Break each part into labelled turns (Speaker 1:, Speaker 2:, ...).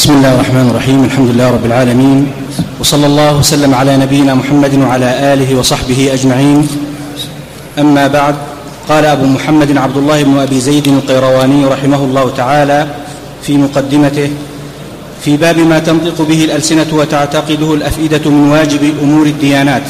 Speaker 1: بسم الله الرحمن الرحيم. الحمد لله رب العالمين، وصلى الله وسلم على نبينا محمد وعلى آله وصحبه أجمعين. أما بعد، قال أبو محمد عبد الله بن أبي زيد القيرواني رحمه الله تعالى في مقدمته في باب ما تنطق به الألسنة وتعتقده الأفئدة من واجب أمور الديانات،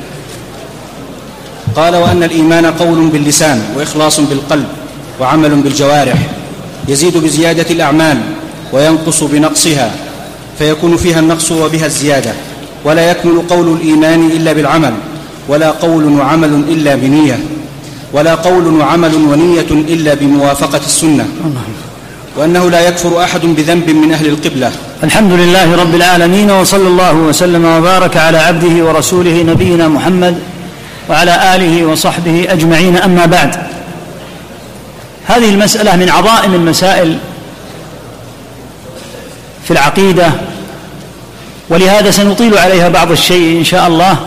Speaker 1: قال: وأن الإيمان قول باللسان، وإخلاص بالقلب، وعمل بالجوارح، يزيد بزيادة الأعمال وينقص بنقصها، فيكون فيها النقص وبها الزيادة، ولا يكمل قول الإيمان إلا بالعمل، ولا قول وعمل إلا بنية، ولا قول وعمل ونية إلا بموافقة السنة، وأنه لا يكفر أحد بذنب من أهل القبلة.
Speaker 2: الحمد لله رب العالمين، وصلى الله وسلم وبارك على عبده ورسوله نبينا محمد وعلى آله وصحبه أجمعين. أما بعد، هذه المسألة من عظائم المسائل في العقيدة، ولهذا سنطيل عليها بعض الشيء إن شاء الله،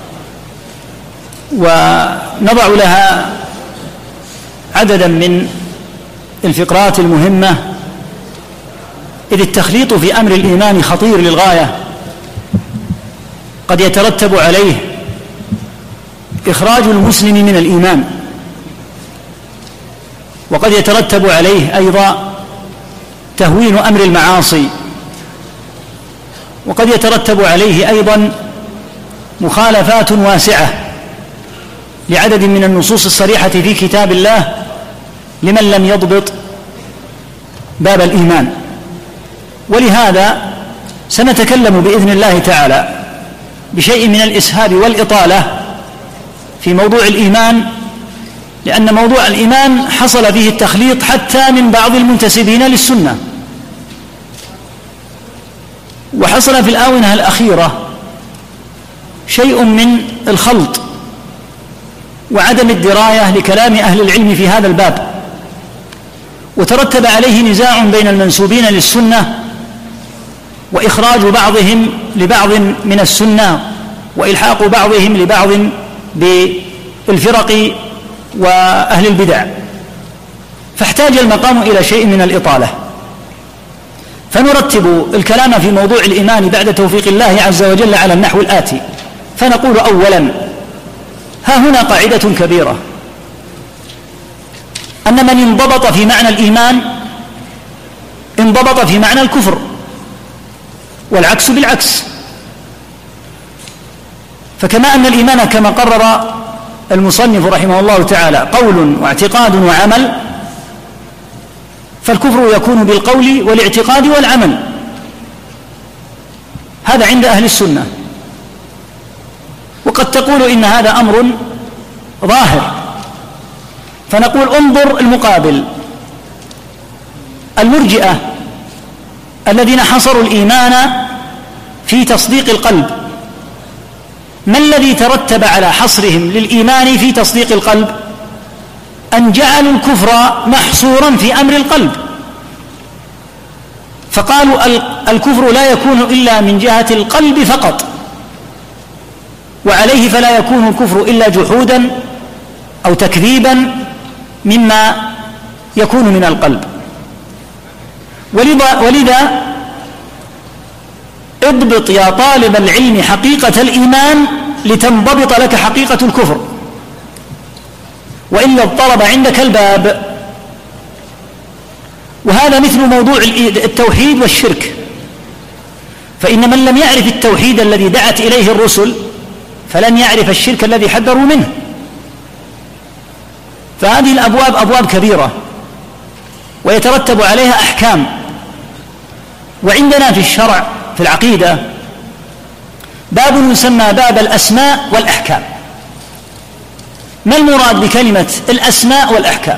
Speaker 2: ونضع لها عددا من الفقرات المهمة، إذ التخليط في أمر الإيمان خطير للغاية، قد يترتب عليه إخراج المسلم من الإيمان، وقد يترتب عليه أيضا تهوين أمر المعاصي، وقد يترتب عليه أيضا مخالفات واسعة لعدد من النصوص الصريحة في كتاب الله لمن لم يضبط باب الإيمان. ولهذا سنتكلم بإذن الله تعالى بشيء من الإسهاب والإطالة في موضوع الإيمان، لأن موضوع الإيمان حصل فيه التخليط حتى من بعض المنتسبين للسنة، وحصل في الآونة الأخيرة شيء من الخلط وعدم الدراية لكلام أهل العلم في هذا الباب، وترتب عليه نزاع بين المنسوبين للسنة، وإخراج بعضهم لبعض من السنة، وإلحاق بعضهم لبعض بالفرق وأهل البدع، فاحتاج المقام إلى شيء من الإطالة. فنرتب الكلام في موضوع الإيمان بعد توفيق الله عز وجل على النحو الآتي. فنقول أولا: ها هنا قاعدة كبيرة، أن من انضبط في معنى الإيمان انضبط في معنى الكفر، والعكس بالعكس. فكما أن الإيمان كما قرر المصنف رحمه الله تعالى قول واعتقاد وعمل، فالكفر يكون بالقول والاعتقاد والعمل، هذا عند أهل السنة. وقد تقول إن هذا أمر ظاهر، فنقول: انظر المقابل، المرجئة الذين حصروا الإيمان في تصديق القلب، ما الذي ترتب على حصرهم للإيمان في تصديق القلب؟ أن جعلوا الكفر محصورا في أمر القلب، فقالوا الكفر لا يكون إلا من جهة القلب فقط، وعليه فلا يكون الكفر إلا جحودا أو تكذيبا مما يكون من القلب. ولذا اضبط يا طالب العلم حقيقة الإيمان لتنضبط لك حقيقة الكفر، وإلا اضطرب عندك الباب. وهذا مثل موضوع التوحيد والشرك، فإن من لم يعرف التوحيد الذي دعت إليه الرسل فلن يعرف الشرك الذي حذروا منه. فهذه الأبواب أبواب كبيرة ويترتب عليها أحكام. وعندنا في الشرع في العقيدة باب يسمى باب الأسماء والأحكام. ما المراد بكلمة الأسماء والأحكام؟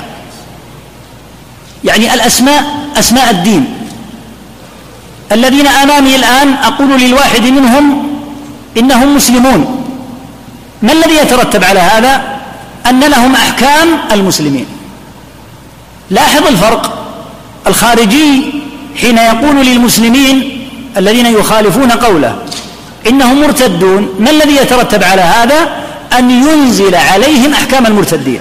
Speaker 2: يعني الأسماء أسماء الدين. الذين أمامي الآن أقول للواحد منهم إنهم مسلمون، ما الذي يترتب على هذا؟ أن لهم أحكام المسلمين. لاحظ الفرق. الخارجي حين يقول للمسلمين الذين يخالفون قوله إنهم مرتدون، ما الذي يترتب على هذا؟ أن ينزل عليهم أحكام المرتدين.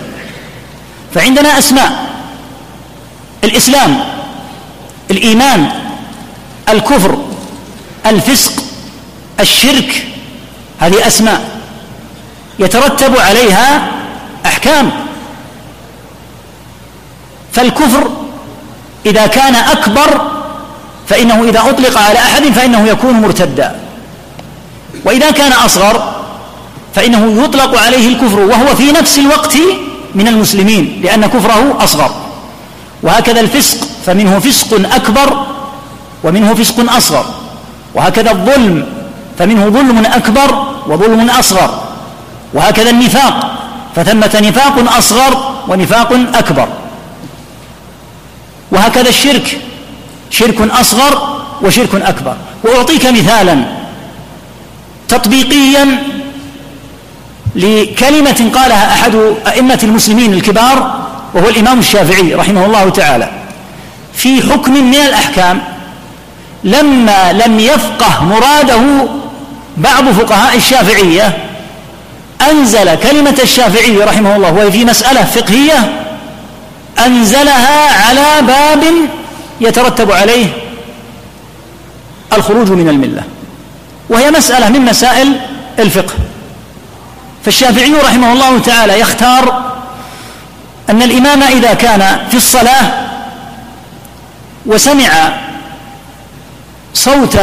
Speaker 2: فعندنا أسماء: الإسلام، الإيمان، الكفر، الفسق، الشرك، هذه أسماء يترتب عليها أحكام. فالكفر إذا كان أكبر فإنه إذا أطلق على أحد فإنه يكون مرتدا، وإذا كان أصغر فإنه يطلق عليه الكفر وهو في نفس الوقت من المسلمين لأن كفره أصغر. وهكذا الفسق فمنه فسق أكبر ومنه فسق أصغر، وهكذا الظلم فمنه ظلم أكبر وظلم أصغر، وهكذا النفاق فثمة نفاق أصغر ونفاق أكبر، وهكذا الشرك شرك أصغر وشرك أكبر. وأعطيك مثالا تطبيقيا لكلمة قالها أحد أئمة المسلمين الكبار وهو الإمام الشافعي رحمه الله تعالى في حكم من الأحكام، لما لم يفقه مراده بعض فقهاء الشافعية أنزل كلمة الشافعي رحمه الله وهي في مسألة فقهية أنزلها على باب يترتب عليه الخروج من الملة، وهي مسألة من مسائل الفقه. فالشافعي رحمه الله تعالى يختار أن الإمام إذا كان في الصلاة وسمع صوت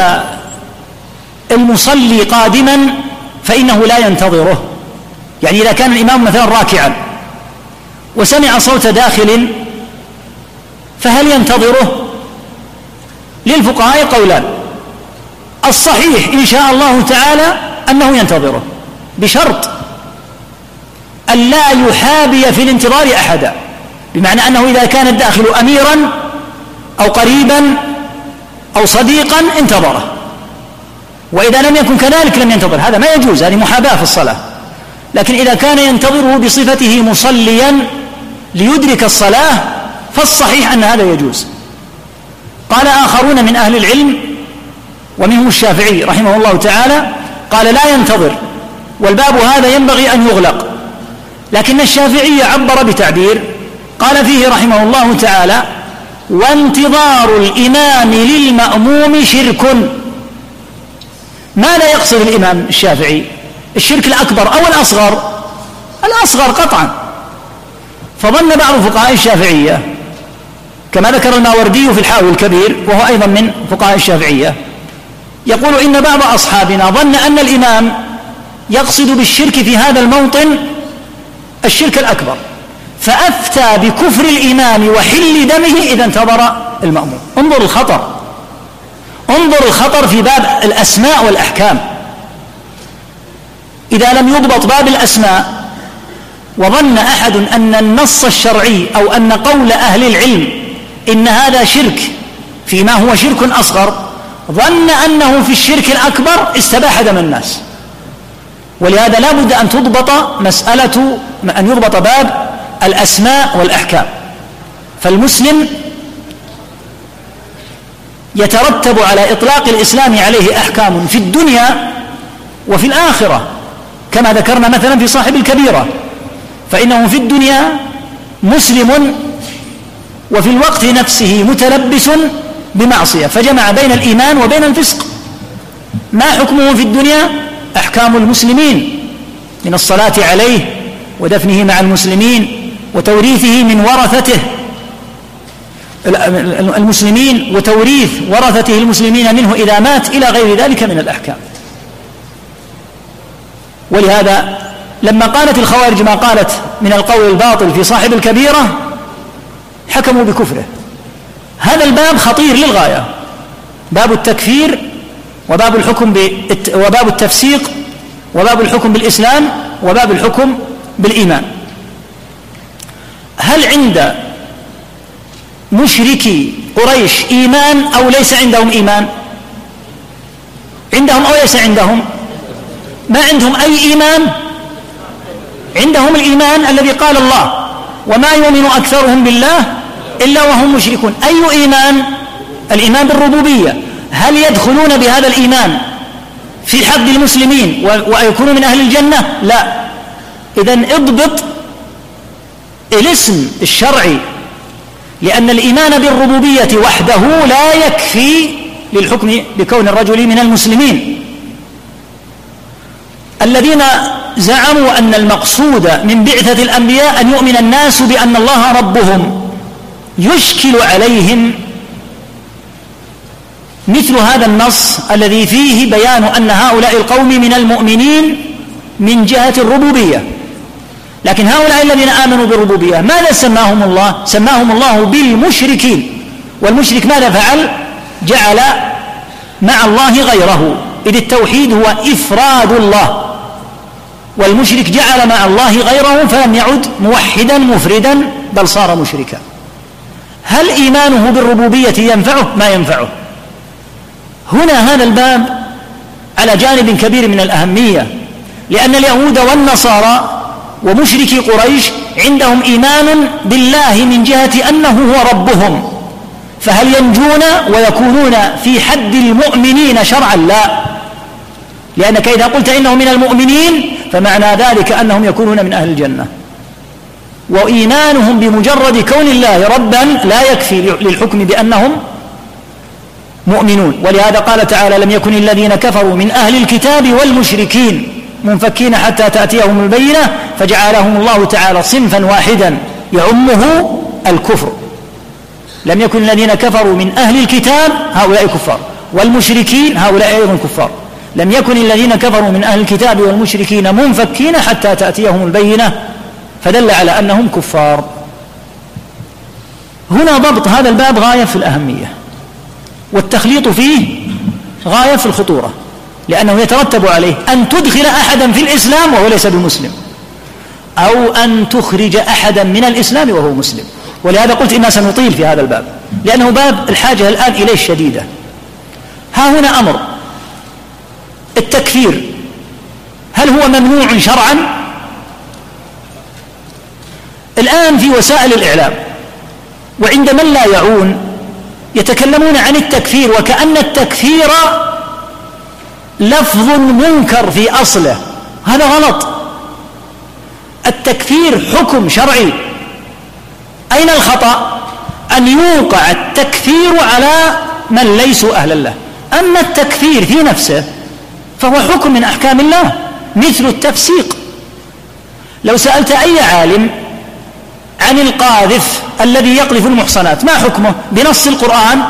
Speaker 2: المصلي قادما فإنه لا ينتظره، يعني إذا كان الإمام مثلا راكعا وسمع صوت داخل فهل ينتظره؟ للفقهاء قولان، الصحيح إن شاء الله تعالى أنه ينتظره بشرط أن لا يحابي في الانتظار أحدا، بمعنى أنه إذا كان الداخل أميرا أو قريبا أو صديقا انتظره، وإذا لم يكن كذلك لم ينتظر، هذا ما يجوز، هذه محاباة في الصلاة. لكن إذا كان ينتظره بصفته مصليا ليدرك الصلاة فالصحيح أن هذا يجوز. قال آخرون من أهل العلم ومنهم الشافعي رحمه الله تعالى قال لا ينتظر، والباب هذا ينبغي أن يغلق، لكن الشافعي عبر بتعبير قال فيه رحمه الله تعالى وانتظار الإمام للمأموم شرك. ماذا يقصد الإمام الشافعي؟ الشرك الأكبر أو الأصغر؟ الأصغر قطعا. فظن بعض فقهاء الشافعية كما ذكر الماوردي في الحاوي الكبير وهو أيضا من فقهاء الشافعية يقول إن بعض أصحابنا ظن أن الإمام يقصد بالشرك في هذا الموطن الشرك الأكبر، فأفتى بكفر الإمام وحل دمه إذا انتظر المأموم. انظر الخطر، انظر الخطر في باب الأسماء والأحكام. إذا لم يضبط باب الأسماء وظن أحد أن النص الشرعي أو أن قول أهل العلم إن هذا شرك فيما هو شرك أصغر، ظن أنه في الشرك الأكبر استباح دم الناس. ولهذا لا بد أن تضبط مسألة، أن يضبط باب الأسماء والأحكام. فالمسلم يترتب على إطلاق الإسلام عليه أحكام في الدنيا وفي الآخرة، كما ذكرنا مثلا في صاحب الكبيرة، فإنه في الدنيا مسلم وفي الوقت نفسه متلبس بمعصية، فجمع بين الإيمان وبين الفسق. ما حكمه في الدنيا؟ أحكام المسلمين من الصلاة عليه ودفنه مع المسلمين وتوريثه من ورثته المسلمين وتوريث ورثته المسلمين منه إذا مات إلى غير ذلك من الأحكام. ولهذا لما قالت الخوارج ما قالت من القول الباطل في صاحب الكبيرة حكموا بكفره. هذا الباب خطير للغاية، باب التكفير وباب الحكم وباب التفسيق وباب الحكم بالإسلام وباب الحكم بالإيمان. هل عند مشركي قريش إيمان أو ليس عندهم إيمان؟ عندهم أو ليس عندهم؟ ما عندهم أي إيمان. عندهم الإيمان الذي قال الله وما يؤمن أكثرهم بالله إلا وهم مشركون. أي إيمان؟ الإيمان بالربوبية. هل يدخلون بهذا الإيمان في حد المسلمين ويكونوا من أهل الجنة؟ لا. إذن اضبط الاسم الشرعي، لأن الإيمان بالربوبية وحده لا يكفي للحكم بكون الرجل من المسلمين. الذين زعموا أن المقصود من بعثة الأنبياء أن يؤمن الناس بأن الله ربهم، يشكل عليهم مثل هذا النص الذي فيه بيان أن هؤلاء القوم من المؤمنين من جهة الربوبية، لكن هؤلاء الذين آمنوا بالربوبية ماذا سماهم الله؟ سماهم الله بالمشركين. والمشرك ماذا فعل؟ جعل مع الله غيره، إذ التوحيد هو إفراد الله، والمشرك جعل مع الله غيره فلم يعد موحدا مفردا بل صار مشركا. هل إيمانه بالربوبية ينفعه؟ ما ينفعه. هنا هذا الباب على جانب كبير من الأهمية، لأن اليهود والنصارى ومشركي قريش عندهم إيمان بالله من جهة أنه هو ربهم، فهل ينجون ويكونون في حد المؤمنين شرعا؟ لا، لأنك إذا قلت إنهم من المؤمنين فمعنى ذلك أنهم يكونون من أهل الجنة، وإيمانهم بمجرد كون الله ربا لا يكفي للحكم بأنهم مؤمنون. ولهذا قال تعالى: لم يكن الذين كفروا من أهل الكتاب والمشركين منفكين حتى تأتيهم البينة، فجعلهم الله تعالى صنفا واحدا يعمه الكفر. لم يكن الذين كفروا من أهل الكتاب هؤلاء كفار، والمشركين هؤلاء أيضا كفار. لم يكن الذين كفروا من أهل الكتاب والمشركين منفكين حتى تأتيهم البينة، فدل على أنهم كفار. هنا ضبط هذا الباب غاية في الأهمية، والتخليط فيه غاية في الخطورة، لأنه يترتب عليه أن تدخل أحدا في الإسلام وهو ليس بمسلم، أو أن تخرج أحدا من الإسلام وهو مسلم. ولهذا قلت إننا سنطيل في هذا الباب، لأنه باب الحاجة الآن إليه شديدة. ها هنا أمر التكفير، هل هو ممنوع شرعا؟ الآن في وسائل الإعلام وعند من لا يعون يتكلمون عن التكفير وكأن التكفير لفظ منكر في أصله. هذا غلط. التكفير حكم شرعي. أين الخطأ؟ أن يوقع التكفير على من ليسوا أهلا له. أما التكفير في نفسه فهو حكم من أحكام الله، مثل التفسيق. لو سألت أي عالم عن القاذف الذي يقذف المحصنات ما حكمه؟ بنص القرآن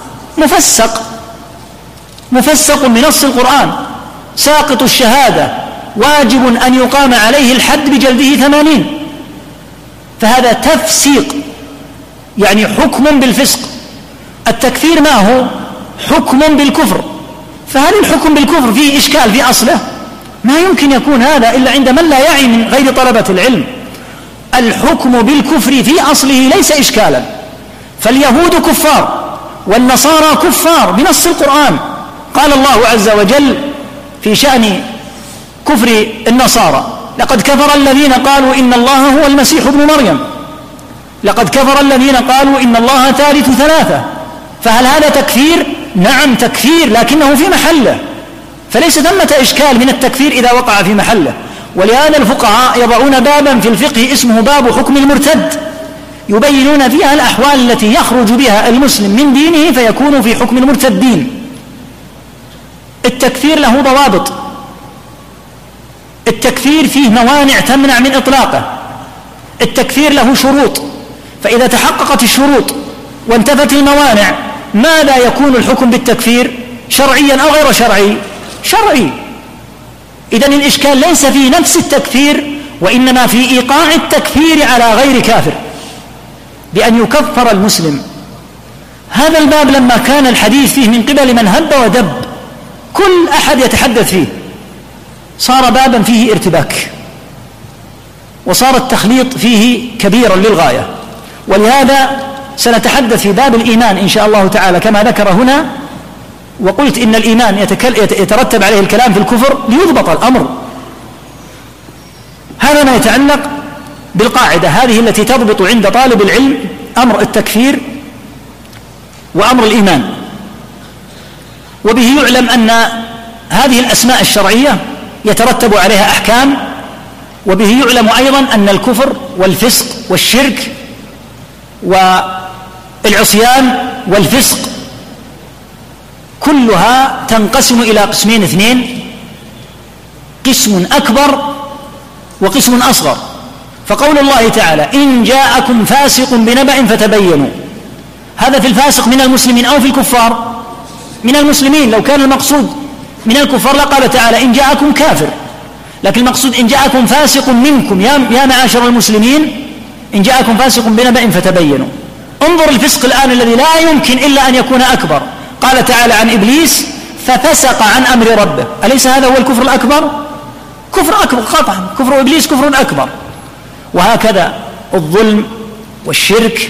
Speaker 2: مفسق بنص القرآن، ساقط الشهادة، واجب أن يقام عليه الحد بجلده 80. فهذا تفسيق، يعني حكم بالفسق. التكفير ما هو؟ حكم بالكفر. فهل الحكم بالكفر فيه إشكال في أصله؟ ما يمكن يكون هذا إلا عند من لا يعي من غير طلبة العلم. الحكم بالكفر في أصله ليس إشكالا، فاليهود كفار والنصارى كفار بنص القرآن. قال الله عز وجل في شأن كفر النصارى: لقد كفر الذين قالوا إن الله هو المسيح ابن مريم، لقد كفر الذين قالوا إن الله ثالث ثلاثة. فهل هذا تكفير؟ نعم تكفير، لكنه في محله، فليس ثمة إشكال من التكفير إذا وقع في محله. ولهذا الفقهاء يضعون بابا في الفقه اسمه باب حكم المرتد، يبينون فيها الأحوال التي يخرج بها المسلم من دينه فيكون في حكم المرتدين. التكفير له ضوابط، التكفير فيه موانع تمنع من إطلاقه، التكفير له شروط، فإذا تحققت الشروط وانتفت الموانع ماذا يكون الحكم بالتكفير؟ شرعيا أو غير شرعي؟ شرعي. إذن الإشكال ليس في نفس التكفير، وإنما في إيقاع التكفير على غير كافر بأن يكفر المسلم. هذا الباب لما كان الحديث فيه من قبل من هب ودب كل أحد يتحدث فيه صار بابا فيه ارتباك، وصار التخليط فيه كبيرا للغاية. ولهذا سنتحدث في باب الإيمان إن شاء الله تعالى كما ذكر هنا، وقلت إن الإيمان يترتب عليه الكلام في الكفر ليضبط الأمر. هذا ما يتعلق بالقاعدة هذه التي تضبط عند طالب العلم أمر التكفير وأمر الإيمان. وبه يعلم أن هذه الأسماء الشرعية يترتب عليها أحكام، وبه يعلم أيضا أن الكفر والفسق والشرك والعصيان والفسق كلها تنقسم إلى قسمين اثنين: قسم أكبر وقسم أصغر. فقول الله تعالى: إن جاءكم فاسق بنبأ فتبينوا، هذا في الفاسق من المسلمين أو في الكفار؟ من المسلمين. لو كان المقصود من الكفار لقال تعالى: إن جاءكم كافر، لكن المقصود إن جاءكم فاسق منكم يا معاشر المسلمين، إن جاءكم فاسق بنبأ فتبينوا. انظر الفسق الآن الذي لا يمكن إلا أن يكون أكبر. قال تعالى عن إبليس: ففسق عن أمر ربه. أليس هذا هو الكفر الأكبر؟ كفر أكبر قطعا، كفر إبليس كفر أكبر. وهكذا الظلم والشرك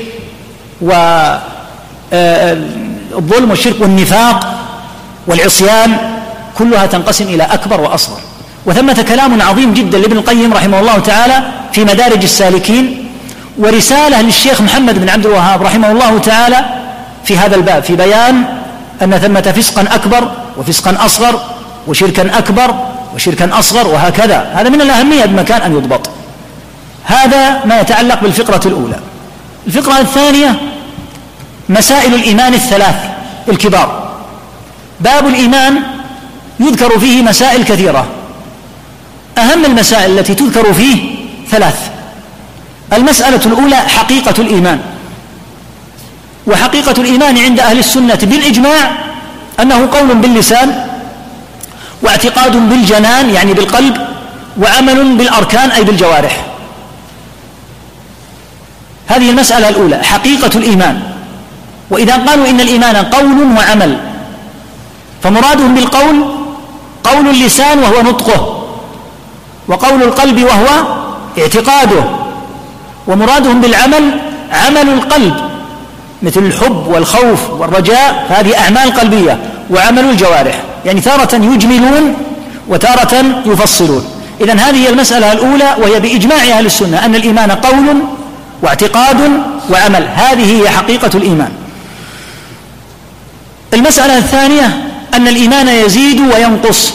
Speaker 2: والظلم والشرك والنفاق والعصيان كلها تنقسم إلى أكبر وأصغر. وثمة كلام عظيم جدا لابن القيم رحمه الله تعالى في مدارج السالكين، ورسالة للشيخ محمد بن عبد الوهاب رحمه الله تعالى في هذا الباب، في بيان أن ثمة فسقا أكبر وفسقا أصغر، وشركا أكبر وشركا أصغر، وهكذا. هذا من الأهمية بمكان أن يضبط. هذا ما يتعلق بالفقرة الأولى. الفقرة الثانية: مسائل الإيمان الثلاث الكبار. باب الإيمان يذكر فيه مسائل كثيرة، أهم المسائل التي تذكر فيه ثلاث. المسألة الأولى حقيقة الإيمان. وحقيقة الإيمان عند أهل السنة بالإجماع أنه قول باللسان، واعتقاد بالجنان يعني بالقلب، وعمل بالأركان أي بالجوارح. هذه المسألة الأولى حقيقة الإيمان. وإذا قالوا إن الإيمان قول وعمل، فمرادهم بالقول قول اللسان وهو نطقه، وقول القلب وهو اعتقاده، ومرادهم بالعمل عمل القلب مثل الحب والخوف والرجاء، فهذه أعمال قلبية، وعمل الجوارح، يعني تارة يجملون وتارة يفصلون. إذن هذه المسألة الأولى، وهي بإجماع أهل السنة أن الإيمان قول واعتقاد وعمل. هذه هي حقيقة الإيمان. المسألة الثانية أن الإيمان يزيد وينقص،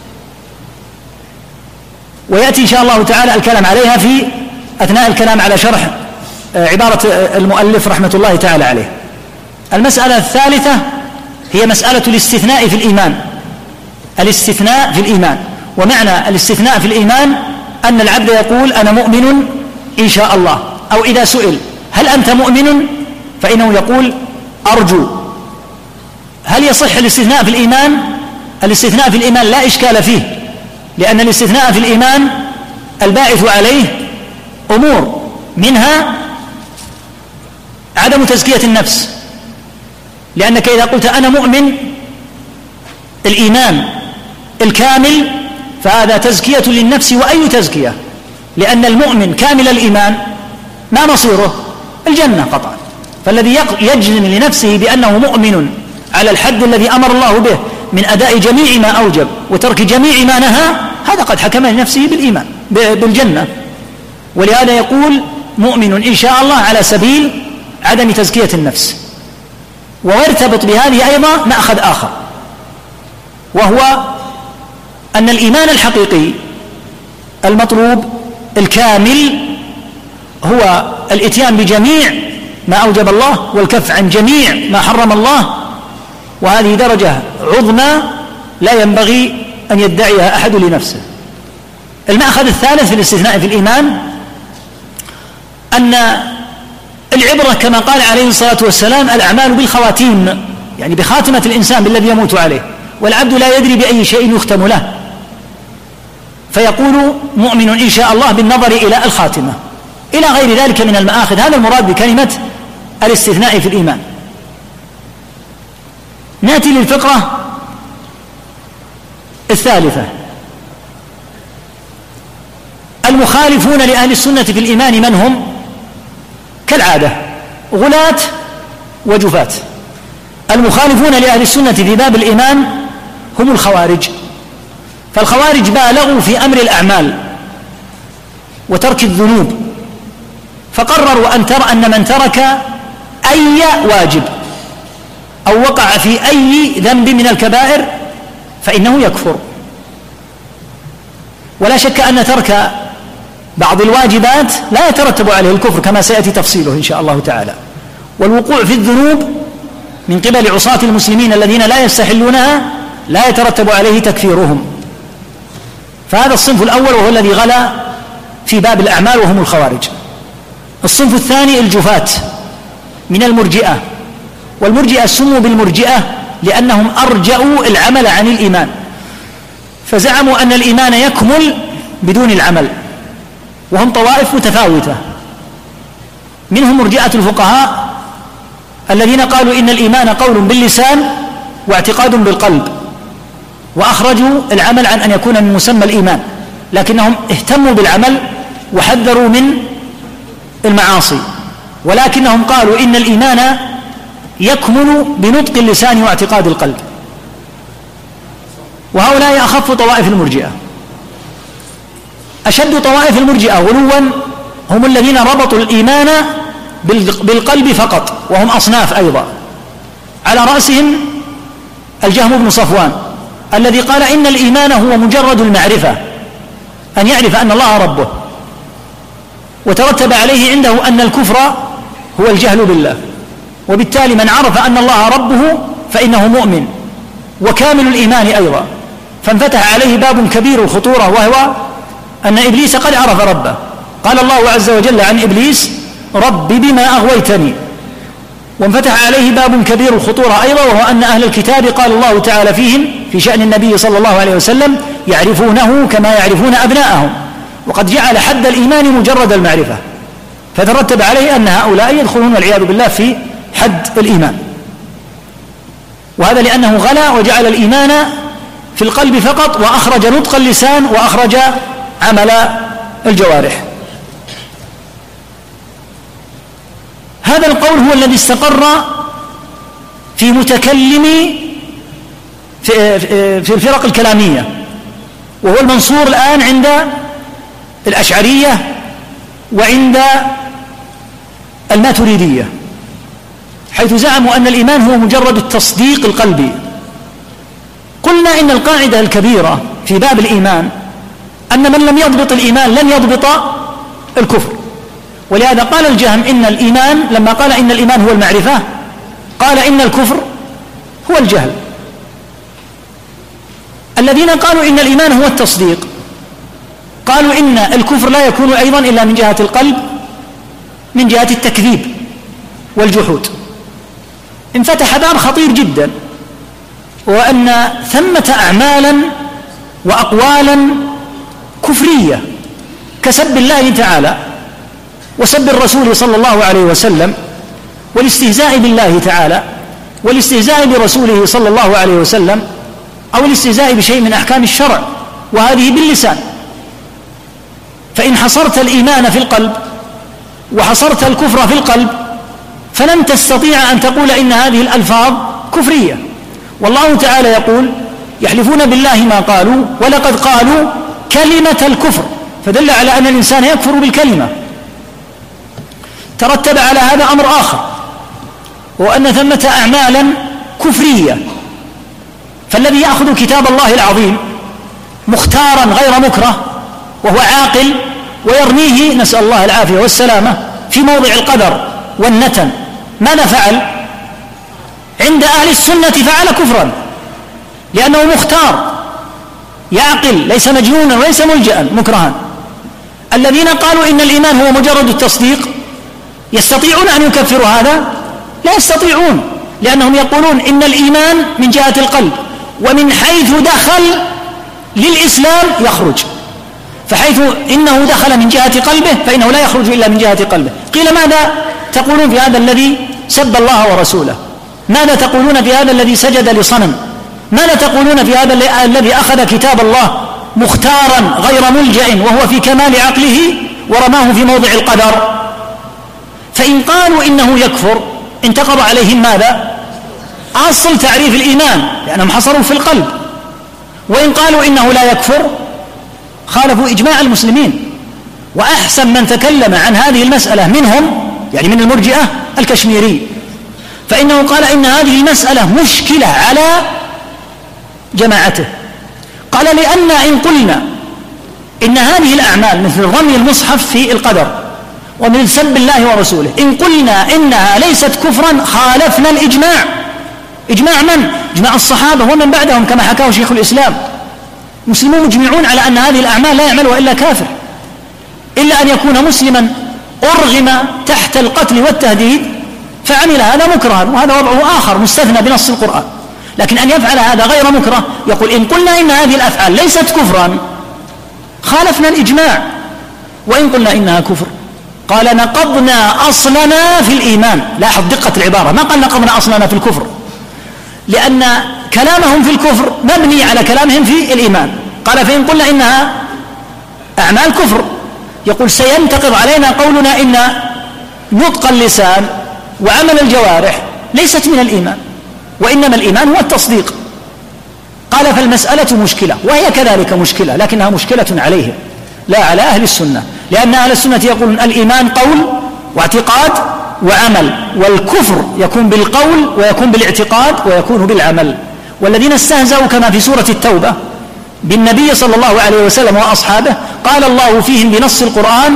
Speaker 2: ويأتي إن شاء الله تعالى الكلام عليها في أثناء الكلام على شرح عبارة المؤلف رحمة الله تعالى عليه. المسألة الثالثة هي مسألة الاستثناء في الإيمان. الاستثناء في الإيمان، ومعنى الاستثناء في الإيمان أن العبد يقول: أنا مؤمن إن شاء الله، أو إذا سئل: هل أنت مؤمن؟ فإنه يقول: أرجو. هل يصح الاستثناء في الإيمان؟ الاستثناء في الإيمان لا إشكال فيه، لأن الاستثناء في الإيمان الباعث عليه أمور، منها عدم تزكية النفس، لأنك إذا قلت أنا مؤمن الإيمان الكامل فهذا تزكية للنفس. وأي تزكية؟ لأن المؤمن كامل الإيمان ما مصيره؟ الجنة قطعا. فالذي يجزم لنفسه بأنه مؤمن على الحد الذي أمر الله به من أداء جميع ما أوجب وترك جميع ما نهى، هذا قد حكم لنفسه بالإيمان بالجنة. ولهذا يقول: مؤمن إن شاء الله، على سبيل عدم تزكية النفس. ويرتبط بهذه أيضا مأخذ آخر، وهو أن الإيمان الحقيقي المطلوب الكامل هو الإتيان بجميع ما أوجب الله والكف عن جميع ما حرم الله، وهذه درجة عظمى لا ينبغي أن يدعيها أحد لنفسه. المأخذ الثالث في الاستثناء في الإيمان أن العبرة كما قال عليه الصلاة والسلام: الأعمال بالخواتيم، يعني بخاتمة الإنسان بالذي يموت عليه، والعبد لا يدري بأي شيء يختم له، فيقول مؤمن إن شاء الله بالنظر إلى الخاتمة، إلى غير ذلك من المآخذ. هذا المراد بكلمة الاستثناء في الإيمان. نأتي للفقرة الثالثة: المخالفون لأهل السنة في الإيمان من هم؟ كالعادة غلاة وجفاة. المخالفون لأهل السنة في باب الإيمان هم الخوارج. فالخوارج بالغوا في أمر الأعمال وترك الذنوب، فقرروا أن من ترك أي واجب أو وقع في أي ذنب من الكبائر فإنه يكفر. ولا شك أن ترك بعض الواجبات لا يترتب عليه الكفر كما سيأتي تفصيله إن شاء الله تعالى. والوقوع في الذنوب من قبل عصاة المسلمين الذين لا يستحلونها لا يترتب عليه تكفيرهم. فهذا الصنف الأول وهو الذي غلا في باب الأعمال وهم الخوارج. الصنف الثاني الجفاة من المرجئة، والمرجئة سموا بالمرجئة لأنهم أرجأوا العمل عن الإيمان، فزعموا أن الإيمان يكمل بدون العمل، وهم طوائف متفاوتة. منهم مرجئة الفقهاء الذين قالوا إن الإيمان قول باللسان واعتقاد بالقلب، وأخرجوا العمل عن أن يكون من مسمى الإيمان، لكنهم اهتموا بالعمل وحذروا من المعاصي، ولكنهم قالوا إن الإيمان يكمل بنطق اللسان واعتقاد القلب. وهؤلاء أخف طوائف المرجئة. أشد طوائف المرجئة غلوا هم الذين ربطوا الإيمان بالقلب فقط، وهم أصناف أيضا، على رأسهم الجهم بن صفوان الذي قال إن الإيمان هو مجرد المعرفة، أن يعرف أن الله ربه، وترتب عليه عنده أن الكفر هو الجهل بالله، وبالتالي من عرف أن الله ربه فإنه مؤمن وكامل الإيمان أيضا. فانفتح عليه باب كبير الخطورة، وهو أن إبليس قد عرف ربه. قال الله عز وجل عن إبليس رب بما أغويتني. وانفتح عليه باب كبير الخطورة أيضا، وهو أن أهل الكتاب قال الله تعالى فيهم في شأن النبي صلى الله عليه وسلم يعرفونه كما يعرفون أبناءهم، وقد جعل حد الإيمان مجرد المعرفة، فترتب عليه أن هؤلاء يدخلون والعياذ بالله في حد الإيمان. وهذا لأنه غلا وجعل الإيمان في القلب فقط، وأخرج نطق اللسان وأخرج عمل الجوارح. هذا القول هو الذي استقر في متكلمي في الفرق الكلامية، وهو المنصور الآن عند الأشعرية وعند الماتريدية، حيث زعموا أن الإيمان هو مجرد التصديق القلبي. قلنا إن القاعدة الكبيرة في باب الإيمان أن من لم يضبط الإيمان لن يضبط الكفر، ولهذا قال الجهم إن الإيمان، لما قال إن الإيمان هو المعرفة، قال إن الكفر هو الجهل. الذين قالوا إن الإيمان هو التصديق قالوا إن الكفر لا يكون أيضا إلا من جهة القلب، من جهة التكذيب والجحود. انفتح باب خطير جدا، وأن ثمة أعمالا وأقوالا كفرية كسب الله تعالى وسب الرسول صلى الله عليه وسلم، والاستهزاء بالله تعالى والاستهزاء برسوله صلى الله عليه وسلم، أو الاستهزاء بشيء من أحكام الشرع، وهذه باللسان. فإن حصرت الإيمان في القلب وحصرت الكفر في القلب فلن تستطيع أن تقول إن هذه الألفاظ كفرية. والله تعالى يقول يحلفون بالله ما قالوا ولقد قالوا كلمة الكفر، فدل على أن الإنسان يكفر بالكلمة. ترتب على هذا أمر آخر، وأن ثمة أعمالا كفرية. فالذي يأخذ كتاب الله العظيم مختارا غير مكره وهو عاقل ويرميه، نسأل الله العافية والسلامة، في موضع القدر والنتن، ماذا فعل؟ عند أهل السنة فعل كفرا، لأنه مختار يعقل، ليس مجنونا وليس ملجأ مكرها. الذين قالوا إن الإيمان هو مجرد التصديق يستطيعون أن يكفروا هذا؟ لا يستطيعون، لأنهم يقولون إن الإيمان من جهة القلب، ومن حيث دخل للإسلام يخرج، فحيث إنه دخل من جهة قلبه فإنه لا يخرج إلا من جهة قلبه. قيل ماذا تقولون في هذا الذي سب الله ورسوله؟ ماذا تقولون في هذا الذي سجد لصنم؟ ماذا تقولون في هذا الذي أخذ كتاب الله مختارا غير ملجأ وهو في كمال عقله ورماه في موضع القدر؟ فإن قالوا إنه يكفر انتقض عليهم ماذا؟ أصل تعريف الإيمان، لأنهم حصروا في القلب. وإن قالوا إنه لا يكفر خالفوا إجماع المسلمين. وأحسن من تكلم عن هذه المسألة منهم، يعني من المرجئة، الكشميري، فإنه قال إن هذه المسألة مشكلة على جماعته. قال لأن إن قلنا إن هذه الأعمال مثل رمي المصحف في القدر ومن سب الله ورسوله، إن قلنا إنها ليست كفرا خالفنا الإجماع، إجماع من؟ إجماع الصحابة ومن بعدهم كما حكاه شيخ الإسلام. مسلمون مجمعون على أن هذه الأعمال لا يعملها إلا كافر، إلا أن يكون مسلما أرغم تحت القتل والتهديد فعمل هذا مكرها، وهذا وضعه آخر مستثنى بنص القرآن. لكن أن يفعل هذا غير مكره، يقول إن قلنا إن هذه الأفعال ليست كفرا خالفنا الإجماع، وإن قلنا إنها كفر قال نقضنا أصلنا في الإيمان. لاحظ دقة العبارة، ما قال نقضنا أصلنا في الكفر، لأن كلامهم في الكفر مبني على كلامهم في الإيمان. قال فإن قلنا إنها أعمال كفر، يقول سينتقض علينا قولنا إن نطق اللسان وعمل الجوارح ليست من الإيمان، وإنما الإيمان هو التصديق. قال فالمسألة مشكلة، وهي كذلك مشكلة، لكنها مشكلة عليهم لا على أهل السنة، لأن أهل السنة يقولون الإيمان قول واعتقاد وعمل، والكفر يكون بالقول ويكون بالاعتقاد ويكون بالعمل. والذين استهزأوا كما في سورة التوبة بالنبي صلى الله عليه وسلم وأصحابه قال الله فيهم بنص القرآن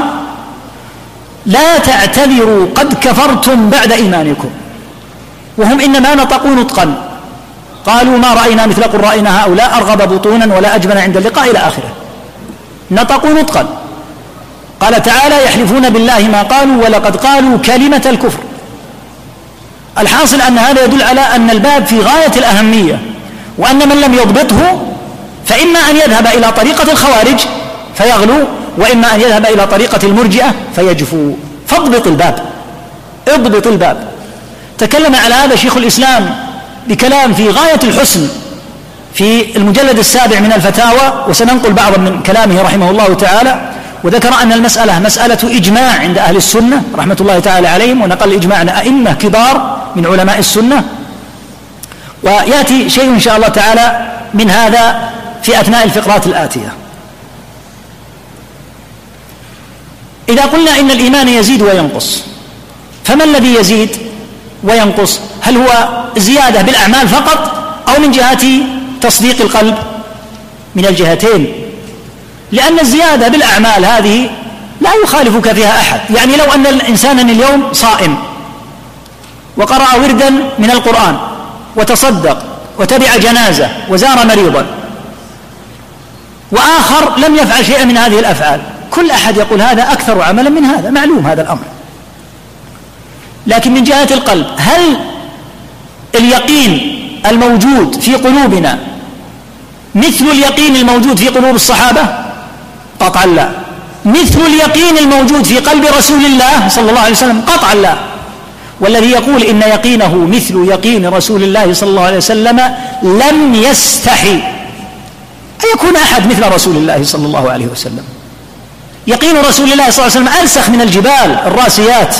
Speaker 2: لا تعتذروا قد كفرتم بعد إيمانكم، وهم إنما نطقوا نطقا، قالوا ما رأينا مثل قرائنا هؤلاء أرغب بطونا ولا أجبن عند اللقاء إلى آخره، نطقوا نطقا. قال تعالى يحلفون بالله ما قالوا ولقد قالوا كلمة الكفر. الحاصل أن هذا يدل على أن الباب في غاية الأهمية، وأن من لم يضبطه فإما أن يذهب إلى طريقة الخوارج فيغلو، وإما أن يذهب إلى طريقة المرجئة فيجفو. فاضبط الباب، اضبط الباب. تكلم على هذا شيخ الإسلام بكلام في غاية الحسن في المجلد 7 من الفتاوى، وسننقل بعضا من كلامه رحمه الله تعالى، وذكر أن المسألة مسألة إجماع عند أهل السنة رحمة الله تعالى عليهم، ونقل إجماع عن أئمة كبار من علماء السنة. ويأتي شيء إن شاء الله تعالى من هذا في أثناء الفقرات الآتية. إذا قلنا إن الإيمان يزيد وينقص، فما الذي يزيد وينقص؟ هل هو زيادة بالأعمال فقط أو من جهة تصديق القلب؟ من الجهتين، لأن الزيادة بالأعمال هذه لا يخالفك فيها أحد. يعني لو أن الإنسان اليوم صائم وقرأ وردا من القرآن وتصدق وتبع جنازة وزار مريضا، وآخر لم يفعل شيئا من هذه الأفعال، كل أحد يقول هذا أكثر عملا من هذا، معلوم هذا الأمر. لكن من جهة القلب، هل اليقين الموجود في قلوبنا مثل اليقين الموجود في قلوب الصحابة؟ قطعا لا. مثل اليقين الموجود في قلب رسول الله صلى الله عليه وسلم؟ قطعا لا. والذي يقول إن يقينه مثل يقين رسول الله صلى الله عليه وسلم لم يستحي أن يكون أحد مثل رسول الله صلى الله عليه وسلم. يقين رسول الله صلى الله عليه وسلم أرسخ من الجبال الراسيات،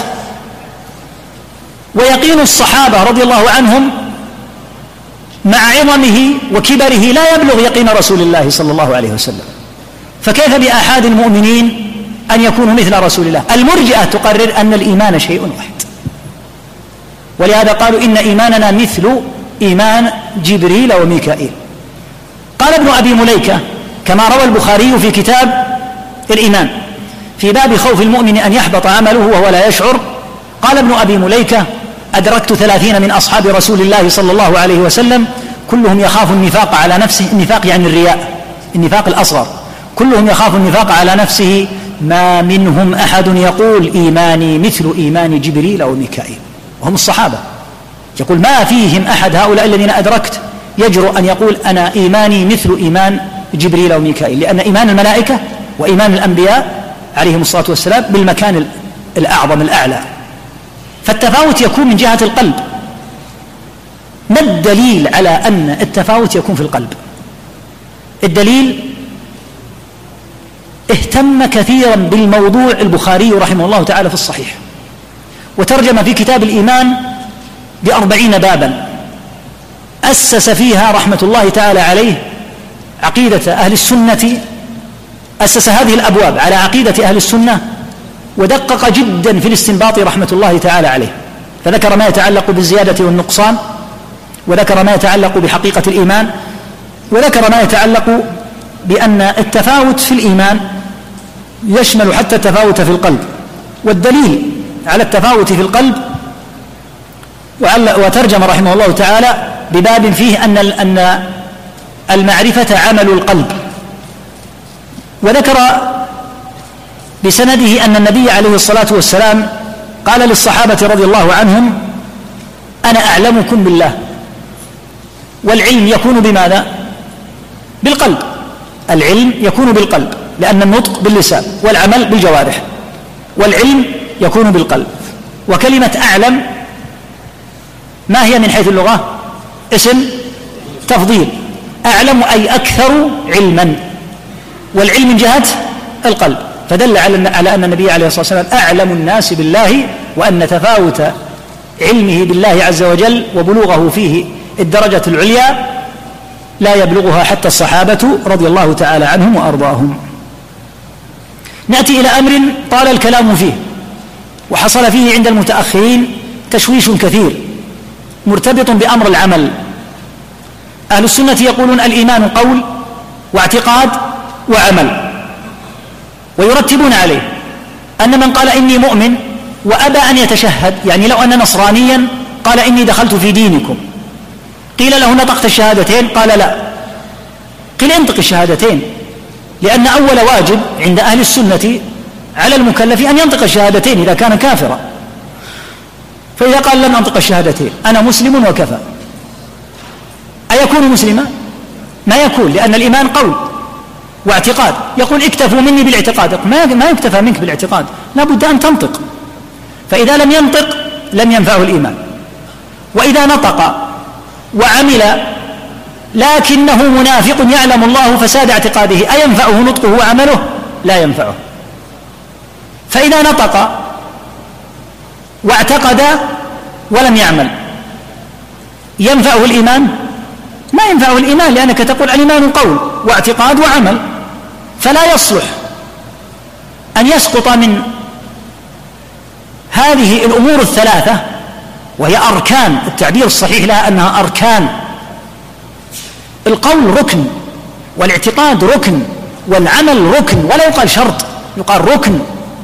Speaker 2: ويقين الصحابة رضي الله عنهم مع عظمه وكبره لا يبلغ يقين رسول الله صلى الله عليه وسلم. فكيف بآحاد المؤمنين أن يكونوا مثل رسول الله؟ المرجئة تقرر أن الإيمان شيء واحد، ولهذا قالوا إن إيماننا مثل إيمان جبريل وميكائيل. قال ابن أبي مليكة كما روى البخاري في كتاب الإيمان في باب خوف المؤمن أن يحبط عمله وهو لا يشعر، قال ابن أبي مليكة أدركت 30 من أصحاب رسول الله صلى الله عليه وسلم كلهم يخاف النفاق على نفسه، النفاق يعني الرياء، النفاق الأصغر، كلهم يخاف النفاق على نفسه، ما منهم أحد يقول إيماني مثل إيمان جبريل وميكائيل، وهم الصحابة. يقول ما فيهم أحد هؤلاء الذين أدركت يجرؤ أن يقول أنا إيماني مثل إيمان جبريل وميكائيل، لأن إيمان الملائكة وإيمان الأنبياء عليهم الصلاة والسلام بالمكان الأعظم الأعلى. فالتفاوت يكون من جهة القلب. ما الدليل على أن التفاوت يكون في القلب؟ الدليل اهتم كثيرا بالموضوع البخاري رحمه الله تعالى في الصحيح، وترجم في كتاب الإيمان ب40 بابا أسس فيها رحمة الله تعالى عليه عقيدة أهل السنة، أسس هذه الأبواب على عقيدة أهل السنة، ودقق جدا في الاستنباط رحمة الله تعالى عليه. فذكر ما يتعلق بالزيادة والنقصان، وذكر ما يتعلق بحقيقة الإيمان، وذكر ما يتعلق بأن التفاوت في الإيمان يشمل حتى التفاوت في القلب. والدليل على التفاوت في القلب، وترجم رحمه الله تعالى بباب فيه أن المعرفة عمل القلب، وذكر بسنده أن النبي عليه الصلاة والسلام قال للصحابة رضي الله عنهم: أنا أعلمكم بالله. والعلم يكون بماذا؟ بالقلب. العلم يكون بالقلب، لأن النطق باللسان والعمل بالجوارح، والعلم يكون بالقلب. وكلمة أعلم ما هي من حيث اللغة؟ اسم تفضيل، أعلم أي أكثر علما، والعلم من جهة القلب، فدل على أن النبي عليه الصلاة والسلام أعلم الناس بالله، وأن تفاوت علمه بالله عز وجل وبلوغه فيه الدرجة العليا لا يبلغها حتى الصحابة رضي الله تعالى عنهم وأرضاهم. نأتي إلى أمر طال الكلام فيه، وحصل فيه عند المتأخرين تشويش كثير مرتبط بأمر العمل. أهل السنة يقولون الإيمان قول واعتقاد وعمل، ويرتبون عليه أن من قال إني مؤمن وأبى أن يتشهد، يعني لو أن نصرانيا قال إني دخلت في دينكم، قيل له نطقت الشهادتين؟ قال لا. قيل انطق الشهادتين، لأن أول واجب عند أهل السنة على المكلف أن ينطق الشهادتين إذا كان كافرا. فإذا قال لن أنطق الشهادتين أنا مسلم وكفى، أيكون مسلما؟ ما يكون، لأن الإيمان قول واعتقاد. يقول اكتفوا مني بالاعتقاد، ما يكتفى منك بالاعتقاد، لا بد أن تنطق. فإذا لم ينطق لم ينفعه الإيمان. وإذا نطق وعمل لكنه منافق يعلم الله فساد اعتقاده، أينفعه نطقه وعمله؟ لا ينفعه. فإذا نطق واعتقد ولم يعمل ينفعه الإيمان؟ ما ينفعه الإيمان، لأنك تقول الإيمان قول واعتقاد وعمل، فلا يصلح أن يسقط من هذه الأمور الثلاثة، وهي أركان، التعبير الصحيح لها أنها أركان. القول ركن، والاعتقاد ركن، والعمل ركن، ولا يقال شرط، يقال ركن.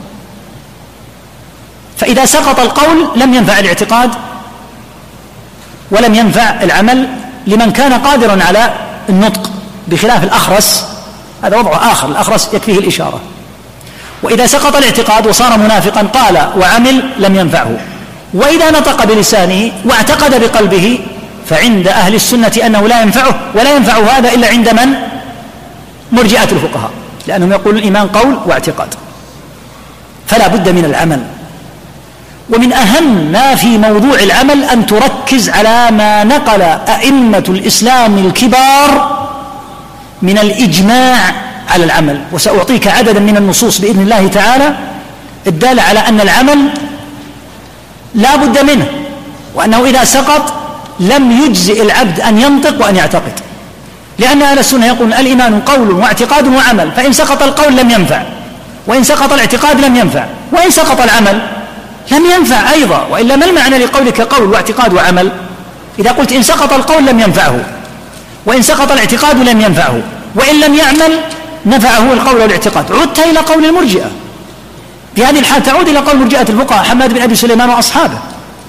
Speaker 2: فإذا سقط القول لم ينفع الاعتقاد ولم ينفع العمل لمن كان قادرا على النطق، بخلاف الأخرس، هذا وضع آخر، الأخرس يكفيه الإشارة. وإذا سقط الاعتقاد وصار منافقا قال وعمل لم ينفعه. وإذا نطق بلسانه واعتقد بقلبه فعند أهل السنة أنه لا ينفعه، ولا ينفعه هذا إلا عند من؟ مرجئة الفقهاء، لأنهم يقولون الإيمان قول واعتقاد، فلا بد من العمل. ومن أهم ما في موضوع العمل أن تركز على ما نقل أئمة الإسلام الكبار من الإجماع على العمل، وسأعطيك عددا من النصوص بإذن الله تعالى الدالة على أن العمل لا بد منه، وأنه إذا سقط لم يجزئ العبد أن ينطق وأن يعتقد، لأن أهل السنة يقولون الإيمان قول واعتقاد وعمل، فإن سقط القول لم ينفع، وإن سقط الاعتقاد لم ينفع، وإن سقط العمل لم ينفع أيضا. وإلا ما المعنى لقولك قول واعتقاد وعمل؟ إذا قلت إن سقط القول لم ينفعه، وإن سقط الاعتقاد لم ينفعه، وإن لم يعمل نفعه القول والاعتقاد، عدت إلى قول المرجئة. في هذه الحال تعود إلى قول مرجئة الفقهاء حماد بن أبي سليمان وأصحابه.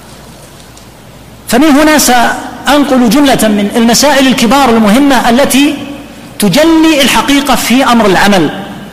Speaker 2: فمن هنا سأنقل جملة من المسائل الكبار المهمة التي تجلي الحقيقة في أمر العمل.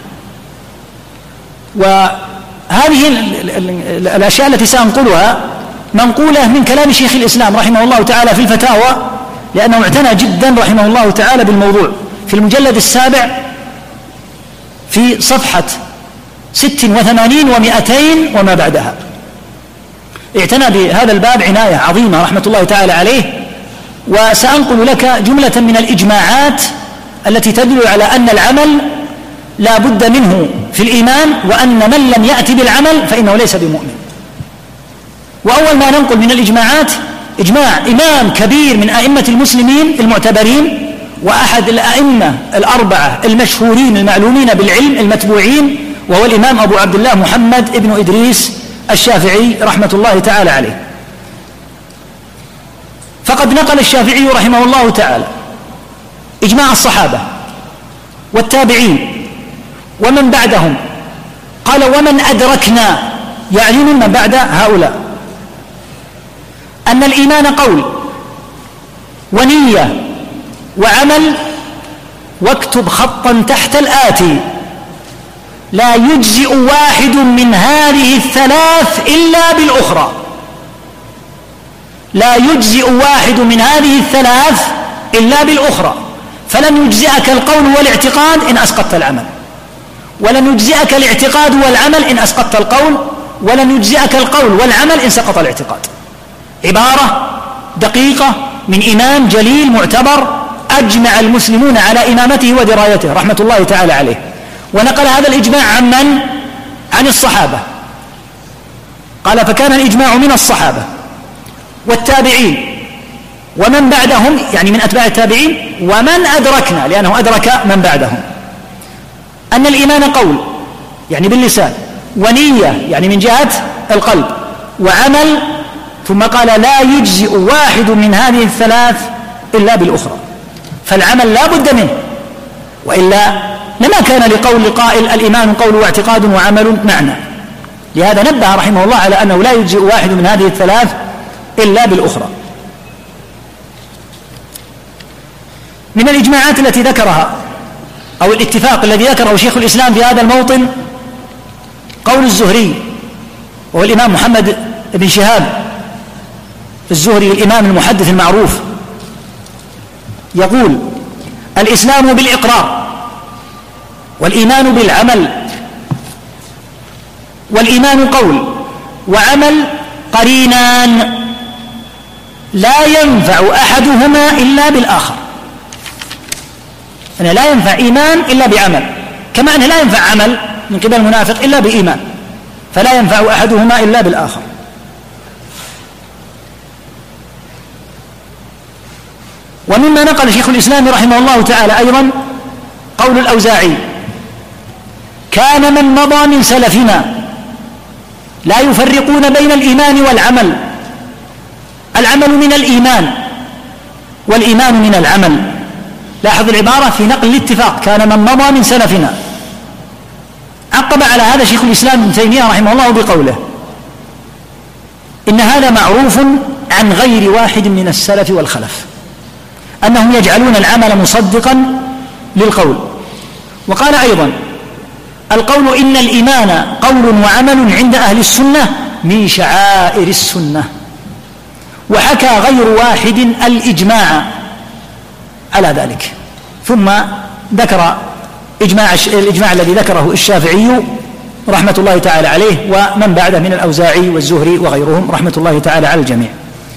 Speaker 2: وهذه الأشياء التي سأنقلها منقولة من كلام شيخ الإسلام رحمه الله تعالى في الفتاوى، لأنه اعتنى جدا رحمه الله تعالى بالموضوع. في المجلد 7 في صفحة 86 و200 وما بعدها اعتنى بهذا الباب عناية عظيمة رحمة الله تعالى عليه. وسأنقل لك جملة من الإجماعات التي تدل على أن العمل لا بد منه في الإيمان، وأن من لم يأتي بالعمل فإنه ليس بمؤمن. وأول ما ننقل من الإجماعات إجماع إمام كبير من أئمة المسلمين المعتبرين، وأحد الأئمة الأربعة المشهورين المعلومين بالعلم المتبوعين، وهو الإمام أبو عبد الله محمد ابن إدريس الشافعي رحمة الله تعالى عليه. فقد نقل الشافعي رحمه الله تعالى إجماع الصحابة والتابعين ومن بعدهم، قال ومن أدركنا، يعني من بعد هؤلاء، أن الإيمان قول ونية وعمل، واكتب خطا تحت الآتي: لا يجزئ واحد من هذه الثلاث إلا بالأخرى. لا يجزئ واحد من هذه الثلاث إلا بالأخرى، فلن يجزئك القول والاعتقاد إن أسقطت العمل، ولن يجزئك الاعتقاد والعمل إن أسقطت القول، ولن يجزئك القول والعمل إن سقط الاعتقاد. عبارة دقيقة من إمام جليل معتبر أجمع المسلمون على إمامته ودرايته رحمة الله تعالى عليه، ونقل هذا الإجماع عن من؟ عن الصحابة. قال: فكان الإجماع من الصحابة والتابعين ومن بعدهم، يعني من أتباع التابعين ومن أدركنا، لأنه أدرك من بعدهم، أن الإيمان قول يعني باللسان، ونية يعني من جهة القلب، وعمل. ثم قال: لا يجزئ واحد من هذه الثلاث إلا بالأخرى، فالعمل لا بد منه، وإلا لما كان لقول قائل الإيمان قول واعتقاد وعمل معنى. لهذا نبه رحمه الله على أنه لا يجزئ واحد من هذه الثلاث إلا بالأخرى. من الإجماعات التي ذكرها أو الاتفاق الذي ذكره شيخ الإسلام في هذا الموطن قول الزهري، وهو الإمام محمد بن شهاب الزهري الإمام المحدث المعروف، يقول: الإسلام بالإقرار، والإيمان بالعمل، والإيمان قول وعمل قرينان لا ينفع أحدهما إلا بالآخر. أنه لا ينفع إيمان إلا بعمل، كما أنه لا ينفع عمل من قبل المنافق إلا بإيمان، فلا ينفع أحدهما إلا بالآخر. ومما نقل شيخ الإسلام رحمه الله تعالى أيضا قول الأوزاعي: كان من مضى من سلفنا لا يفرقون بين الإيمان والعمل، العمل من الإيمان والإيمان من العمل. لاحظ العبارة في نقل الاتفاق: كان من مضى من سلفنا. عقب على هذا شيخ الإسلام ابن تيمية رحمه الله بقوله: إن هذا معروف عن غير واحد من السلف والخلف، أنهم يجعلون العمل مصدقا للقول. وقال أيضا: القول إن الإيمان قول وعمل عند أهل السنة من شعائر السنة. وحكى غير واحد الإجماع على ذلك. ثم ذكر الإجماع الذي ذكره الشافعي رحمة الله تعالى عليه ومن بعده من الأوزاعي والزهري وغيرهم رحمة الله تعالى على الجميع.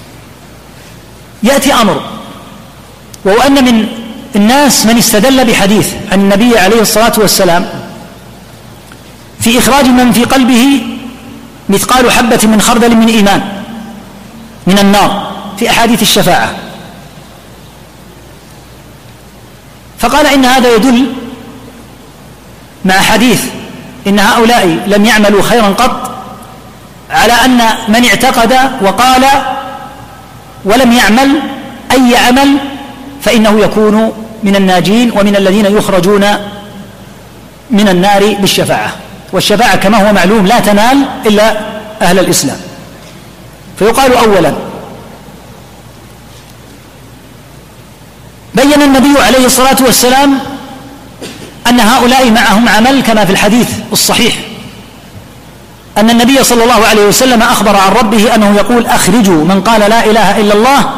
Speaker 2: يأتي أمر، وهو أن من الناس من استدل بحديث عن النبي عليه الصلاة والسلام في إخراج من في قلبه مثقال حبة من خردل من إيمان من النار في أحاديث الشفاعة، فقال إن هذا يدل مع حديث إن هؤلاء لم يعملوا خيرا قط على أن من اعتقد وقال ولم يعمل أي عمل فإنه يكون من الناجين ومن الذين يخرجون من النار بالشفاعة. والشفاعة كما هو معلوم لا تنال إلا أهل الإسلام. فيقال أولا: بين النبي عليه الصلاة والسلام أن هؤلاء معهم عمل كما في الحديث الصحيح أن النبي صلى الله عليه وسلم أخبر عن ربه أنه يقول: أخرجوا من قال لا إله إلا الله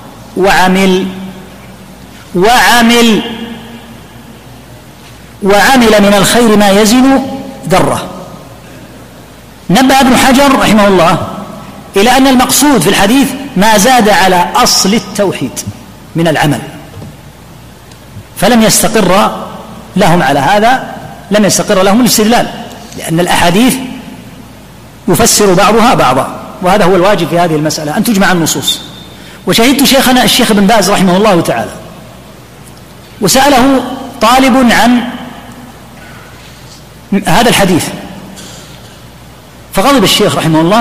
Speaker 2: وعمل من الخير ما يزن ذرة. نبه ابن حجر رحمه الله إلى أن المقصود في الحديث ما زاد على أصل التوحيد من العمل، فلم يستقر لهم على هذا، لم يستقر لهم الاستدلال، لأن الأحاديث يفسر بعضها بعضا، وهذا هو الواجب في هذه المسألة أن تجمع النصوص. وشهدت شيخنا الشيخ ابن باز رحمه الله تعالى وسأله طالب عن هذا الحديث، فغضب الشيخ رحمه الله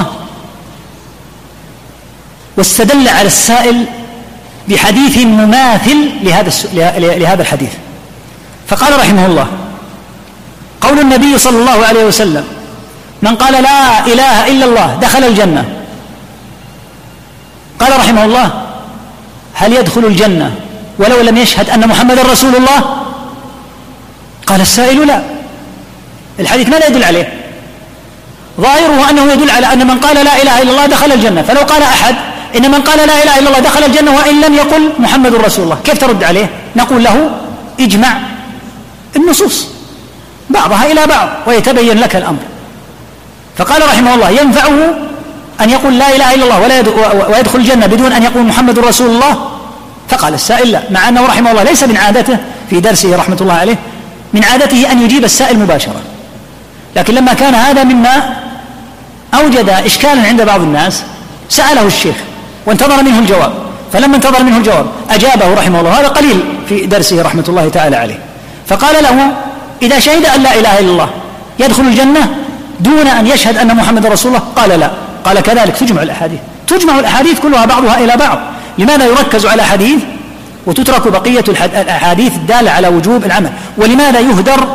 Speaker 2: واستدل على السائل بحديث مماثل لهذا الحديث، فقال رحمه الله: قول النبي صلى الله عليه وسلم: من قال لا إله إلا الله دخل الجنة. قال رحمه الله: هل يدخل الجنة ولو لم يشهد أن محمد رسول الله؟ قال السائل لا. الحديث ماذا يدل عليه؟ ظاهره أنه يدل على أن من قال لا إله إلا الله دخل الجنة. فلو قال أحد إن من قال لا إله إلا الله دخل الجنة وإن لم يقل محمد رسول الله، كيف ترد عليه؟ نقول له اجمع النصوص بعضها إلى بعض ويتبين لك الأمر. فقال رحمه الله ينفعه أن يقول لا إله إلا الله ويدخل الجنة بدون أن يقول محمد رسول الله؟ فقال السائل لا، مع أنه رحمه الله ليس من عادته في درسه رحمة الله عليه من عادته أن يجيب السائل مباشرة، لكن لما كان هذا مما أوجد إشكالا عند بعض الناس سأله الشيخ وانتظر منه الجواب، فلما انتظر منه الجواب أجابه رحمه الله. هذا قليل في درسه رحمة الله تعالى عليه. فقال له إذا شهد أن لا إله إلا الله يدخل الجنة دون أن يشهد أن محمد رسول الله؟ قال لا. قال كذلك تجمع الأحاديث كلها بعضها إلى بعض. لماذا يركز على حديث وتترك بقية الأحاديث الدالة على وجوب العمل؟ ولماذا يهدر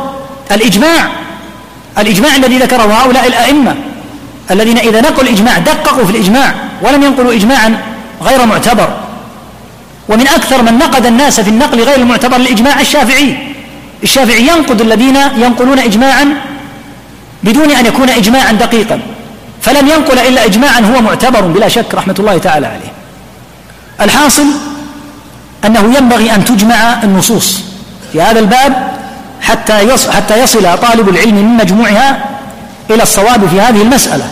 Speaker 2: الإجماع الذي ذكره هؤلاء الأئمة الذين إذا نقلوا الإجماع دققوا في الإجماع ولم ينقلوا إجماعا غير معتبر؟ ومن أكثر من نقد الناس في النقل غير المعتبر الإجماع الشافعي ينقد الذين ينقلون إجماعا بدون أن يكون إجماعا دقيقا، فلم ينقل إلا إجماعا هو معتبر بلا شك رحمة الله تعالى عليه. الحاصل أنه ينبغي أن تجمع النصوص في هذا الباب حتى يصل طالب العلم من مجموعها إلى الصواب في هذه المسألة.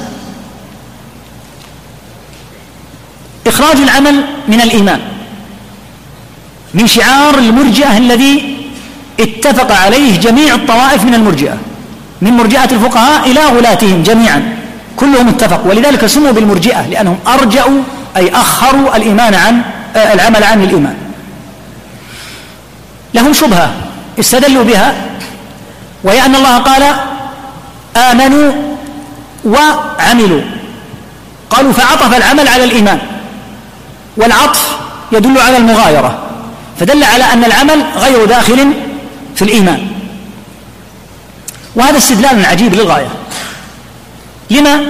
Speaker 2: إخراج العمل من الإيمان من شعار المرجئة الذي اتفق عليه جميع الطوائف من المرجئة، من مرجئة الفقهاء إلى غلاتهم جميعا كلهم اتفقوا، ولذلك سموا بالمرجئة لأنهم أرجأوا أي أخروا العمل عن الإيمان. لهم شبهة استدلوا بها، وهي أن الله قال آمنوا وعملوا، قالوا فعطف العمل على الإيمان، والعطف يدل على المغايرة، فدل على أن العمل غير داخل في الإيمان. وهذا استدلال عجيب للغاية. لما؟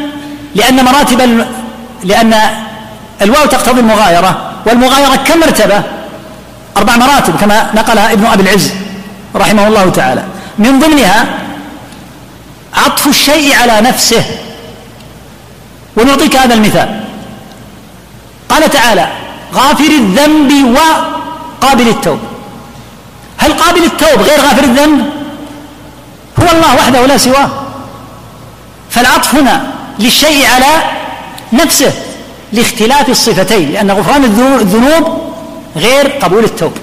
Speaker 2: لأن الواو تقتضي المغايرة، والمغايرة كم مرتبة؟ 4 مراتب كما نقلها ابن أبي العز رحمه الله تعالى. من ضمنها عطف الشيء على نفسه. ونعطيك هذا المثال. قال تعالى غافر الذنب وقابل التوب. هل قابل التوب غير غافر الذنب؟ هو الله وحده لا سواه. فالعطف هنا للشيء على نفسه لاختلاف الصفتين، لأن غفران الذنوب غير قبول التوب.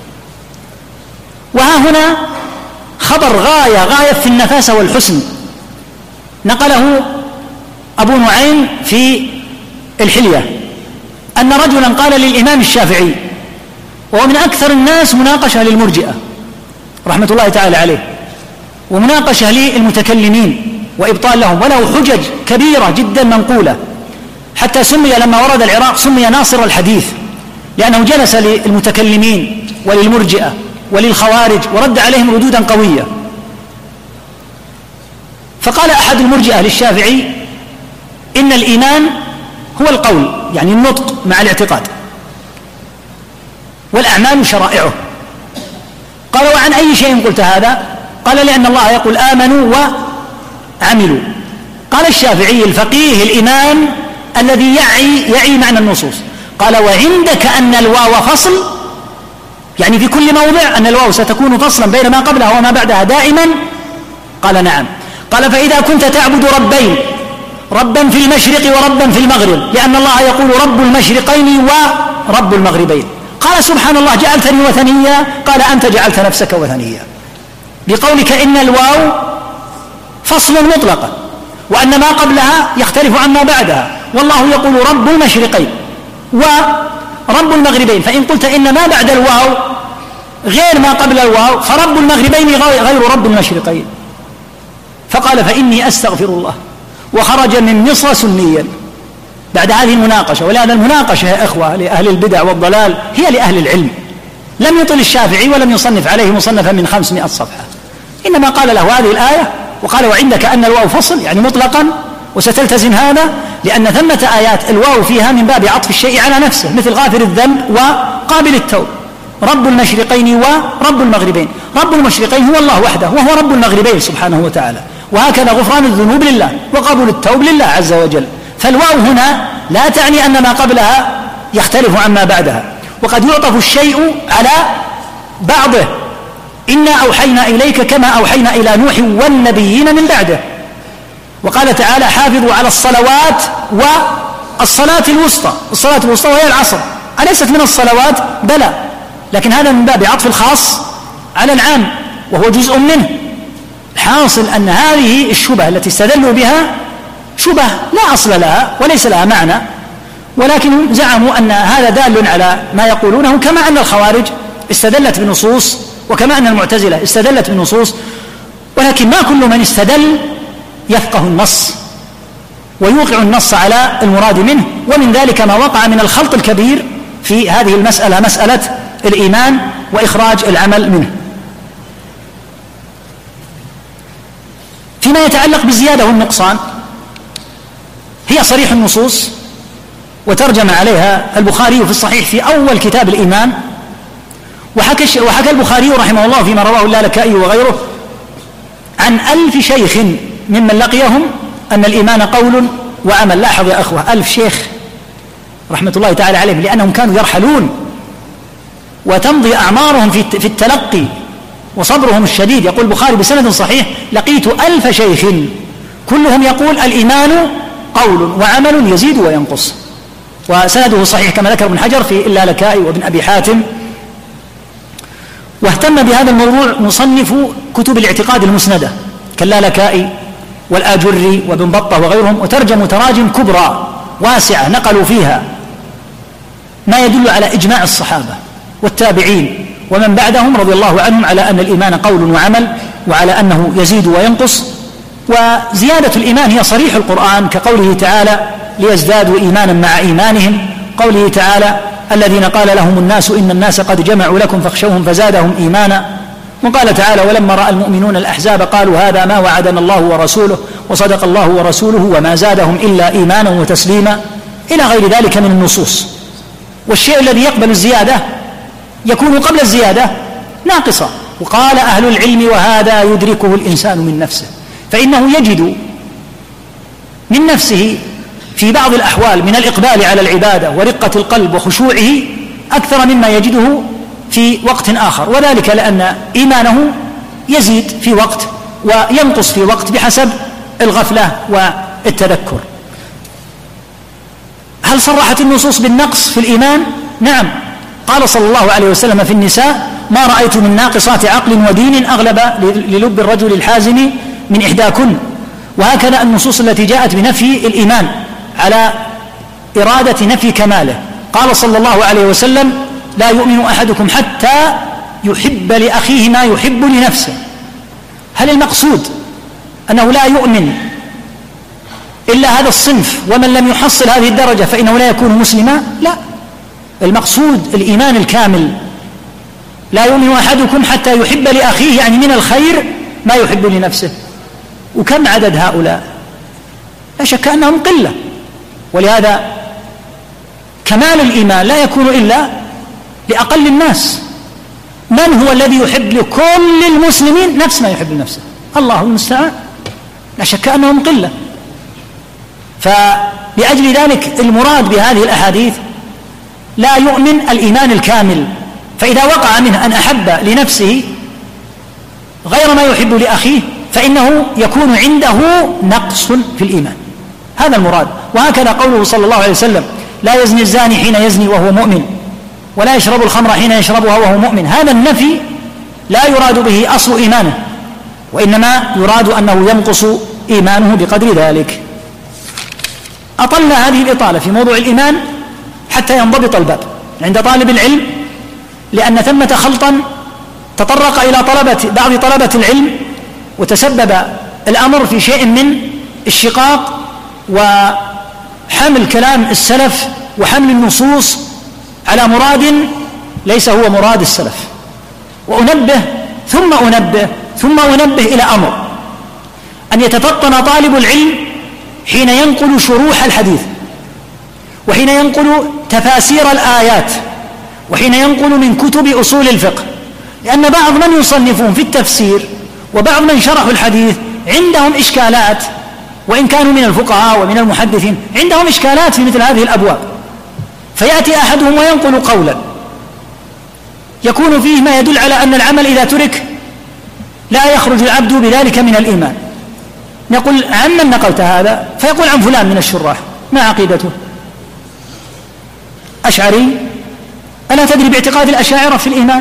Speaker 2: وها هنا خبر غاية في النفاسة والحسن نقله أبو نعيم في الحلية أن رجلا قال للإمام الشافعي، وهو من أكثر الناس مناقشة للمرجئة رحمة الله تعالى عليه، ومناقشة للمتكلمين وإبطال لهم، وله حجج كبيرة جدا منقولة، حتى سمي لما ورد العراق سمي ناصر الحديث، لأنه جلس للمتكلمين وللمرجئة وللخوارج ورد عليهم ردودا قوية. فقال أحد المرجئة للشافعي إن الإيمان هو القول، يعني النطق مع الاعتقاد، والأعمال شرائعه. قال وعن أي شيء قلت هذا؟ قال لأن الله يقول آمنوا وعملوا. قال الشافعي الفقيه الإمام الذي يعي معنى النصوص، قال وعندك أن الواو فصل، يعني في كل موضع أن الواو ستكون فصلا بين ما قبلها وما بعدها دائما؟ قال نعم. قال فإذا كنت تعبد ربين، ربا في المشرق وربا في المغرب، لأن الله يقول رب المشرقين ورب المغربين، قال سبحان الله جعلتني وثنيا؟ قال أنت جعلت نفسك وثنيا بقولك إن الواو فصل مطلقا، وأن ما قبلها يختلف عما بعدها، والله يقول رب المشرقين ورب المغربين، فإن قلت إن ما بعد الواو غير ما قبل الواو فرب المغربين غير رب المشرقين. فقال فإني أستغفر الله، وخرج من مصر سنيا بعد هذه المناقشة. ولهذا المناقشة يا إخوة لأهل البدع والضلال هي لأهل العلم. لم يطل الشافعي ولم يصنف عليه مصنفا من 500 صفحة، إنما قال له هذه الآية وقال وعندك أن الواو فصل يعني مطلقا، وستلتزم هذا لأن ثمة آيات الواو فيها من باب عطف الشيء على نفسه، مثل غافر الذنب وقابل التوب، رب المشرقين ورب المغربين. رب المشرقين هو الله وحده، وهو رب المغربين سبحانه وتعالى، وهكذا غفران الذنوب لله وقبول التوب لله عز وجل. فالواو هنا لا تعني أن ما قبلها يختلف عما بعدها. وقد يعطف الشيء على بعضه، إنا أوحينا إليك كما أوحينا إلى نوح والنبيين من بعده. وقال تعالى حافظوا على الصلوات والصلاة الوسطى. الصلاة الوسطى وهي العصر، أليست من الصلوات؟ بلى، لكن هذا من باب عطف الخاص على العام وهو جزء منه. الحاصل أن هذه الشبهة التي استدلوا بها شبه لا أصل لها وليس لها معنى، ولكن زعموا أن هذا دال على ما يقولونه، كما أن الخوارج استدلت بنصوص وكما أن المعتزلة استدلت بنصوص، ولكن ما كل من استدل يفقه النص ويوقع النص على المراد منه. ومن ذلك ما وقع من الخلط الكبير في هذه المسألة، مسألة الإيمان وإخراج العمل منه. فيما يتعلق بالزيادة والنقصان هي صريح النصوص، وترجم عليها البخاري في الصحيح في أول كتاب الإيمان. وحكى البخاري رحمه الله فيما رواه اللالكائي وغيره عن 1000 شيخ ممن لقيهم أن الإيمان قول وعمل. لاحظ يا أخوة، 1000 شيخ رحمة الله تعالى عليهم، لأنهم كانوا يرحلون وتمضي أعمارهم في التلقي وصبرهم الشديد. يقول البخاري بسند صحيح لقيت 1000 شيخ كلهم يقول الإيمان قول وعمل يزيد وينقص، وسنده صحيح كما ذكر ابن حجر في اللالكائي وابن أبي حاتم. واهتم بهذا الموضوع مصنف كتب الاعتقاد المسندة كاللالكائي والآجري وابن بطة وغيرهم، وترجموا تراجم كبرى واسعة نقلوا فيها ما يدل على إجماع الصحابة والتابعين ومن بعدهم رضي الله عنهم على أن الإيمان قول وعمل، وعلى أنه يزيد وينقص. وزيادة الإيمان هي صريح القرآن كقوله تعالى ليزدادوا إيمانا مع إيمانهم، قوله تعالى الذين قال لهم الناس إن الناس قد جمعوا لكم فاخشوهم فزادهم إيمانا. وقال تعالى ولما رأى المؤمنون الأحزاب قالوا هذا ما وعدنا الله ورسوله وصدق الله ورسوله وما زادهم إلا إيمانا وتسليما، إلى غير ذلك من النصوص. والشيء الذي يقبل الزيادة يكون قبل الزيادة ناقصا. وقال أهل العلم وهذا يدركه الإنسان من نفسه، فإنه يجد من نفسه في بعض الأحوال من الإقبال على العبادة ورقة القلب وخشوعه أكثر مما يجده في وقت آخر، وذلك لأن إيمانه يزيد في وقت وينقص في وقت بحسب الغفلة والتذكر. هل صرحت النصوص بالنقص في الإيمان؟ نعم، قال صلى الله عليه وسلم في النساء ما رأيت من ناقصات عقل ودين أغلب للب الرجل الحازم من إحداكن. وهكذا النصوص التي جاءت بنفي الإيمان على إرادة نفي كماله، قال صلى الله عليه وسلم لا يؤمن أحدكم حتى يحب لأخيه ما يحب لنفسه. هل المقصود أنه لا يؤمن إلا هذا الصنف ومن لم يحصل هذه الدرجة فإنه لا يكون مسلما؟ لا، المقصود الإيمان الكامل. لا يؤمن أحدكم حتى يحب لأخيه يعني من الخير ما يحب لنفسه. وكم عدد هؤلاء؟ لا شك أنهم قلة، ولهذا كمال الإيمان لا يكون إلا لأقل الناس. من هو الذي يحب لكل المسلمين نفس ما يحب لنفسه؟ الله المستعان، لا شك أنهم قلة. فلأجل ذلك المراد بهذه الأحاديث لا يؤمن الإيمان الكامل، فإذا وقع منه أن أحب لنفسه غير ما يحب لأخيه فإنه يكون عنده نقص في الإيمان، هذا المراد. وهكذا قوله صلى الله عليه وسلم لا يزني الزاني حين يزني وهو مؤمن ولا يشرب الخمر حين يشربها وهو مؤمن. هذا النفي لا يراد به أصل إيمانه، وإنما يراد أنه ينقص إيمانه بقدر ذلك. أطلنا هذه الإطالة في موضوع الإيمان حتى ينضبط الباب عند طالب العلم، لأن ثمة خلطا تطرق إلى بعض طلبة العلم وتسبب الأمر في شيء من الشقاق وحمل كلام السلف وحمل النصوص على مراد ليس هو مراد السلف. وأنبه ثم أنبه إلى أمر، أن يتفطن طالب العلم حين ينقل شروح الحديث، وحين ينقل تفاسير الآيات، وحين ينقل من كتب أصول الفقه، لأن بعض من يصنفون في التفسير وبعض من شرحوا الحديث عندهم إشكالات، وإن كانوا من الفقهاء ومن المحدثين عندهم إشكالات في مثل هذه الأبواب، فيأتي أحدهم وينقل قولا يكون فيه ما يدل على أن العمل إذا ترك لا يخرج العبد بذلك من الإيمان. نقول عمن نقلت هذا؟ فيقول عن فلان من الشراح. ما عقيدته؟ أشعري؟ ألا تدري باعتقاد الأشاعرة في الإيمان؟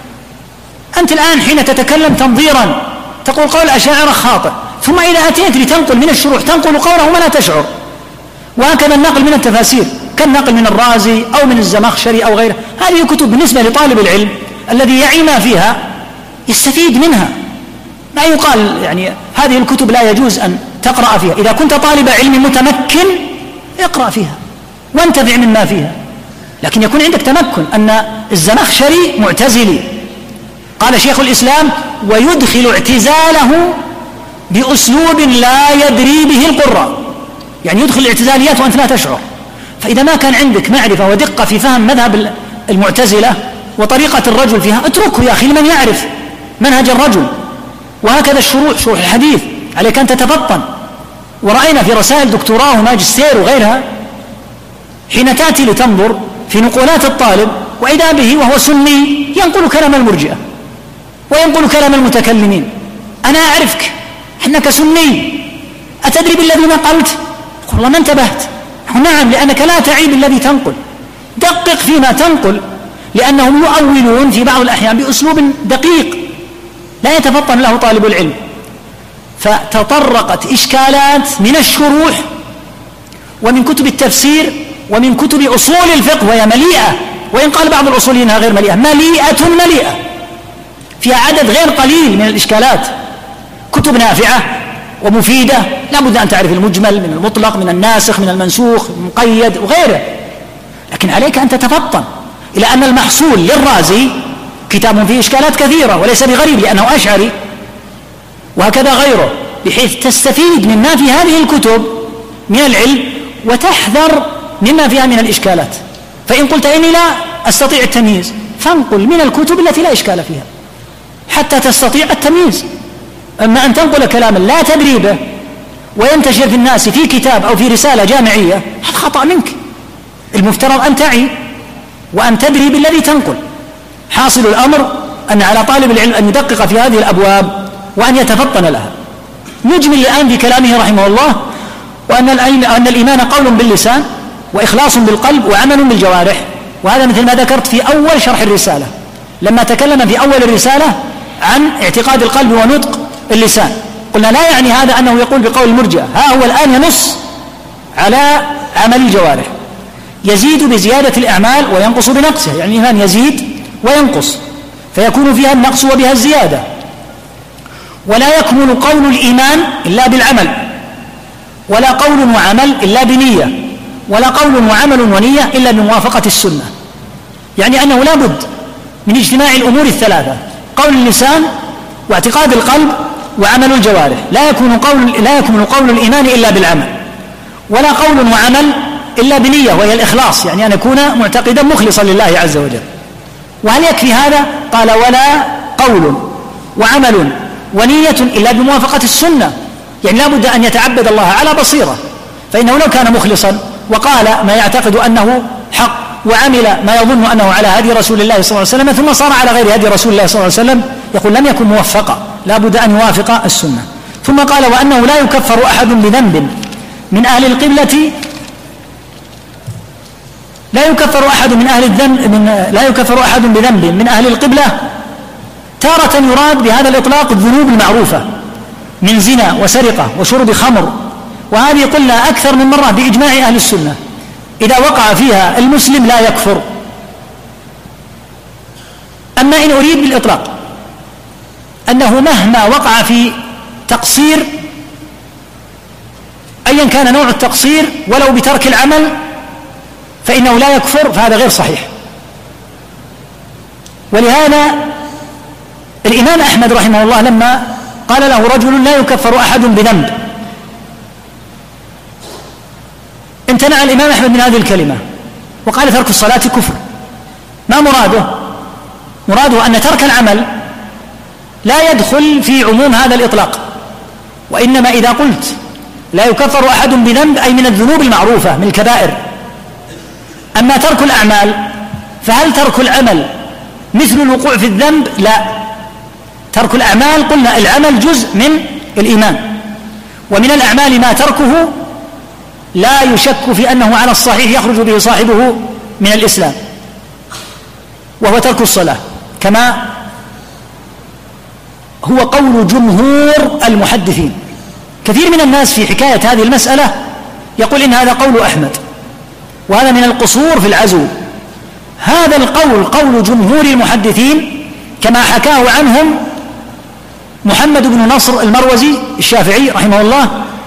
Speaker 2: أنت الآن حين تتكلم تنظيرا تقول قول الأشاعرة خاطئ، ثم إذا أتيت لتنقل من الشروح تنقل قوله ولا تشعر. وهكذا النقل من التفاسير كالنقل من الرازي أو من الزمخشري أو غيره، هذه كتب بالنسبة لطالب العلم الذي يعي ما فيها يستفيد منها. ما يقال يعني هذه الكتب لا يجوز أن تقرأ فيها. إذا كنت طالب علم متمكن اقرأ فيها وانتفع مما فيها، لكن يكون عندك تمكن. أن الزمخشري معتزلي، قال شيخ الإسلام ويدخل اعتزاله بأسلوب لا يدري به القراء، يعني يدخل الاعتزاليات وأنت لا تشعر. فإذا ما كان عندك معرفة ودقة في فهم مذهب المعتزلة وطريقة الرجل فيها اتركه يا أخي لمن يعرف منهج الرجل. وهكذا الشروح، شروح الحديث عليك أن تتفطن. ورأينا في رسائل دكتوراه وماجستير وغيرها حين تأتي لتنظر في نقولات الطالب وإذا به وهو سني ينقل كلام المرجئة وينقل كلام المتكلمين. أنا أعرفك أنك سني، أتدري بالذي نقلت؟ يقول والله ما انتبهت. نعم، لأنك لا تعي بالذي تنقل. دقق فيما تنقل، لأنهم يؤولون في بعض الأحيان بأسلوب دقيق لا يتفطن له طالب العلم. فتطرقت إشكالات من الشروح ومن كتب التفسير ومن كتب أصول الفقه، وهي مليئة، وإن قال بعض الأصوليين إنها غير مليئة، مليئة فيها عدد غير قليل من الإشكالات. كتب نافعة ومفيدة، لا بد أن تعرف المجمل من المطلق، من الناسخ، من المنسوخ، المقيد وغيره. لكن عليك أن تتفطن إلى أن المحصول للرازي كتاب فيه إشكالات كثيرة وليس بغريب لأنه أشعري، وهكذا غيره، بحيث تستفيد مما في هذه الكتب من العلم وتحذر مما فيها من الإشكالات. فإن قلت إني لا أستطيع التمييز فانقل من الكتب التي لا إشكال فيها حتى تستطيع التمييز. أما أن تنقل كلاما لا تدري به وينتشر في الناس في كتاب أو في رسالة جامعية، هذا خطأ منك. المفترض أن تعي وأن تدري بالذي تنقل. حاصل الأمر أن على طالب العلم أن يدقق في هذه الأبواب وأن يتفطن لها. نجمل الآن في كلامه رحمه الله وأن الإيمان قول باللسان وإخلاص بالقلب وعمل بالجوارح. وهذا مثل ما ذكرت في أول شرح الرسالة لما تكلم في أول الرسالة عن اعتقاد القلب ونطق اللسان، قلنا لا يعني هذا أنه يقول بقول المرجئة. ها هو الآن ينص على عمل الجوارح. يزيد بزيادة الأعمال وينقص بنقصها، يعني الإيمان يزيد وينقص فيكون فيها النقص وبها الزيادة. ولا يكمل قول الإيمان إلا بالعمل، ولا قول وعمل إلا بنية، ولا قول وعمل ونية إلا بموافقة السنة. يعني أنه لا بد من اجتماع الأمور الثلاثة: قول اللسان واعتقاد القلب وعمل الجوارح. لا يكمل قول الإيمان إلا بالعمل، ولا قول وعمل إلا بنية وهي الإخلاص، يعني أن يكون معتقدا مخلصا لله عز وجل. وهل يكفي هذا؟ قال ولا قول وعمل ونية إلا بموافقة السنة، يعني لا بد أن يتعبد الله على بصيرة، فإنه لو كان مخلصا وقال ما يعتقد أنه حق وعمل ما يظن أنه على هدي رسول الله صلى الله عليه وسلم ثم صار على غير هدي رسول الله صلى الله عليه وسلم، يقول لم يكن موفقا، لا بد أن يوافق السنة. ثم قال وأنه لا يكفر أحد بذنب من أهل القبلة، لا يكفر أحد بذنب من أهل القبلة. تارة يراد بهذا الإطلاق الذنوب المعروفة من زنا وسرقة وشرب خمر، وهذه قلنا أكثر من مرة بإجماع أهل السنة إذا وقع فيها المسلم لا يكفر. أما إن أريد بالإطلاق أنه مهما وقع في تقصير أيا كان نوع التقصير ولو بترك العمل فإنه لا يكفر، فهذا غير صحيح. ولهذا الإمام أحمد رحمه الله لما قال له رجل لا يكفر أحد بذنب، امتنع الإمام أحمد من هذه الكلمة وقال ترك الصلاة كفر. ما مراده؟ مراده أن ترك العمل لا يدخل في عموم هذا الإطلاق، وإنما إذا قلت لا يكفر أحد بذنب أي من الذنوب المعروفة من الكبائر. أما ترك الأعمال فهل ترك العمل مثل الوقوع في الذنب؟ لا، ترك الأعمال قلنا العمل جزء من الإيمان، ومن الأعمال ما تركه لا يشك في أنه على الصحيح يخرج به صاحبه من الإسلام، وهو ترك الصلاة، كما هو قول جمهور المحدثين. كثير من الناس في حكاية هذه المسألة يقول إن هذا قول أحمد، وهذا من القصور في العزو. هذا القول قول جمهور المحدثين كما حكاه عنهم محمد بن نصر المروزي الشافعي رحمه الله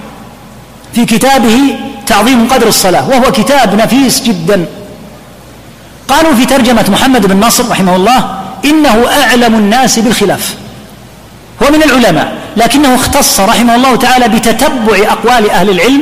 Speaker 2: في كتابه تعظيم قدر الصلاة، وهو كتاب نفيس جدا. قالوا في ترجمة محمد بن نصر رحمه الله إنه أعلم الناس بالخلاف، هو من العلماء لكنه اختص رحمه الله تعالى بتتبع أقوال أهل العلم.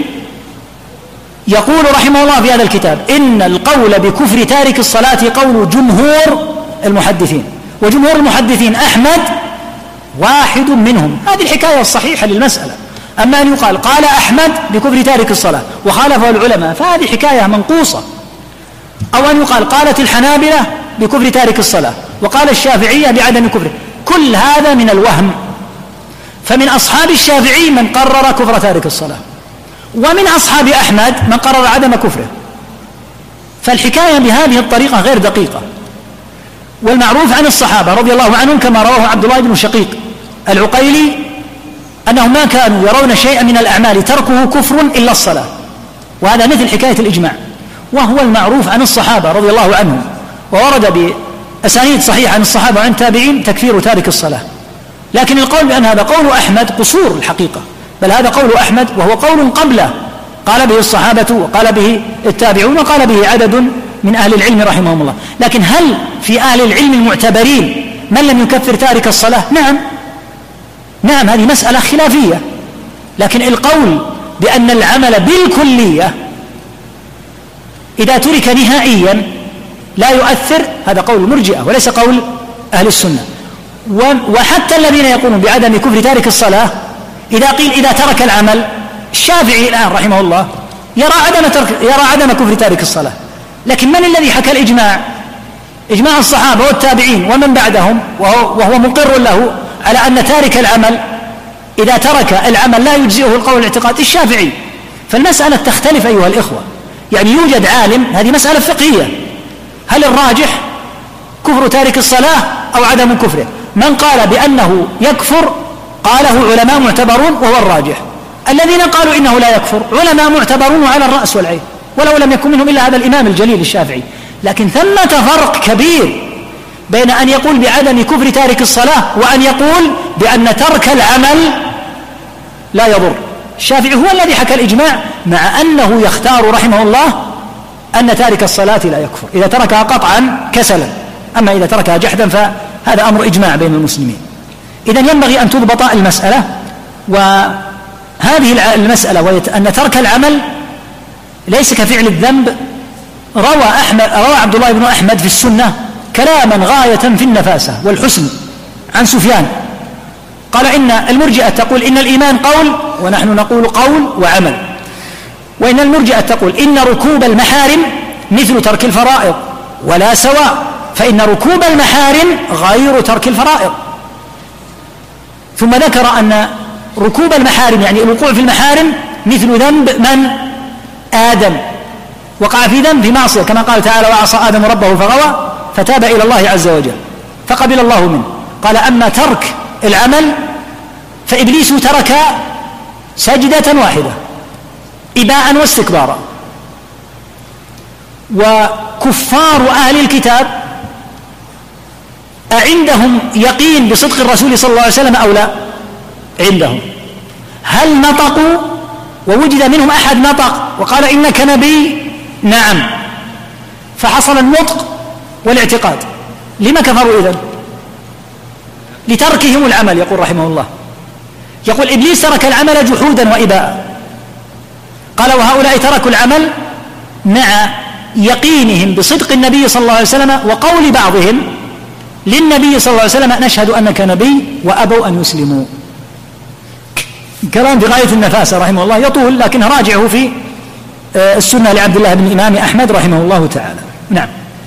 Speaker 2: يقول رحمه الله في هذا الكتاب إن القول بكفر تارك الصلاة قول جمهور المحدثين، وجمهور المحدثين أحمد واحد منهم. هذه الحكاية الصحيحة للمسألة. أما أن يقال قال أحمد بكفر تارك الصلاة وخالفه العلماء فهذه حكاية منقوصة، أو أن يقال قالت الحنابلة بكفر تارك الصلاة وقال الشافعية بعدم كفره، كل هذا من الوهم. فمن أصحاب الشافعي من قرر كفر تارك الصلاة، ومن أصحاب أحمد من قرر عدم كفره. فالحكاية بهذه الطريقة غير دقيقة. والمعروف عن الصحابة رضي الله عنهم كما رواه عبد الله بن شقيق العقيلي أنهم ما كانوا يرون شيئا من الأعمال تركه كفر إلا الصلاة، وهذا مثل حكاية الإجماع، وهو المعروف عن الصحابة رضي الله عنهم، وورد بأسانيد صحيحة عن الصحابة وعن التابعين تكفير تارك الصلاة. لكن القول بأن هذا قول أحمد قصور الحقيقة، بل هذا قول أحمد وهو قول قبله قال به الصحابة وقال به التابعون وقال به عدد من أهل العلم رحمهم الله. لكن هل في أهل العلم المعتبرين من لم يكفر تارك الصلاة؟ نعم، هذه مسألة خلافية. لكن القول بأن العمل بالكلية إذا ترك نهائيا لا يؤثر هذا قول المرجئة وليس قول أهل السنة. وحتى الذين يقولون بعدم كفر تارك الصلاة إذا قيل إذا ترك العمل، الشافعي الآن رحمه الله يرى عدم كفر تارك الصلاة، لكن من الذي حكى الإجماع؟ إجماع الصحابة والتابعين ومن بعدهم، وهو مقر له على أن تارك العمل إذا ترك العمل لا يجزئه القول الاعتقاد، الشافعي. فالمسألة تختلف أيها الإخوة، يعني يوجد عالم، هذه مسألة فقهية، هل الراجح كفر تارك الصلاة أو عدم كفره؟ من قال بأنه يكفر قاله علماء معتبرون وهو الراجح. الذين قالوا إنه لا يكفر علماء معتبرون وعلى الرأس والعين، ولو لم يكن منهم إلا هذا الإمام الجليل الشافعي. لكن ثمة فرق كبير بين أن يقول بعدم كفر تارك الصلاة وأن يقول بأن ترك العمل لا يضر. الشافعي هو الذي حكى الإجماع، مع أنه يختار رحمه الله أن تارك الصلاة لا يكفر إذا تركها قطعا كسلا، أما إذا تركها جحدا فهذا أمر إجماع بين المسلمين. إذن ينبغي أن تضبط المسألة، وهذه المسألة وهي أن ترك العمل ليس كفعل الذنب. روى عبد الله بن أحمد في السنة كلاما غاية في النفاسة والحسن عن سفيان، قال إن المرجئة تقول إن الإيمان قول ونحن نقول قول وعمل، وإن المرجئة تقول إن ركوب المحارم مثل ترك الفرائض ولا سواء، فإن ركوب المحارم غير ترك الفرائض. ثم ذكر أن ركوب المحارم يعني الوقوع في المحارم مثل ذنب من؟ آدم، وقع في ذنب في معصية كما قال تعالى وعصى آدم ربه فغوى فتاب إلى الله عز وجل فقبل الله منه. قال أما ترك العمل فإبليس ترك سجدة واحدة إباء واستكبارا. وكفار أهل الكتاب أعندهم يقين بصدق الرسول صلى الله عليه وسلم أو لا؟ عندهم. هل نطقوا ووجد منهم أحد نطق وقال إنك نبي؟ نعم، فحصل النطق والاعتقاد. لما كفروا إذن؟ لتركهم العمل. يقول رحمه الله، يقول إبليس ترك العمل جحودا وإباء، قال وهؤلاء تركوا العمل مع يقينهم بصدق النبي صلى الله عليه وسلم وقول بعضهم للنبي صلى الله عليه وسلم نشهد أنك نبي، وأبوا أن يسلموا. كلام في غاية النفاسة رحمه الله، يطول لكن راجعه في السنة لعبد الله بن الإمام أحمد رحمه الله تعالى. نعم.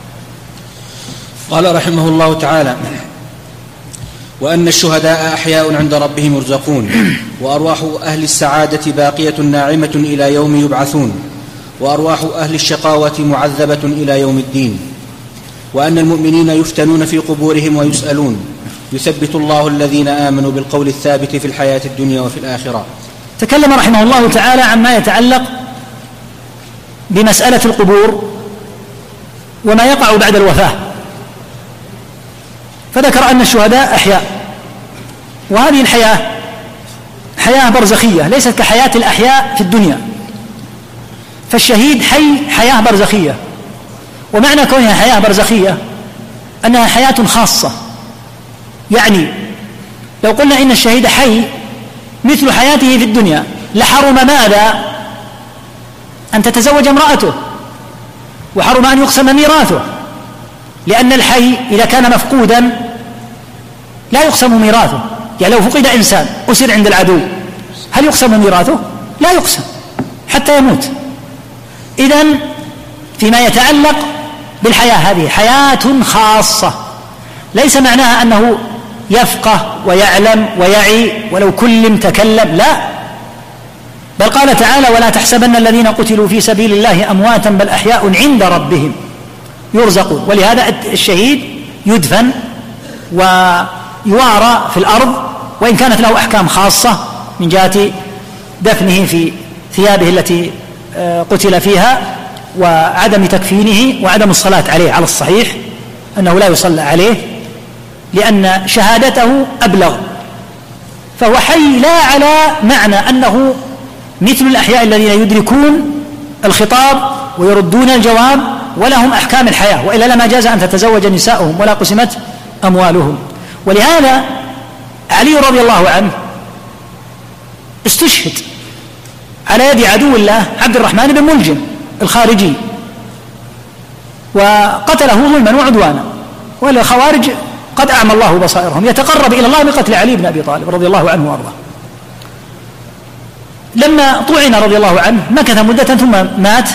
Speaker 1: قال رحمه الله تعالى: وأن الشهداء أحياء عند ربهم يرزقون، وأرواح أهل السعادة باقية ناعمة إلى يوم يبعثون، وأرواح أهل الشقاوة معذبة إلى يوم الدين، وأن المؤمنين يفتنون في قبورهم ويسألون، يثبت الله الذين آمنوا بالقول الثابت في الحياة الدنيا وفي الآخرة.
Speaker 2: تكلم رحمه الله تعالى عما يتعلق بمسألة القبور وما يقع بعد الوفاة، فذكر أن الشهداء أحياء، وهذه الحياة حياة برزخية ليست كحياة الأحياء في الدنيا، فالشهيد حي حياة برزخية، ومعنى كونها حياة برزخية أنها حياة خاصة. يعني لو قلنا إن الشهيد حي مثل حياته في الدنيا لحرم ماذا؟ أن تتزوج امرأته، وحرم أن يقسم ميراثه، لأن الحي إذا كان مفقودا لا يقسم ميراثه. يعني لو فقد إنسان أسر عند العدو هل يقسم ميراثه؟ لا يقسم حتى يموت. إذن فيما يتعلق بالحياة، هذه حياة خاصة، ليس معناها أنه يفقه ويعلم ويعي ولو كلم تكلم، لا، بل قال تعالى: ولا تحسبن الذين قتلوا في سبيل الله أمواتا بل أحياء عند ربهم يرزقون. ولهذا الشهيد يدفن ويوارى في الأرض، وإن كانت له أحكام خاصة من جهة دفنه في ثيابه التي قتل فيها، وعدم تكفينه، وعدم الصلاة عليه على الصحيح أنه لا يصلى عليه لأن شهادته أبلغ، فهو حي لا على معنى أنه مثل الأحياء الذين يدركون الخطاب ويردون الجواب ولهم أحكام الحياة، وإلا لما جاز أن تتزوج نساؤهم ولا قسمت أموالهم. ولهذا علي رضي الله عنه استشهد على يد عدو الله عبد الرحمن بن ملجم الخارجي، وقتله ظلما وعدوانا، والخوارج قد أعمى الله بصائرهم، يتقرب إلى الله بقتل علي بن أبي طالب رضي الله عنه وأرضاه. لما طعن رضي الله عنه مكث مدة ثم مات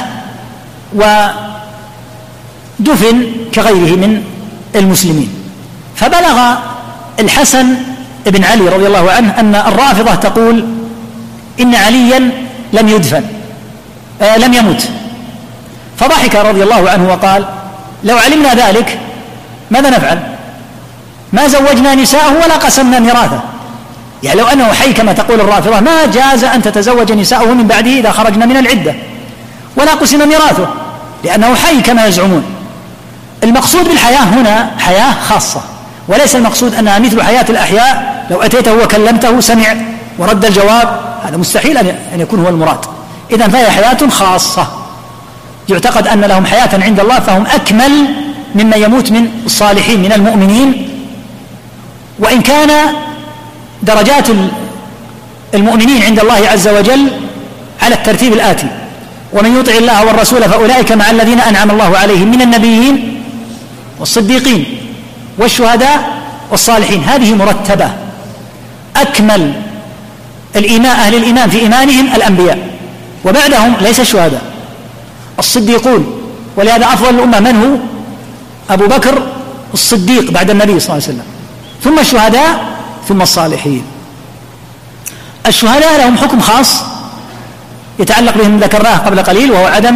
Speaker 2: ودفن كغيره من المسلمين، فبلغ الحسن بن علي رضي الله عنه أن الرافضة تقول إن عليا لم يدفن لم يمت، فضحك رضي الله عنه وقال: لو علمنا ذلك ماذا نفعل؟ ما زوجنا نساءه ولا قسمنا ميراثه. يعني لو أنه حي كما تقول الرافضة ما جاز أن تتزوج نساءه من بعده إذا خرجنا من العدة، ولا قسم ميراثه لأنه حي كما يزعمون. المقصود بالحياة هنا حياة خاصة، وليس المقصود أنها مثل حياة الأحياء، لو أتيته وكلمته سمع ورد الجواب، هذا مستحيل أن يكون هو المراد. إذن فهي حياة خاصة يعتقد أن لهم حياة عند الله، فهم أكمل مما يموت من الصالحين من المؤمنين. وإن كان درجات المؤمنين عند الله عز وجل على الترتيب الآتي: ومن يطع الله والرسول فأولئك مع الذين أنعم الله عليهم من النبيين والصديقين والشهداء والصالحين. هذه مرتبة. أكمل الإيمان أهل الإيمان في إيمانهم الأنبياء، وبعدهم ليس الشهداء، الصديقون. ولهذا أفضل الأمة من هو؟ أبو بكر الصديق بعد النبي صلى الله عليه وسلم، ثم الشهداء، ثم الصالحين. الشهداء لهم حكم خاص يتعلق بهم ذكرناه قبل قليل، وهو عدم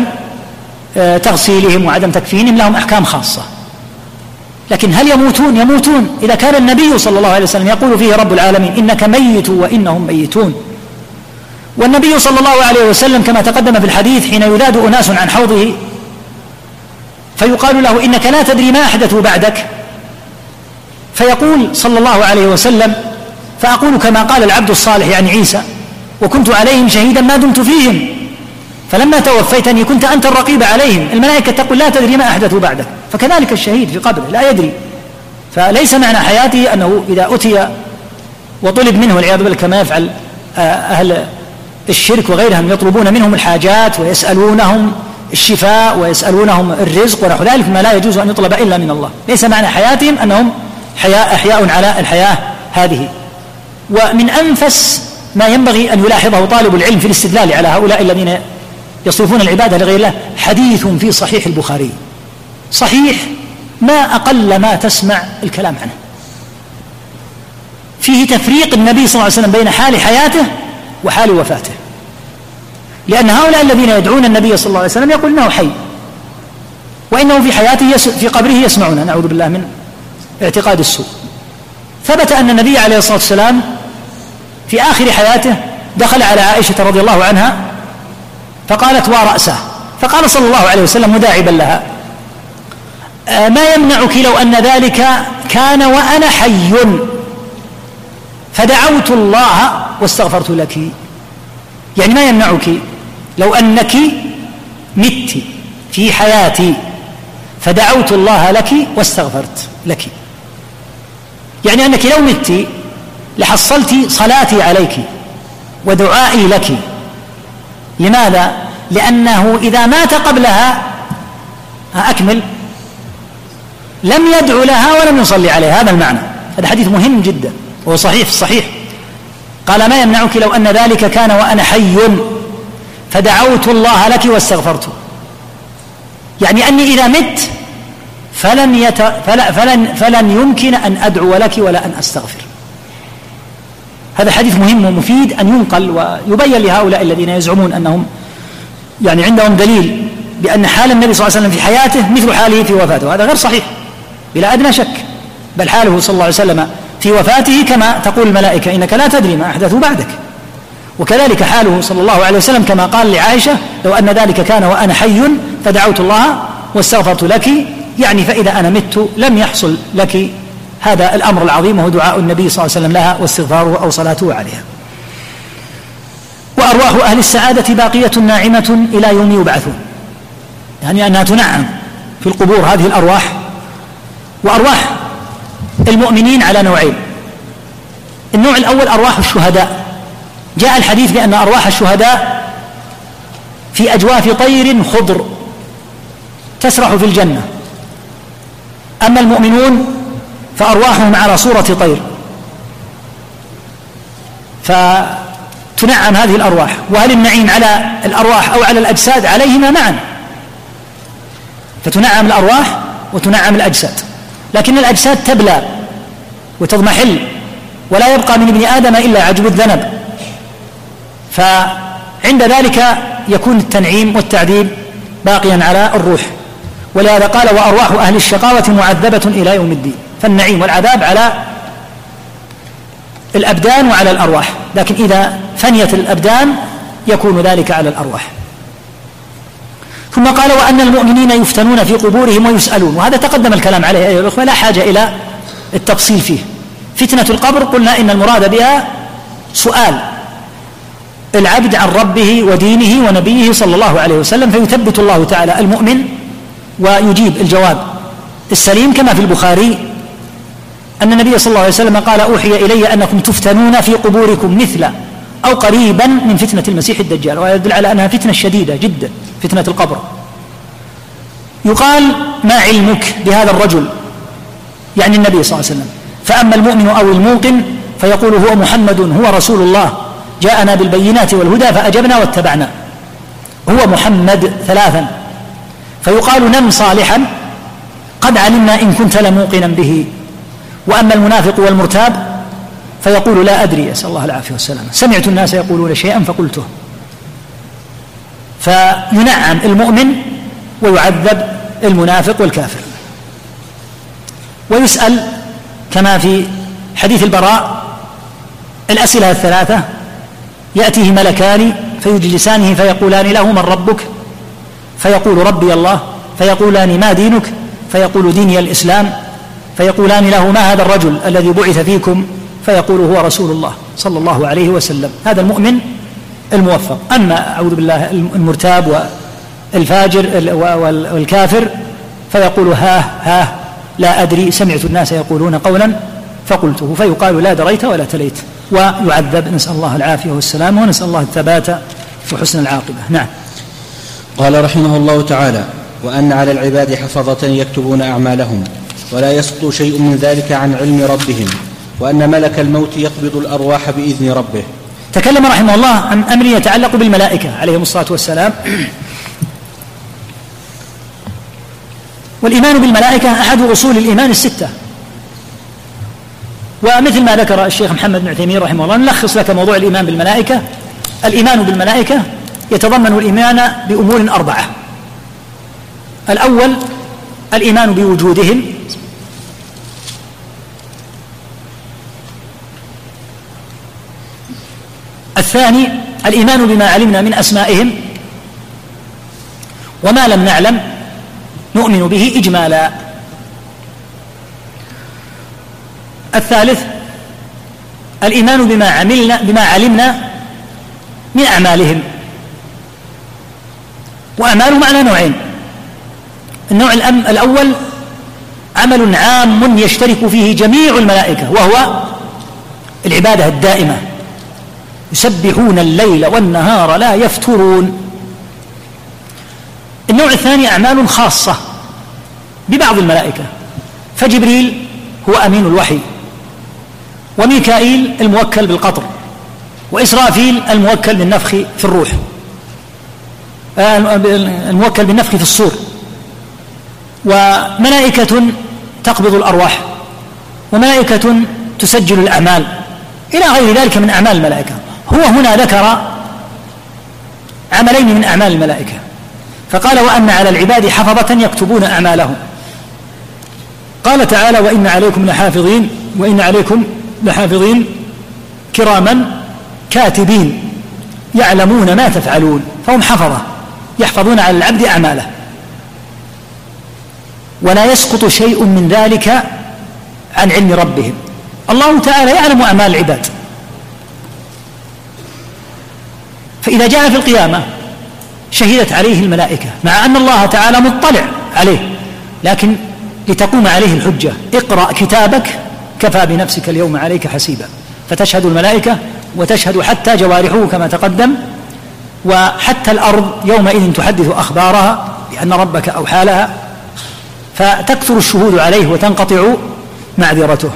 Speaker 2: تغسيلهم وعدم تكفينهم، لهم أحكام خاصة. لكن هل يموتون؟ يموتون. إذا كان النبي صلى الله عليه وسلم يقول فيه رب العالمين: إنك ميت وإنهم ميتون. والنبي صلى الله عليه وسلم كما تقدم في الحديث حين يذاد أناس عن حوضه فيقال له: إنك لا تدري ما أحدثوا بعدك، فيقول صلى الله عليه وسلم: فأقول كما قال العبد الصالح يعني عيسى: وكنت عليهم شهيدا ما دمت فيهم، فلما توفيتني كنت أنت الرقيب عليهم. الملائكة تقول: لا تدري ما أحدثوا بعدك. فكذلك الشهيد في قبره لا يدري. فليس معنى حياته أنه إذا أتي وطلب منه والعياذ بالله كما يفعل أهل الشرك وغيرهم، يطلبون منهم الحاجات ويسألونهم الشفاء ويسألونهم الرزق ونحو ذلك ما لا يجوز أن يطلب إلا من الله. ليس معنى حياتهم أنهم أحياء على الحياة هذه. ومن أنفس ما ينبغي أن يلاحظه طالب العلم في الاستدلال على هؤلاء الذين يصرفون العبادة لغير الله حديث في صحيح البخاري، صحيح ما أقل ما تسمع الكلام عنه، فيه تفريق النبي صلى الله عليه وسلم بين حال حياته وحال وفاته، لأن هؤلاء الذين يدعون النبي صلى الله عليه وسلم يقول إنه حي وإنه في حياته في قبره يسمعونه، نعوذ بالله من اعتقاد السوء. ثبت أن النبي عليه الصلاة والسلام في آخر حياته دخل على عائشة رضي الله عنها فقالت ورأسه، فقال صلى الله عليه وسلم مداعبا لها ما يمنعك لو أن ذلك كان وأنا حي فدعوت الله واستغفرت لك. يعني ما يمنعك لو أنك مت في حياتي فدعوت الله لك واستغفرت لك، يعني أنك لو مت لحصلت صلاتي عليك ودعائي لك. لماذا؟ لأنه إذا مات قبلها أكمل لم يدعو لها ولم يصلي عليها. هذا المعنى. هذا حديث مهم جدا وهو صحيح في الصحيح. قال ما يمنعك لو أن ذلك كان وأنا حي فدعوت الله لك واستغفرت، يعني أني إذا مت فلن يمكن أن أدعو لك ولا أن أستغفر. هذا حديث مهم ومفيد أن ينقل ويبين لهؤلاء الذين يزعمون أنهم يعني عندهم دليل بأن حال النبي صلى الله عليه وسلم في حياته مثل حاله في وفاته. هذا غير صحيح بلا أدنى شك، بل حاله صلى الله عليه وسلم في وفاته كما تقول الملائكة إنك لا تدري ما أحدثوا بعدك، وكذلك حاله صلى الله عليه وسلم كما قال لعائشة لو أن ذلك كان وأنا حي فدعوت الله واستغفرت لك، يعني فإذا أنا مت لم يحصل لك هذا الأمر العظيم وهو دعاء النبي صلى الله عليه وسلم لها واستغفاره أو صلاته عليها. وأرواح أهل السعادة باقية ناعمة إلى يوم يبعثون، يعني أنها تنعم في القبور هذه الأرواح. وأرواح المؤمنين على نوعين، النوع الأول أرواح الشهداء، جاء الحديث بأن أرواح الشهداء في أجواف طير خضر تسرح في الجنة، أما المؤمنون فأرواحهم على صورة طير، فتنعم هذه الأرواح. وهل النعيم على الأرواح أو على الأجساد؟ عليهما معا، فتنعم الأرواح وتنعم الأجساد، لكن الأجساد تبلى وتضمحل ولا يبقى من ابن آدم إلا عجب الذنب، فعند ذلك يكون التنعيم والتعذيب باقيا على الروح. ولهذا قال وأرواح أهل الشقاوة معذبة إلى يوم الدين، فالنعيم والعذاب على الأبدان وعلى الأرواح، لكن إذا فنيت الأبدان يكون ذلك على الأرواح. ثم قال وأن المؤمنين يفتنون في قبورهم ويسألون، وهذا تقدم الكلام عليه أيها الأخوة لا حاجة إلى التفصيل فيه. فتنة القبر قلنا إن المراد بها سؤال العبد عن ربه ودينه ونبيه صلى الله عليه وسلم، فيثبت الله تعالى المؤمن ويجيب الجواب السليم، كما في البخاري أن النبي صلى الله عليه وسلم قال أوحي إلي أنكم تفتنون في قبوركم مثل أو قريبا من فتنة المسيح الدجال، ويدل على أنها فتنة شديدة جدا فتنة القبر. يقال ما علمك بهذا الرجل، يعني النبي صلى الله عليه وسلم، فأما المؤمن أو الموقن فيقول هو محمد هو رسول الله جاءنا بالبينات والهدى فأجبنا واتبعنا، هو محمد ثلاثا، فيقال نم صالحا قد علمنا إن كنت لموقنا به. وأما المنافق والمرتاب فيقول لا أدري، أسأل الله العافية والسلامة، سمعت الناس يقولون شيئا فقلته. فينعم المؤمن ويعذب المنافق والكافر. ويسأل كما في حديث البراء الأسئلة الثلاثة، يأتيه ملكان فيجلسانه فيقولان له من ربك؟ فيقول ربي الله، فيقولان ما دينك؟ فيقول ديني الإسلام، فيقولان له ما هذا الرجل الذي بعث فيكم؟ فيقول هو رسول الله صلى الله عليه وسلم. هذا المؤمن الموفق. أما أعوذ بالله المرتاب والفاجر والكافر فيقول ها لا أدري، سمعت الناس يقولون قولا فقلته، فيقال لا دريت ولا تليت، ويعذب. نسأل الله العافية والسلام ونسأل الله الثبات وحسن العاقبة. نعم.
Speaker 1: قال رحمه الله تعالى: وأن على العباد حفظة يكتبون أعمالهم ولا يسقط شيء من ذلك عن علم ربهم، وأن ملك الموت يقبض الأرواح بإذن ربه.
Speaker 2: تكلم رحمه الله عن أمر يتعلق بالملائكة عليهم الصلاة والسلام. والإيمان بالملائكة أحد أصول الإيمان الستة، ومثل ما ذكر الشيخ محمد بن عثيمين رحمه الله نلخص لك موضوع الإيمان بالملائكة. الإيمان بالملائكة يتضمن الإيمان بأمور 4. الأول الإيمان بوجودهم، الثاني الإيمان بما علمنا من أسمائهم، وما لم نعلم نؤمن به إجمالا. الثالث الإيمان بما علمنا من أعمالهم، وأعمالهم على نوعين: النوع الأول عمل عام يشترك فيه جميع الملائكة وهو العبادة الدائمة، يسبحون الليل والنهار لا يفترون. النوع الثاني أعمال خاصة ببعض الملائكة، فجبريل هو أمين الوحي، وميكائيل الموكل بالقطر، وإسرافيل الموكل بالنفخ في الروح، الموكل بالنفخ في الصور، وملائكة تقبض الأرواح، وملائكة تسجل الأعمال، إلى غير ذلك من أعمال الملائكة. هو هنا ذكر عملين من أعمال الملائكة، فقال: وأن على العباد حفظة يكتبون أعمالهم. قال تعالى: وإن عليكم لحافظين كراما كاتبين يعلمون ما تفعلون. فهم حفظة يحفظون على العبد أعماله، ولا يسقط شيء من ذلك عن علم ربهم. الله تعالى يعلم أعمال العباد، فإذا جاء في القيامة شهدت عليه الملائكة، مع أن الله تعالى مطلع عليه، لكن لتقوم عليه الحجة: اقرأ كتابك كفى بنفسك اليوم عليك حسيبا. فتشهد الملائكة، وتشهد حتى جوارحه كما تقدم، وحتى الأرض يومئذ تحدث أخبارها بأن ربك أوحى لها، فتكثر الشهود عليه وتنقطع معذرته.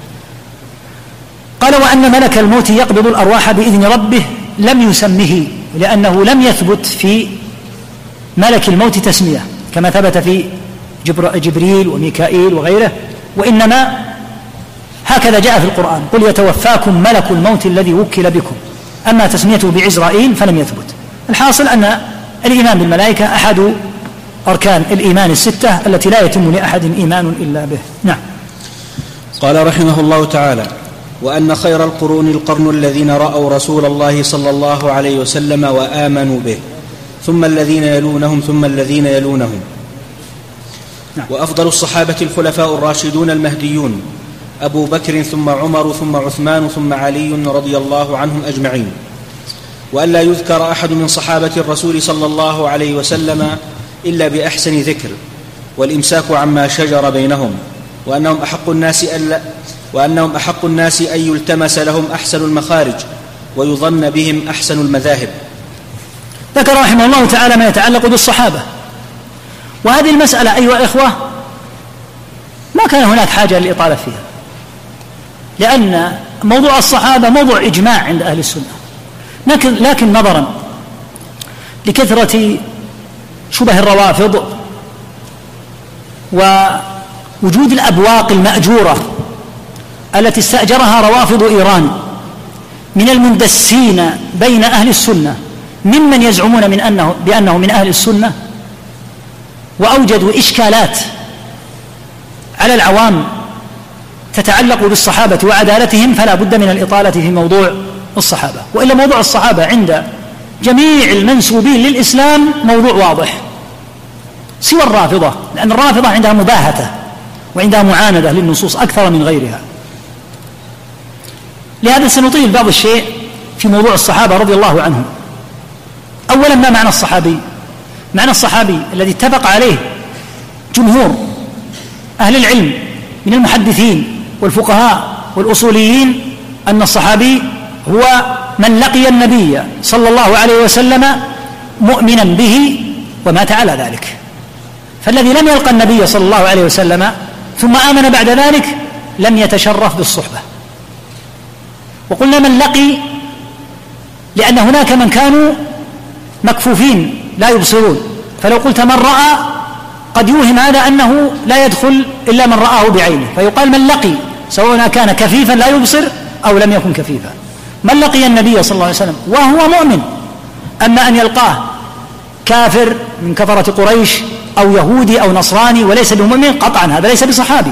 Speaker 2: قال: وأن ملك الموت يقبض الأرواح بإذن ربه، لم يسمه، لأنه لم يثبت في ملك الموت تسمية كما ثبت في جبريل وميكائيل وغيره، وإنما هكذا جاء في القرآن: قل يتوفاكم ملك الموت الذي وكل بكم. أما تسميته بعزرائيل فلم يثبت. الحاصل أن الإيمان بالملائكة أحد أركان الإيمان الستة التي لا يتم لأحد إيمان إلا به. نعم.
Speaker 1: قال رحمه الله تعالى: وأن خير القرون القرن الذين رأوا رسول الله صلى الله عليه وسلم وآمنوا به، ثم الذين يلونهم ثم الذين يلونهم.
Speaker 2: نعم.
Speaker 1: وأفضل الصحابة الخلفاء الراشدون المهديون أبو بكر ثم عمر ثم عثمان ثم علي رضي الله عنهم أجمعين. وألا يذكر أحد من صحابة الرسول صلى الله عليه وسلم إلا بأحسن ذكر، والإمساك عما شجر بينهم، وأنهم أحق الناس أن يلتمس لهم أحسن المخارج ويظن بهم أحسن المذاهب.
Speaker 2: ذكر رحمه الله تعالى ما يتعلق بالصحابة، وهذه المسألة أيها الإخوة ما كان هناك حاجة للإطالة فيها، لأن موضوع الصحابة موضوع إجماع عند أهل السنة، لكن نظرا لكثرة شبه الروافض ووجود الأبواق المأجورة التي استأجرها روافض إيران من المندسين بين أهل السنة ممن يزعمون بأنه من أهل السنة، وأوجدوا إشكالات على العوام تتعلق بالصحابة وعدالتهم، فلا بد من الإطالة في موضوع الصحابة. وإلا موضوع الصحابة عند جميع المنسوبين للإسلام موضوع واضح، سوى الرافضة، لأن الرافضة عندها مباهتة وعندها معاندة للنصوص أكثر من غيرها. لهذا سنطيل بعض الشيء في موضوع الصحابة رضي الله عنهم. أولا، ما معنى الصحابي؟ معنى الصحابي الذي اتفق عليه جمهور أهل العلم من المحدثين والفقهاء والأصوليين أن الصحابي هو من لقي النبي صلى الله عليه وسلم مؤمنا به ومات على ذلك. فالذي لم يلقى النبي صلى الله عليه وسلم ثم آمن بعد ذلك لم يتشرف بالصحبة. وقلنا من لقي، لأن هناك من كانوا مكفوفين لا يبصرون، فلو قلت من رأى قد يوهم هذا أنه لا يدخل إلا من رآه بعينه، فيقال من لقي، سواء كان كفيفا لا يبصر أو لم يكن كفيفا. من لقي النبي صلى الله عليه وسلم وهو مؤمن، أما أن يلقاه كافر من كفرة قريش أو يهودي أو نصراني وليس بمؤمن قطعا هذا ليس بصحابي.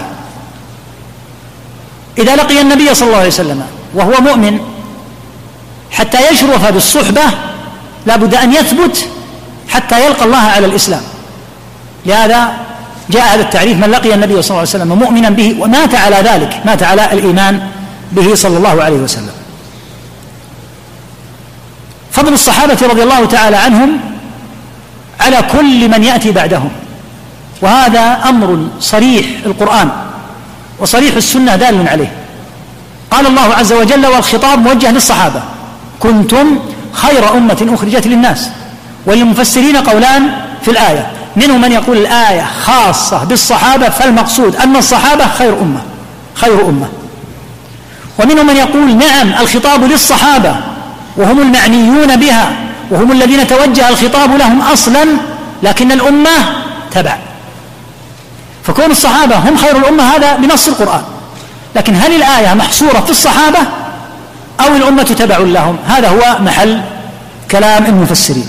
Speaker 2: إذا لقي النبي صلى الله عليه وسلم وهو مؤمن حتى يشرف بالصحبة لا بد أن يثبت حتى يلقى الله على الإسلام. لهذا جاء هذا التعريف: من لقي النبي صلى الله عليه وسلم مؤمنا به ومات على ذلك، مات على الإيمان به صلى الله عليه وسلم. فضل الصحابة رضي الله تعالى عنهم على كل من يأتي بعدهم، وهذا أمر صريح القرآن وصريح السنة دال عليه. قال الله عز وجل والخطاب موجه للصحابة: كنتم خير أمة أخرجت للناس. وللمفسرين قولان في الآية، منهم من يقول الآية خاصة بالصحابة فالمقصود أن الصحابة خير أمة، ومنهم من يقول نعم الخطاب للصحابة وهم المعنيون بها وهم الذين توجه الخطاب لهم أصلا، لكن الأمة تبع، فكون الصحابة هم خير الأمة هذا بنص القرآن. لكن هل الآية محصورة في الصحابة أو الأمة تبع لهم؟ هذا هو محل كلام المفسرين.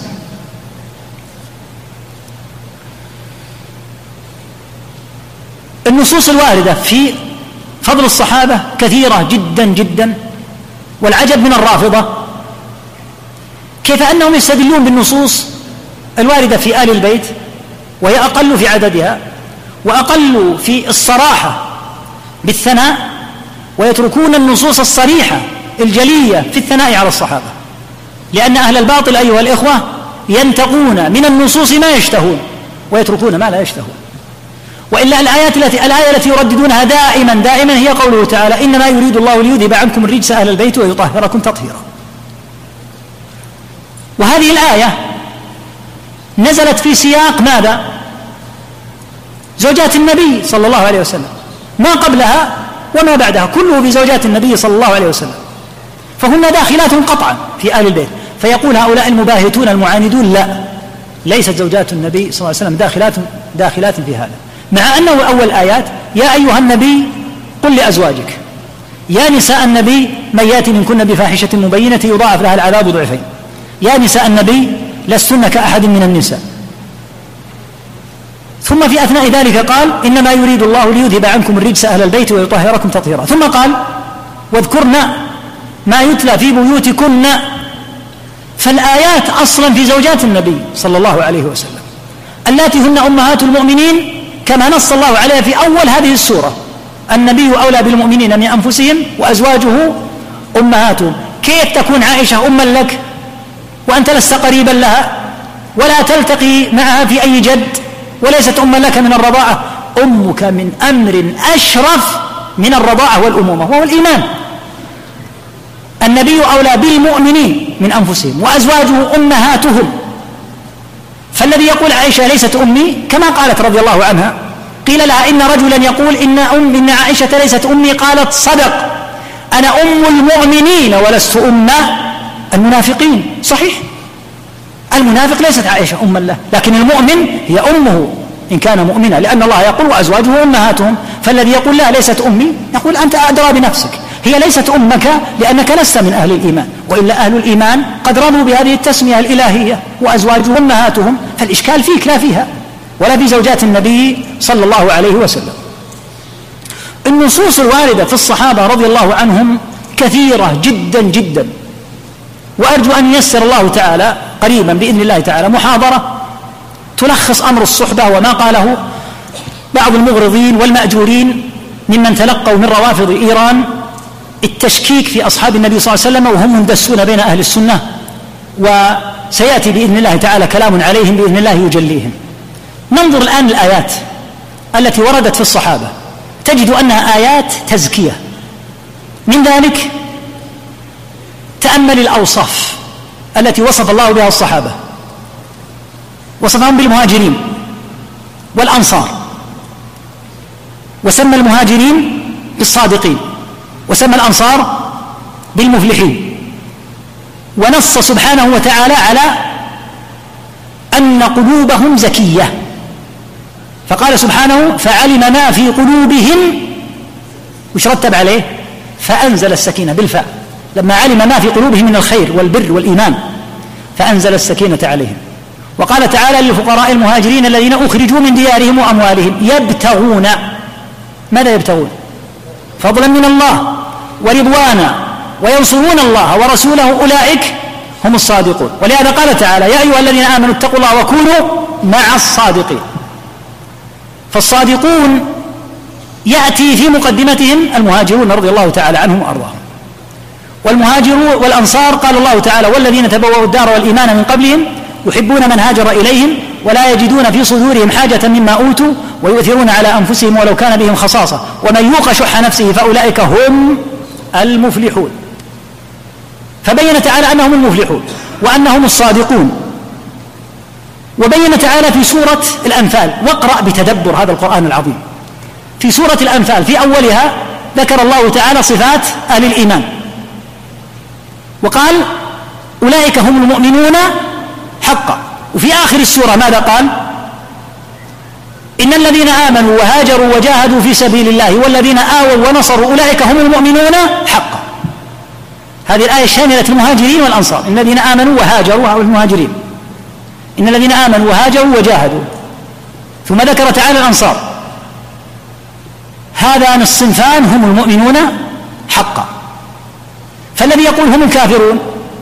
Speaker 2: النصوص الواردة في فضل الصحابة كثيرة جدا جدا، والعجب من الرافضة كيف أنهم يستدلون بالنصوص الواردة في آل البيت وهي أقل في عددها وأقل في الصراحة بالثناء، ويتركون النصوص الصريحة الجلية في الثناء على الصحابة، لأن أهل الباطل أيها الإخوة ينتقون من النصوص ما يشتهون ويتركون ما لا يشتهون. وإلا الآية التي يرددونها دائما هي قوله تعالى: إنما يريد الله ليذهب عنكم الرجس أهل البيت ويطهركم تطهيرا. وهذه الآية نزلت في سياق ماذا؟ زوجات النبي صلى الله عليه وسلم، ما قبلها وما بعدها كله بزوجات النبي صلى الله عليه وسلم، فهن داخلات قطعا في آل البيت. فيقول هؤلاء المباهتون المعاندون: لا، ليست زوجات النبي صلى الله عليه وسلم داخلات في هذا، مع أنه أول آيات: يا أيها النبي قل لأزواجك، يا نساء النبي من يأتي منكن بفاحشة مبينة يضاعف لها العذاب ضعفين، يا نساء النبي لستن كأحد من النساء. ثم في أثناء ذلك قال: إنما يريد الله ليذهب عنكم الرجس أهل البيت ويطهركم تطهيرا. ثم قال: واذكرن ما يتلى في بيوتكن. فالآيات أصلا في زوجات النبي صلى الله عليه وسلم اللاتي هن أمهات المؤمنين، كما نص الله عليها في أول هذه السورة: النبي أولى بالمؤمنين من أنفسهم وأزواجه أمهاتهم. كيف تكون عائشة أما لك وأنت لست قريبا لها ولا تلتقي معها في أي جد وليست أما لك من الرضاعة؟ أمك من أمر أشرف من الرضاعة والأمومة وهو الإيمان. النبي أولى بالمؤمنين من أنفسهم وأزواجه أمهاتهم. فالذي يقول عائشة ليست أمي كما قالت رضي الله عنها، قيل لها إن رجلا يقول إن عائشة ليست أمي، قالت صدق، أنا أم المؤمنين ولست أم المنافقين. صحيح، المنافق ليست عائشة أما له، لكن المؤمن هي أمه إن كان مؤمنا، لأن الله يقول وأزواجه أمهاتهم. فالذي يقول لا ليست أمي يقول أنت أدرى بنفسك، هي ليست أمك لأنك لست من أهل الإيمان، وإلا أهل الإيمان قد رضوا بهذه التسمية الإلهية وأزواجه أمهاتهم، فالإشكال فيك لا فيها ولا في زوجات النبي صلى الله عليه وسلم. النصوص الواردة في الصحابة رضي الله عنهم كثيرة جدا جدا، وأرجو أن ييسر الله تعالى قريبا بإذن الله تعالى محاضرة تلخص أمر الصحبة وما قاله بعض المغرضين والمأجورين ممن تلقوا من روافض إيران التشكيك في أصحاب النبي صلى الله عليه وسلم وهم مندسون بين أهل السنة، وسيأتي بإذن الله تعالى كلام عليهم بإذن الله يجليهم. ننظر الآن الآيات التي وردت في الصحابة، تجد أنها آيات تزكية. من ذلك تأمل الأوصاف التي وصف الله بها الصحابة: وصفهم بالمهاجرين والأنصار، وسمى المهاجرين بالصادقين، وسمى الأنصار بالمفلحين، ونص سبحانه وتعالى على أن قلوبهم زكية، فقال سبحانه فعلم ما في قلوبهم، وش رتب عليه؟ فأنزل السكينة بالفاء، لما علم ما في قلوبهم من الخير والبر والإيمان فأنزل السكينة عليهم. وقال تعالى للفقراء المهاجرين الذين أخرجوا من ديارهم وأموالهم يبتغون، ماذا يبتغون؟ فضلا من الله ورضوانا وينصرون الله ورسوله أولئك هم الصادقون. ولهذا قال تعالى يا أيها الذين آمنوا اتقوا الله وكونوا مع الصادقين. فالصادقون يأتي في مقدمتهم المهاجرون رضي الله تعالى عنهم وأرضاهم، والمهاجرون والأنصار قال الله تعالى والذين تبوأوا الدار والإيمان من قبلهم يحبون من هاجر إليهم ولا يجدون في صدورهم حاجة مما أوتوا ويؤثرون على أنفسهم ولو كان بهم خصاصة ومن يوق شح نفسه فأولئك هم المفلحون. فبين تعالى أنهم المفلحون وأنهم الصادقون. وبين تعالى في سورة الأنفال، واقرأ بتدبر هذا القرآن العظيم، في سورة الأنفال في أولها ذكر الله تعالى صفات أهل الإيمان وقال أولئك هم المؤمنون حقا. وفي آخر السورة ماذا قال؟ إن الذين آمنوا وهاجروا وجاهدوا في سبيل الله والذين آووا ونصروا أولئك هم المؤمنون حقا. هذه الآية شاملة المهاجرين والأنصار، إن الذين آمنوا وهاجروا هؤلاء المهاجرين، إن الذين آمنوا وهاجروا وجاهدوا. ثم ذكر تعالى الأنصار، هذان الصنفان هم المؤمنون حقا. فالذي يقول هم الكافرون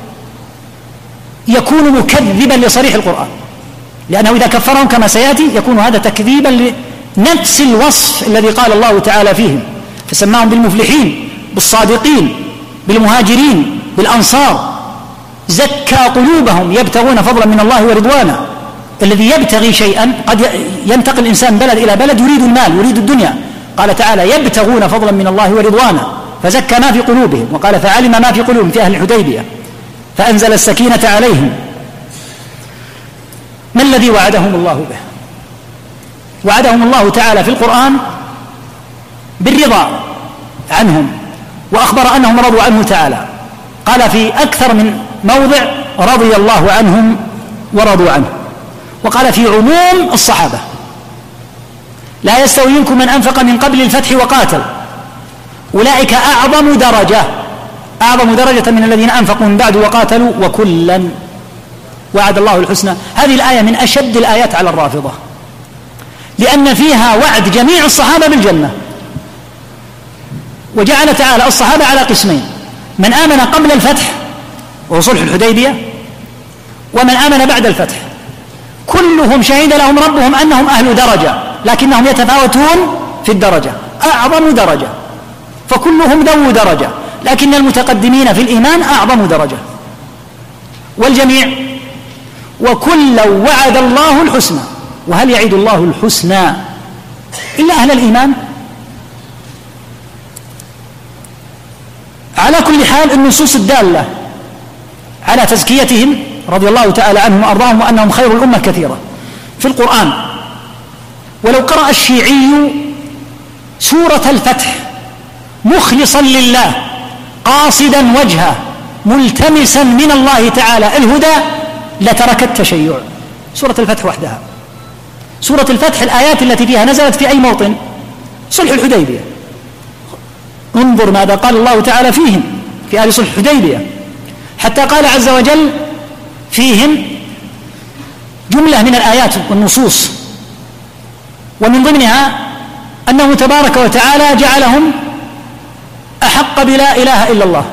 Speaker 2: يكون مكذبا لصريح القرآن، لأنه إذا كفرهم كما سيأتي يكون هذا تكذيبا لنفس الوصف الذي قال الله تعالى فيهم، فسماهم بالمفلحين بالصادقين بالمهاجرين بالأنصار. زكى قلوبهم يبتغون فضلا من الله ورضوانا. الذي يبتغي شيئا، قد ينتقل الإنسان بلد إلى بلد يريد المال يريد الدنيا، قال تعالى يبتغون فضلا من الله ورضوانا، فزكى ما في قلوبهم. وقال فعلم ما في قلوبهم في أهل الحديبية فأنزل السكينة عليهم. ما الذي وعدهم الله به؟ وعدهم الله تعالى في القرآن بالرضا عنهم، وأخبر أنهم رضوا عنه تعالى. قال في أكثر من موضع رضي الله عنهم ورضوا عنه. وقال في عموم الصحابة لا يستوي منكم من أنفق من قبل الفتح وقاتل أولئك أعظم درجة من الذين أنفقوا من بعد وقاتلوا وكلا وعد الله الحسنى. هذه الآية من أشد الآيات على الرافضة، لأن فيها وعد جميع الصحابة بالجنة. وجعل تعالى الصحابة على قسمين: من آمن قبل الفتح وهو صلح الحديبية، ومن آمن بعد الفتح. كلهم شهد لهم ربهم أنهم أهل درجة، لكنهم يتفاوتون في الدرجة. أعظم درجة، فكلهم ذو درجة، لكن المتقدمين في الإيمان أعظم درجة. والجميع وكلا وعد الله الحسنى. وهل يعد الله الحسنى إلا أهل الإيمان؟ على كل حال النصوص الدالة على تزكيتهم رضي الله تعالى عنهم وأرضاهم وأنهم خير الأمة كثيرة في القرآن. ولو قرأ الشيعي سورة الفتح مخلصا لله قاصدا وجهه ملتمسا من الله تعالى الهدى لترك التشيع. سورة الفتح وحدها، سورة الفتح الآيات التي فيها نزلت في أي موطن؟ صلح الحديبية. انظر ماذا قال الله تعالى فيهم في آل صلح الحديبية، حتى قال عز وجل فيهم جملة من الآيات والنصوص، ومن ضمنها أنه تبارك وتعالى جعلهم أحق بلا إله إلا الله،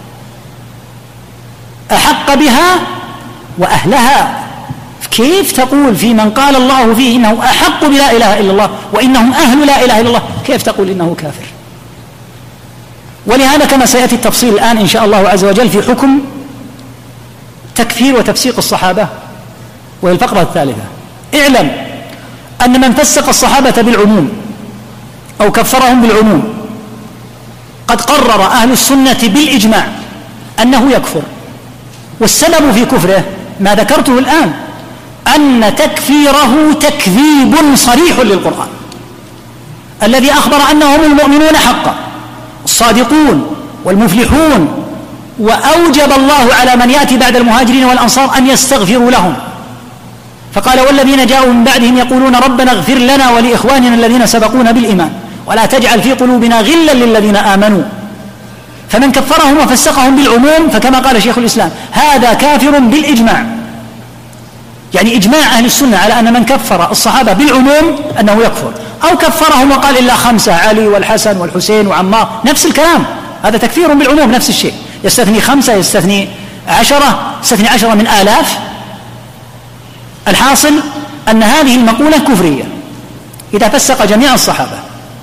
Speaker 2: أحق بها وأهلها. كيف تقول في من قال الله فيه إنه أحق بلا إله إلا الله وإنهم أهل لا إله إلا الله، كيف تقول إنه كافر؟ ولهذا كما سيأتي التفصيل الآن إن شاء الله عز وجل في حكم تكفير وتفسيق الصحابة، وهي الفقرة الثالثة. اعلم أن من فسق الصحابة بالعموم أو كفرهم بالعموم قد قرر أهل السنة بالإجماع أنه يكفر، والسبب في كفره ما ذكرته الآن، أن تكفيره تكذيب صريح للقرآن الذي أخبر أنهم المؤمنون حقا الصادقون والمفلحون، وأوجب الله على من يأتي بعد المهاجرين والأنصار أن يستغفروا لهم، فقال والذين جاءوا من بعدهم يقولون ربنا اغفر لنا ولإخواننا الذين سبقونا بالإيمان ولا تجعل في قلوبنا غلا للذين آمنوا. فمن كفرهم وفسقهم بالعموم فكما قال شيخ الإسلام هذا كافر بالإجماع، يعني إجماع أهل السنة على أن من كفر الصحابة بالعموم أنه يكفر، أو كفرهم وقال إلا 5 علي والحسن والحسين وعمار، نفس الكلام، هذا تكفير بالعموم نفس الشيء، يستثني 5 يستثني 10 يستثني 10 من آلاف. الحاصل أن هذه المقولة كفرية إذا فسق جميع الصحابة.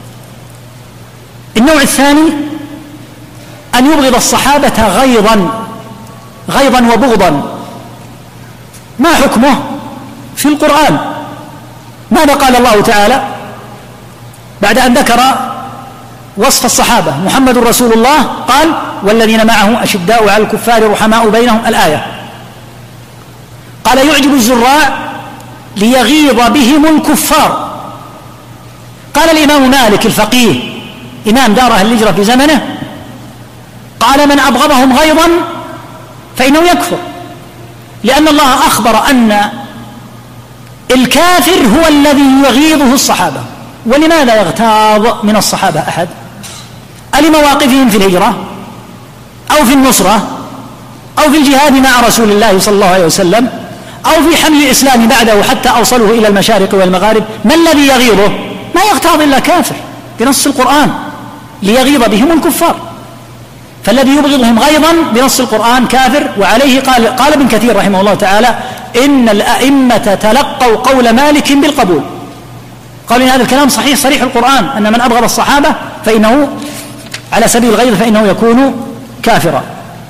Speaker 2: النوع الثاني أن يبغض الصحابة غيظا وبغضا. ما حكمه في القرآن؟ ماذا قال الله تعالى بعد أن ذكر وصف الصحابة؟ محمد رسول الله قال والذين معه أشداء على الكفار رحماء بينهم، الآية. قال يعجب الزراع ليغيظ بهم الكفار. قال الإمام مالك الفقيه إمام دار أهل الهجرة في زمنه قال من أبغضهم غيظا فإنه يكفر، لأن الله أخبر أن الكافر هو الذي يغيظه الصحابة. ولماذا يغتاظ من الصحابة أحد؟ لمواقفهم في الهجرة أو في النصرة أو في الجهاد مع رسول الله صلى الله عليه وسلم أو في حمل الإسلام بعده حتى أوصله إلى المشارق والمغارب. ما الذي يغيظه؟ ما يغتاظ إلا كافر بنص القرآن، ليغيظ بهم الكفار. فالذي يبغضهم غيظا بنص القرآن كافر. وعليه قال ابن كثير رحمه الله تعالى إن الأئمة تلقوا قول مالك بالقبول، قالوا إن هذا الكلام صحيح صريح القرآن أن من أبغض الصحابة فإنه على سبيل الغيظ فإنه يكون كافرا.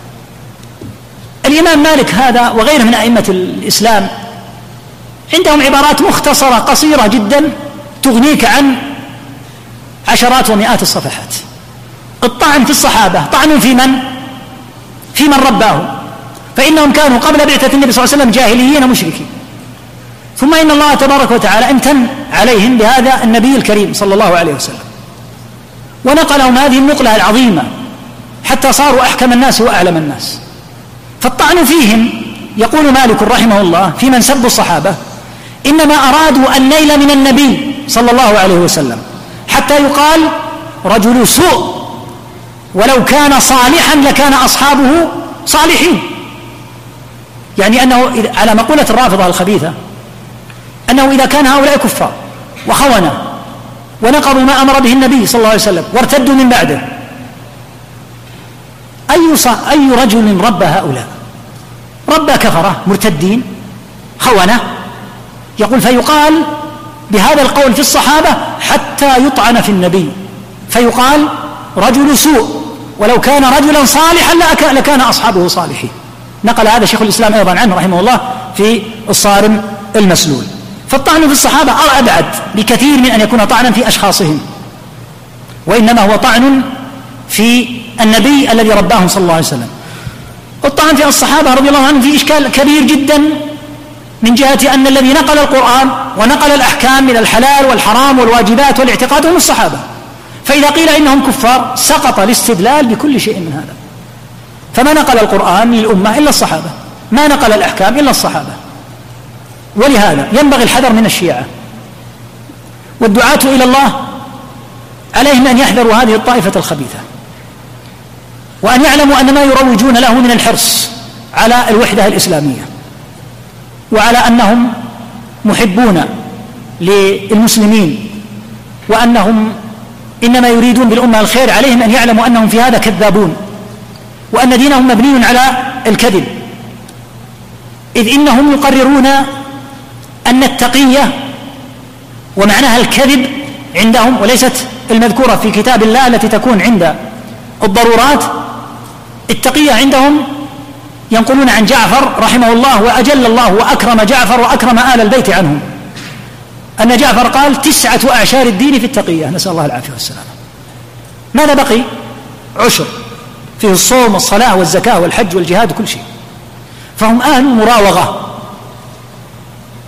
Speaker 2: الإمام مالك هذا وغيره من أئمة الإسلام عندهم عبارات مختصرة قصيرة جدا تغنيك عن عشرات ومئات الصفحات. الطعن في الصحابة طعن في من رباهم، فإنهم كانوا قبل بعثة النبي صلى الله عليه وسلم جاهليين مشركين، ثم إن الله تبارك وتعالى امتن عليهم بهذا النبي الكريم صلى الله عليه وسلم ونقلهم هذه النقلة العظيمة حتى صاروا أحكم الناس وأعلم الناس. فالطعن فيهم يقول مالك رحمه الله في من سبوا الصحابة إنما أرادوا النيل من النبي صلى الله عليه وسلم حتى يقال رجل سوء ولو كان صالحا لكان أصحابه صالحين. يعني أنه على مقولة الرافضة الخبيثة أنه إذا كان هؤلاء كفار وخونة ونقضوا ما أمر به النبي صلى الله عليه وسلم وارتدوا من بعده، أي رجل ربى هؤلاء؟ ربى كفرة مرتدين خونة. يقول فيقال بهذا القول في الصحابة حتى يطعن في النبي فيقال رجل سوء ولو كان رجلا صالحا لكان أصحابه صالحين. نقل هذا شيخ الإسلام أيضا عنه رحمه الله في الصارم المسلول. فالطعن في الصحابة أبعد بكثير من أن يكون طعنا في أشخاصهم، وإنما هو طعن في النبي الذي رباهم صلى الله عليه وسلم. الطعن في الصحابة رضي الله عنهم في إشكال كبير جدا من جهة أن الذي نقل القرآن ونقل الأحكام من الحلال والحرام والواجبات والاعتقاد هم الصحابة، فإذا قيل إنهم كفار سقط الاستدلال بكل شيء من هذا. فما نقل القرآن للأمة إلا الصحابة، ما نقل الأحكام إلا الصحابة. ولهذا ينبغي الحذر من الشيعة، والدعاة إلى الله عليهم أن يحذروا هذه الطائفة الخبيثة، وأن يعلموا أن ما يروجون له من الحرص على الوحدة الإسلامية وعلى أنهم محبون للمسلمين وأنهم إنما يريدون بالأمة الخير، عليهم أن يعلموا أنهم في هذا كذابون، وأن دينهم مبني على الكذب، إذ إنهم يقررون أن التقية ومعناها الكذب عندهم وليست المذكورة في كتاب الله التي تكون عند الضرورات. التقية عندهم ينقلون عن جعفر رحمه الله وأجل الله وأكرم جعفر وأكرم آل البيت عنهم أن جعفر قال 9 أعشار الدين في التقية، نسأل الله العافية والسلامة. ماذا بقي؟ عشر فيه الصوم والصلاة والزكاة والحج والجهاد وكل شيء. فهم أهل المراوغة،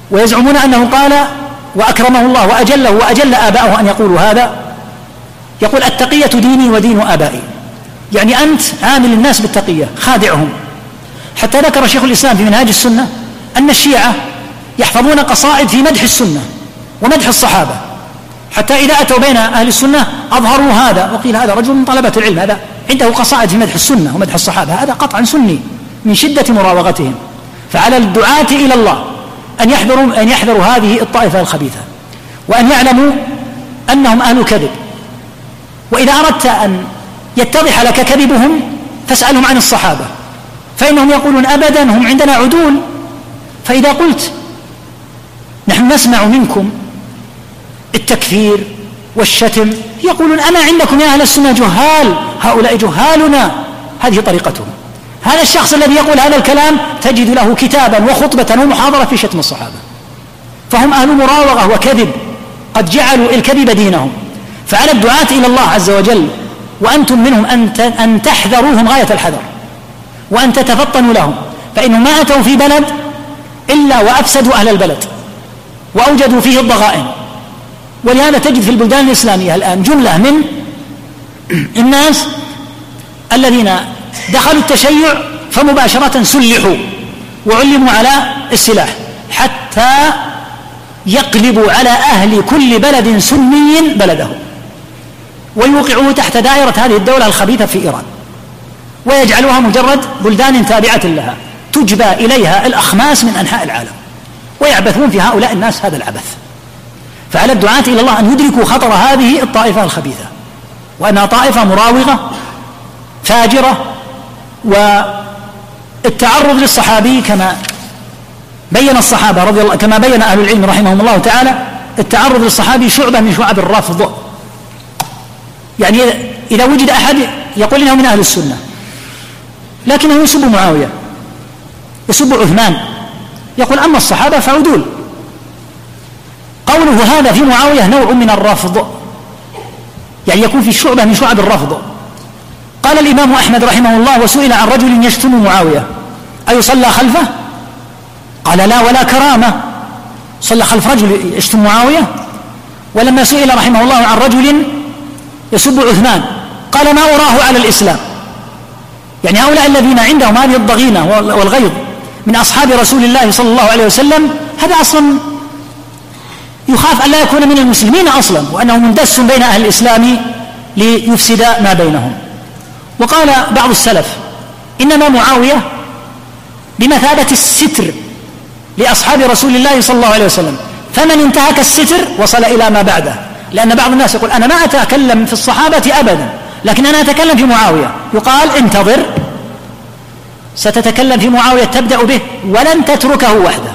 Speaker 2: ويزعمون أنه قال وأكرمه الله وأجله وأجل آباءه أن يقولوا هذا. يقول التقية ديني ودين آبائي، يعني أنت عامل الناس بالتقية خادعهم. حتى ذكر شيخ الإسلام في منهاج السنة أن الشيعة يحفظون قصائد في مدح السنة ومدح الصحابة، حتى إذا أتوا بين أهل السنة أظهروا هذا، وقيل هذا رجل من طلبة العلم، هذا عنده قصائد في مدح السنة ومدح الصحابة، هذا قطعا سني من شدة مراوغتهم. فعلى الدعاة إلى الله أن يحذروا هذه الطائفة الخبيثة، وأن يعلموا أنهم أهل كذب. وإذا أردت أن يتضح لك كذبهم فاسألهم عن الصحابة، فإنهم يقولون أبدا هم عندنا عدول. فإذا قلت نحن نسمع منكم التكفير والشتم، يقولون أما عندكم يا أهل السنة جهال، هؤلاء جهالنا، هذه طريقتهم. هذا الشخص الذي يقول هذا الكلام تجد له كتابا وخطبة ومحاضرة في شتم الصحابة، فهم أهل مراوغة وكذب، قد جعلوا الكذب دينهم. فعلى الدعاة إلى الله عز وجل وأنتم منهم أن تحذروهم غاية الحذر، وأن تتفطنوا لهم، فإنهم ما أتوا في بلد إلا وأفسدوا أهل البلد وأوجدوا فيه الضغائن. ولهذا تجد في البلدان الإسلامية الآن جملة من الناس الذين دخلوا التشيع فمباشرة سلحوا وعلموا على السلاح، حتى يقلبوا على أهل كل بلد سني بلده ويوقعوه تحت دائرة هذه الدولة الخبيثة في إيران، ويجعلوها مجرد بلدان تابعة لها تجبى إليها الأخماس من أنحاء العالم، ويعبثون في هؤلاء الناس هذا العبث. فعلى الدعاة إلى الله أن يدركوا خطر هذه الطائفة الخبيثة، وأنها طائفة مراوغة فاجرة. والتعرض للصحابي كما بين الصحابة رضي الله، كما بين أهل العلم رحمهم الله تعالى، التعرض للصحابي شعبة من شعب الرفض. يعني إذا وجد أحد يقول إنه من أهل السنة لكنه يسب معاوية، يسب عثمان، يقول أما الصحابة فعدول، قوله هذا في معاوية نوع من الرفض، يعني يكون في شعبة من شعب الرفض. قال الإمام أحمد رحمه الله وسئل عن رجل يشتم معاوية أيصلى خلفه؟ قال لا ولا كرامة، صلى خلف رجل يشتم معاوية. ولما سئل رحمه الله عن رجل يسب عثمان قال ما أراه على الإسلام. يعني هؤلاء الذين عندهم هذه الضغينة والغيظ من أصحاب رسول الله صلى الله عليه وسلم، هذا أصلا يخاف أن لا يكون من المسلمين أصلا، وأنه مندس بين أهل الإسلام ليفسد ما بينهم. وقال بعض السلف إنما معاوية بمثابة الستر لأصحاب رسول الله صلى الله عليه وسلم، فمن انتهك الستر وصل إلى ما بعده. لأن بعض الناس يقول أنا ما أتكلم في الصحابة أبدا لكن أنا أتكلم في معاوية، يقال انتظر ستتكلم في معاوية تبدأ به ولن تتركه وحده،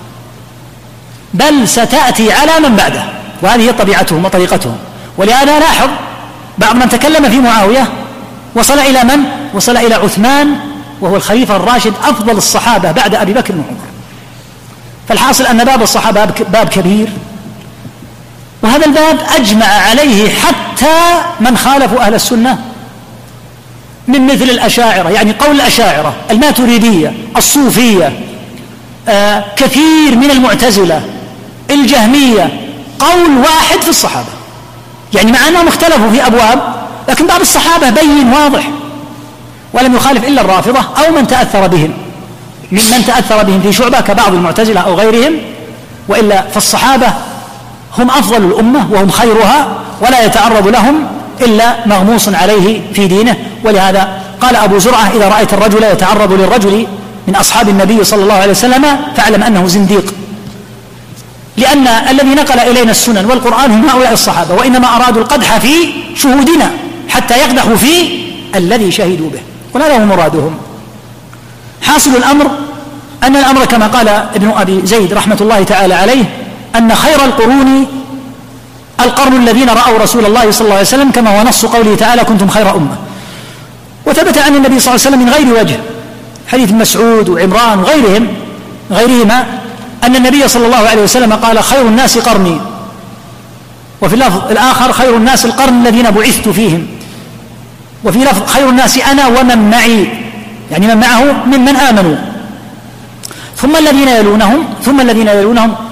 Speaker 2: بل ستأتي على من بعده، وهذه طبيعتهم وطريقتهم. ولهذا لاحظ بعض من تكلم في معاوية وصل إلى من؟ وصل إلى عثمان، وهو الخليفة الراشد أفضل الصحابة بعد أبي بكر وعمر. فالحاصل أن باب الصحابة باب كبير، وهذا الباب أجمع عليه حتى من خالفوا أهل السنة من مثل الأشاعرة، يعني قول الأشاعرة، الماتريدية، الصوفية، كثير من المعتزلة، الجهمية، قول واحد في الصحابة. يعني مع أنهم اختلفوا في أبواب لكن باب الصحابة بين واضح، ولم يخالف إلا الرافضة أو من تأثر بهم، ممن تأثر بهم في شعبة كبعض المعتزلة أو غيرهم. وإلا فالصحابة هم أفضل الأمة وهم خيرها، ولا يتعرض لهم إلا مغموس عليه في دينه. ولهذا قال أبو زرعة إذا رأيت الرجل يتعرض للرجل من أصحاب النبي صلى الله عليه وسلم فاعلم أنه زنديق، لأن الذي نقل إلينا السنن والقرآن هم هؤلاء الصحابة، وإنما أرادوا القدح في شهودنا حتى يقدحوا في الذي شهدوا به، وهذا هو مرادهم. حاصل الأمر أن الأمر كما قال ابن أبي زيد رحمة الله تعالى عليه أن خير القرون القرن الذين رأوا رسول الله صلى الله عليه وسلم، كما هو نص قوله تعالى كنتم خير أمة. وثبت عن النبي صلى الله عليه وسلم من غير وجه، حديث مسعود وعمران غيرهما أن النبي صلى الله عليه وسلم قال خير الناس قرني، وفي اللفظ الآخر خير الناس القرن الذين بعثت فيهم، وفي لفظ خير الناس أنا ومن معي، يعني من معه ممن آمنوا، ثم الذين يلونهم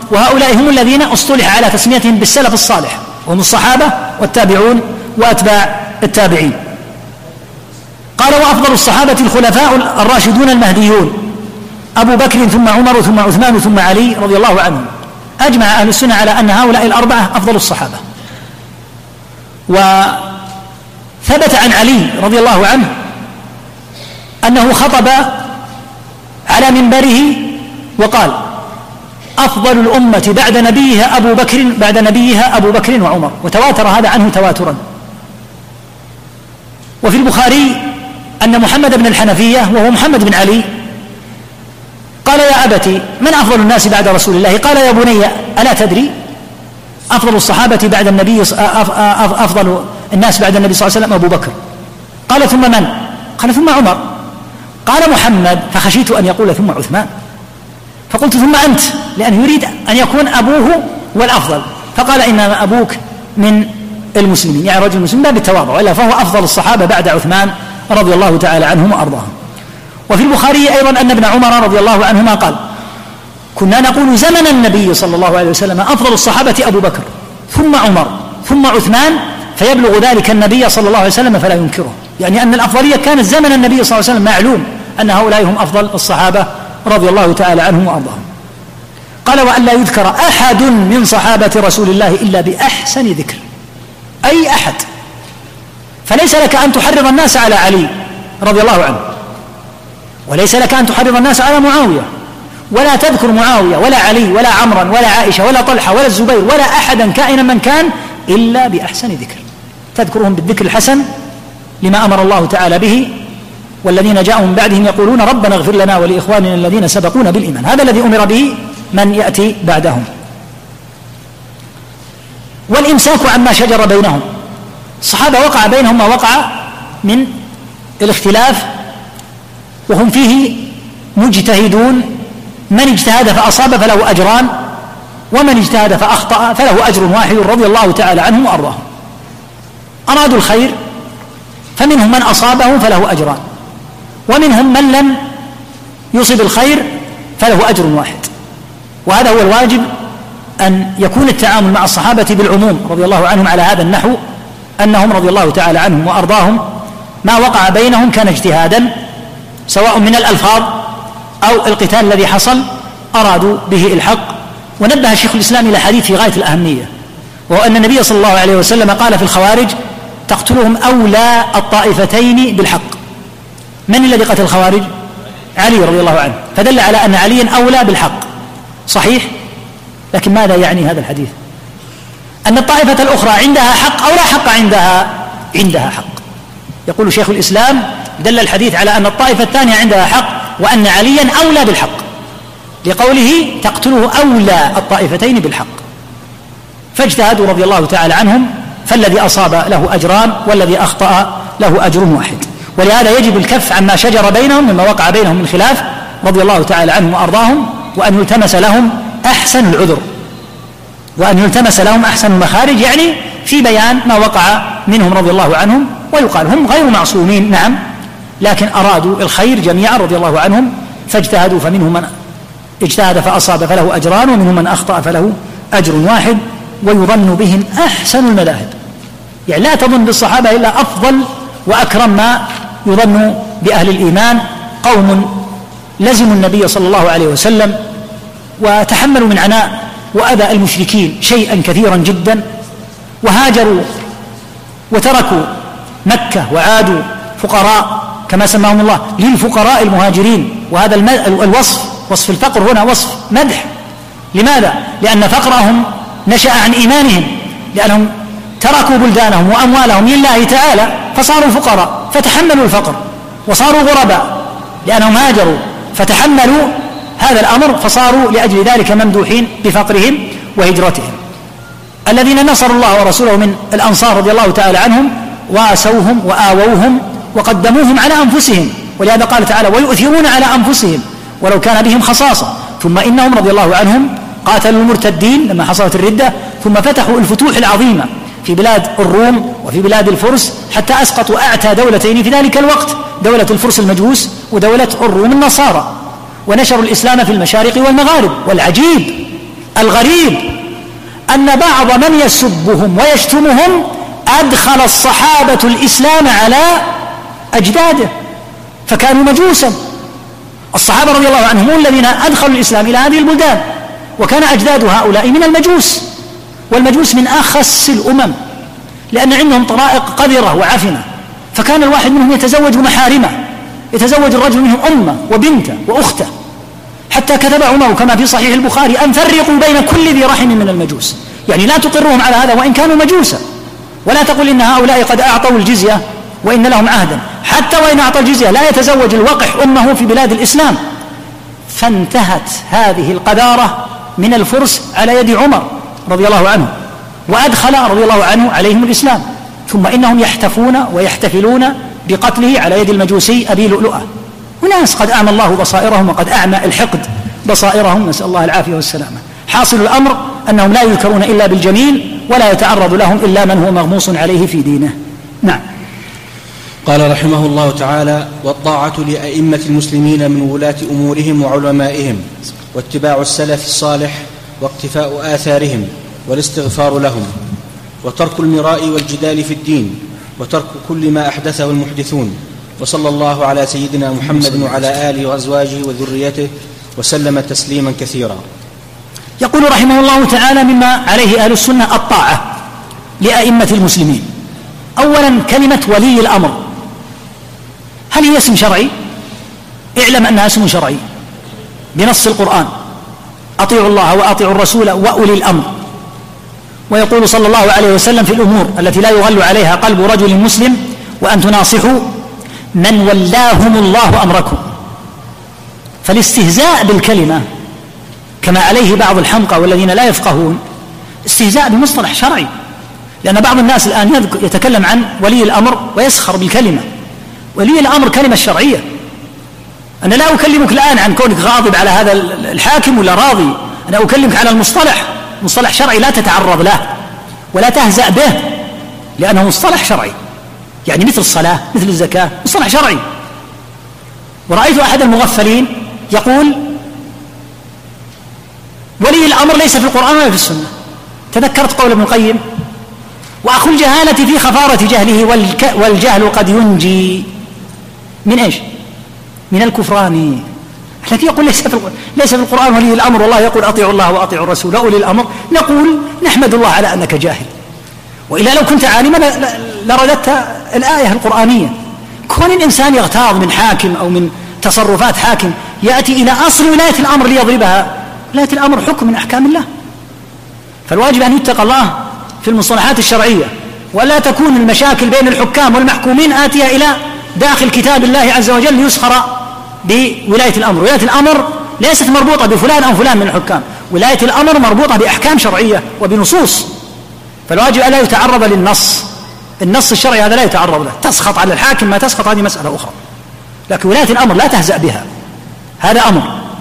Speaker 2: وهؤلاء هم الذين اصطلح على تسميتهم بالسلف الصالح، وهم الصحابة والتابعون وأتباع التابعين. قال: وأفضل الصحابة الخلفاء الراشدون المهديون أبو بكر ثم عمر ثم عثمان ثم علي رضي الله عنهم. أجمع أهل السنة على أن هؤلاء الأربعة أفضل الصحابة. وثبت عن علي رضي الله عنه أنه خطب على منبره وقال: أفضل الأمة بعد نبيها أبو بكر وعمر، وتواتر هذا عنه تواترا. وفي البخاري أن محمد بن الحنفية وهو محمد بن علي قال: يا أبتي من أفضل الناس بعد رسول الله؟ قال: يا بني ألا تدري؟ أفضل الصحابة بعد النبي أفضل الناس بعد النبي صلى الله عليه وسلم أبو بكر. قال: ثم من؟ قال: ثم عمر. قال محمد: فخشيت أن يقول ثم عثمان، فقلت: ثم أنت، لأنه يريد أن يكون أبوه والأفضل، فقال: إنما أبوك من المسلمين، يعني رجل مسلم، لا بالتواضع، وإلا فهو أفضل الصحابة بعد عثمان رضي الله تعالى عنهم وأرضاهم. وفي البخاري أيضا أن ابن عمر رضي الله عنهما قال: كنا نقول زمن النبي صلى الله عليه وسلم أفضل الصحابة أبو بكر ثم عمر ثم عثمان، فيبلغ ذلك النبي صلى الله عليه وسلم فلا ينكره، يعني أن الأفضلية كانت زمن النبي صلى الله عليه وسلم، معلوم أن هؤلاء هم أفضل الصحابة رضي الله تعالى عنهم وأرضاهم. قال: وأن لا يذكر أحد من صحابة رسول الله إلا بأحسن ذكر، أي أحد، فليس لك أن تحرض الناس على علي رضي الله عنه، وليس لك أن تحرض الناس على معاوية، ولا تذكر معاوية ولا علي ولا عمرا ولا عائشة ولا طلحة ولا الزبير ولا أحدا كائنا من كان إلا بأحسن ذكر، تذكرهم بالذكر الحسن لما أمر الله تعالى به: والذين جاءوا من بعدهم يقولون ربنا اغفر لنا ولإخواننا الذين سبقونا بالإيمان. هذا الذي أمر به من يأتي بعدهم. والإمساك عما شجر بينهم، الصحابة وقع بينهم ما وقع من الاختلاف وهم فيه مجتهدون، من اجتهد فأصاب فله أجران، ومن اجتهد فأخطأ فله أجر واحد رضي الله تعالى عنهم وأرضاهم. أرادوا الخير فمنهم من أصابه فله أجران، ومنهم من لم يصب الخير فله أجر واحد. وهذا هو الواجب، أن يكون التعامل مع الصحابة بالعموم رضي الله عنهم على هذا النحو، أنهم رضي الله تعالى عنهم وأرضاهم ما وقع بينهم كان اجتهادا، سواء من الألفاظ أو القتال الذي حصل أرادوا به الحق. ونبه شيخ الإسلام إلى حديث في غاية الأهمية، وهو أن النبي صلى الله عليه وسلم قال في الخوارج: تقتلهم أولى الطائفتين بالحق. من الذي قتل الخوارج؟ علي رضي الله عنه، فدل على أن عليا أولى بالحق. صحيح، لكن ماذا يعني هذا الحديث؟ أن الطائفة الأخرى عندها حق أو لا حق عندها حق. يقول شيخ الإسلام: دل الحديث على أن الطائفة الثانية عندها حق، وأن عليا أولى بالحق، لقوله: تقتله أولى الطائفتين بالحق. فاجتهدوا رضي الله تعالى عنهم، فالذي أصاب له أجران والذي أخطأ له أجر واحد. ولهذا يجب الكف عما شجر بينهم مما وقع بينهم من خلاف رضي الله تعالى عنهم وأرضاهم، وأن يلتمس لهم أحسن العذر، وأن يلتمس لهم أحسن المخارج، يعني في بيان ما وقع منهم رضي الله عنهم. ويقال هم غير معصومين، نعم، لكن أرادوا الخير جميعا رضي الله عنهم، فاجتهدوا، فمنهم من اجتهد فأصاب فله أجران، ومنهم من أخطأ فله أجر واحد. ويظن بهم أحسن المذاهب، يعني لا تظن بالصحابة إلا أفضل وأكرم ما يظن بأهل الإيمان. قوم لزموا النبي صلى الله عليه وسلم وتحملوا من عناء وأذى المشركين شيئا كثيرا جدا، وهاجروا وتركوا مكة وعادوا فقراء كما سماهم الله للفقراء المهاجرين. وهذا الوصف، وصف الفقر هنا وصف مدح. لماذا؟ لأن فقرهم نشأ عن إيمانهم، لأنهم تركوا بلدانهم وأموالهم لله تعالى فصاروا فقراء، فتحملوا الفقر، وصاروا غرباء لأنهم هاجروا فتحملوا هذا الأمر، فصاروا لأجل ذلك ممدوحين بفقرهم وهجرتهم. الذين نصروا الله ورسوله من الأنصار رضي الله تعالى عنهم واسوهم وآووهم وقدموهم على أنفسهم، ولهذا قال تعالى: ويؤثرون على أنفسهم ولو كان بهم خصاصة. ثم إنهم رضي الله عنهم قاتلوا المرتدين لما حصلت الردة، ثم فتحوا الفتوح العظيمة في بلاد الروم وفي بلاد الفرس، حتى أسقطوا أعتى دولتين في ذلك الوقت، دولة الفرس المجوس ودولة الروم النصارى، ونشروا الإسلام في المشارق والمغارب. والعجيب الغريب أن بعض من يسبهم ويشتمهم أدخل الصحابة الإسلام على أجداده فكانوا مجوسا. الصحابة رضي الله عنهم هم الذين أدخلوا الإسلام إلى هذه البلدان، وكان أجداد هؤلاء من المجوس، والمجوس من أخس الأمم لأن عندهم طرائق قذرة وعفنة، فكان الواحد منهم يتزوج محارمه، يتزوج الرجل منهم أمه وبنته وأخته، حتى كتب عمر كما في صحيح البخاري أن فرقوا بين كل ذي رحم من المجوس، يعني لا تقرهم على هذا وإن كانوا مجوسا، ولا تقل إن هؤلاء قد أعطوا الجزية وإن لهم عهدا، حتى وإن أعطى الجزية لا يتزوج الوقح أمه في بلاد الإسلام. فانتهت هذه القذارة من الفرس على يد عمر رضي الله عنه، وأدخل رضي الله عنه عليهم الإسلام، ثم إنهم يحتفون ويحتفلون بقتله على يد المجوسي أبي لؤلؤة. وناس قد أعمى الله بصائرهم وقد أعمى الحقد بصائرهم، نسأل الله العافية والسلامة. حاصل الأمر أنهم لا يذكرون إلا بالجميل ولا يتعرض لهم إلا من هو مغموس عليه في دينه. نعم.
Speaker 1: قال رحمه الله تعالى: والطاعة لأئمة المسلمين من ولاة أمورهم وعلمائهم، واتباع السلف الصالح واقتفاء آثارهم والاستغفار لهم، وترك المراء والجدال في الدين، وترك كل ما أحدثه المحدثون. وصلى الله على سيدنا محمد وعلى آله وأزواجه وذريته وسلم تسليما كثيرا.
Speaker 2: يقول رحمه الله تعالى: مما عليه أهل السنة الطاعة لأئمة المسلمين. أولا كلمة ولي الأمر، هل هي اسم شرعي؟ اعلم أنها اسم شرعي بنص القرآن: أطيعوا الله وأطيعوا الرسول وأولي الأمر. ويقول صلى الله عليه وسلم في الأمور التي لا يغل عليها قلب رجل مسلم: وأن تناصحوا من ولاهم الله أمركم. فالاستهزاء بالكلمة كما عليه بعض الحمقى والذين لا يفقهون استهزاء بمصطلح شرعي، لأن بعض الناس الآن يتكلم عن ولي الأمر ويسخر بالكلمة. ولي الأمر كلمة شرعية. أنا لا أكلمك الآن عن كونك غاضب على هذا الحاكم ولا راضي، أنا أكلمك على المصطلح، مصطلح شرعي لا تتعرض له ولا تهزأ به، لأنه مصطلح شرعي، يعني مثل الصلاة مثل الزكاة، مصطلح شرعي. ورأيت أحد المغفلين يقول: ولي الأمر ليس في القرآن ولا في السنة. تذكرت قول ابن القيم: وأخو الجهالة في خفارة جهله والجهل قد ينجي من إيش؟ من الكفران. الذي يقول ليس في القرآن ولي الأمر، والله يقول: أطيعوا الله وأطيعوا الرسول وأولي الأمر. نقول: نحمد الله على أنك جاهل، وإلا لو كنت عالما لرددت الآية القرآنية. كون الإنسان يغتاظ من حاكم أو من تصرفات حاكم يأتي إلى أصل ولاية الأمر ليضربها، ولاية الأمر حكم من أحكام الله، فالواجب أن يتقى الله في المصطلحات الشرعية، ولا تكون المشاكل بين الحكام والمحكومين آتية إلى داخل كتاب الله عز وجل ليسخر بولاية الأمر. ولاية الأمر ليست مربوطة بفلان أو فلان من الحكام، ولاية الأمر مربوطة بأحكام شرعية وبنصوص، فالواجب ألا يتعرض للنص، النص الشرعي هذا لا يتعرض له. تسخط على الحاكم ما تسخط، هذه مسألة أخرى، لكن ولاية الأمر لا تهزأ بها، هذا أمر.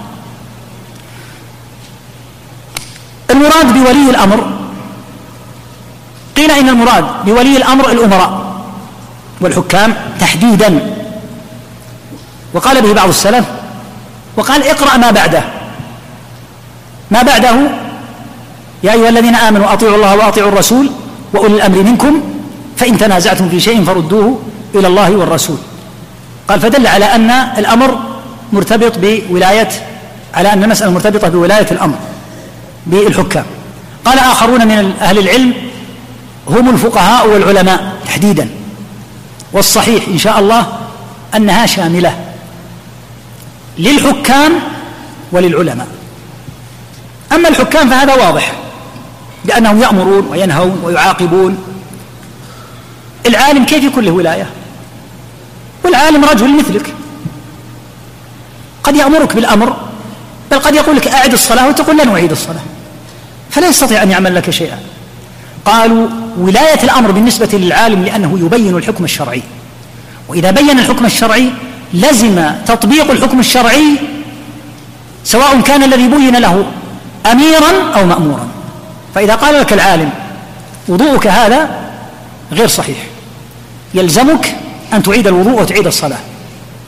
Speaker 2: المراد بولي الأمر، قيل إن المراد بولي الأمر الأمراء والحكام تحديدا، وقال به بعض السلف، وقال: اقرأ ما بعده. ما بعده: يا أيها الذين آمنوا أطيعوا الله وأطيعوا الرسول وأولي الأمر منكم فإن تنازعتم في شيء فردوه إلى الله والرسول. قال: فدل على أن الأمر مرتبط بولاية، على أن المسألة مرتبطة بولاية الأمر بالحكام. قال آخرون من أهل العلم: هم الفقهاء والعلماء تحديدا، والصحيح إن شاء الله أنها شاملة للحكام وللعلماء. أما الحكام فهذا واضح، لأنهم يأمرون وينهون ويعاقبون. العالم كيف يكون له ولاية؟ والعالم رجل مثلك، قد يأمرك بالأمر، بل قد يقول لك أعد الصلاة وتقول لن أعيد الصلاة، فلا يستطيع أن يعمل لك شيئا. قالوا: ولاية الأمر بالنسبة للعالم لأنه يبين الحكم الشرعي، وإذا بين الحكم الشرعي لزم تطبيق الحكم الشرعي، سواء كان الذي بين له أميرا أو مأمورا. فإذا قال لك العالم: وضوءك هذا غير صحيح، يلزمك أن تعيد الوضوء وتعيد الصلاة،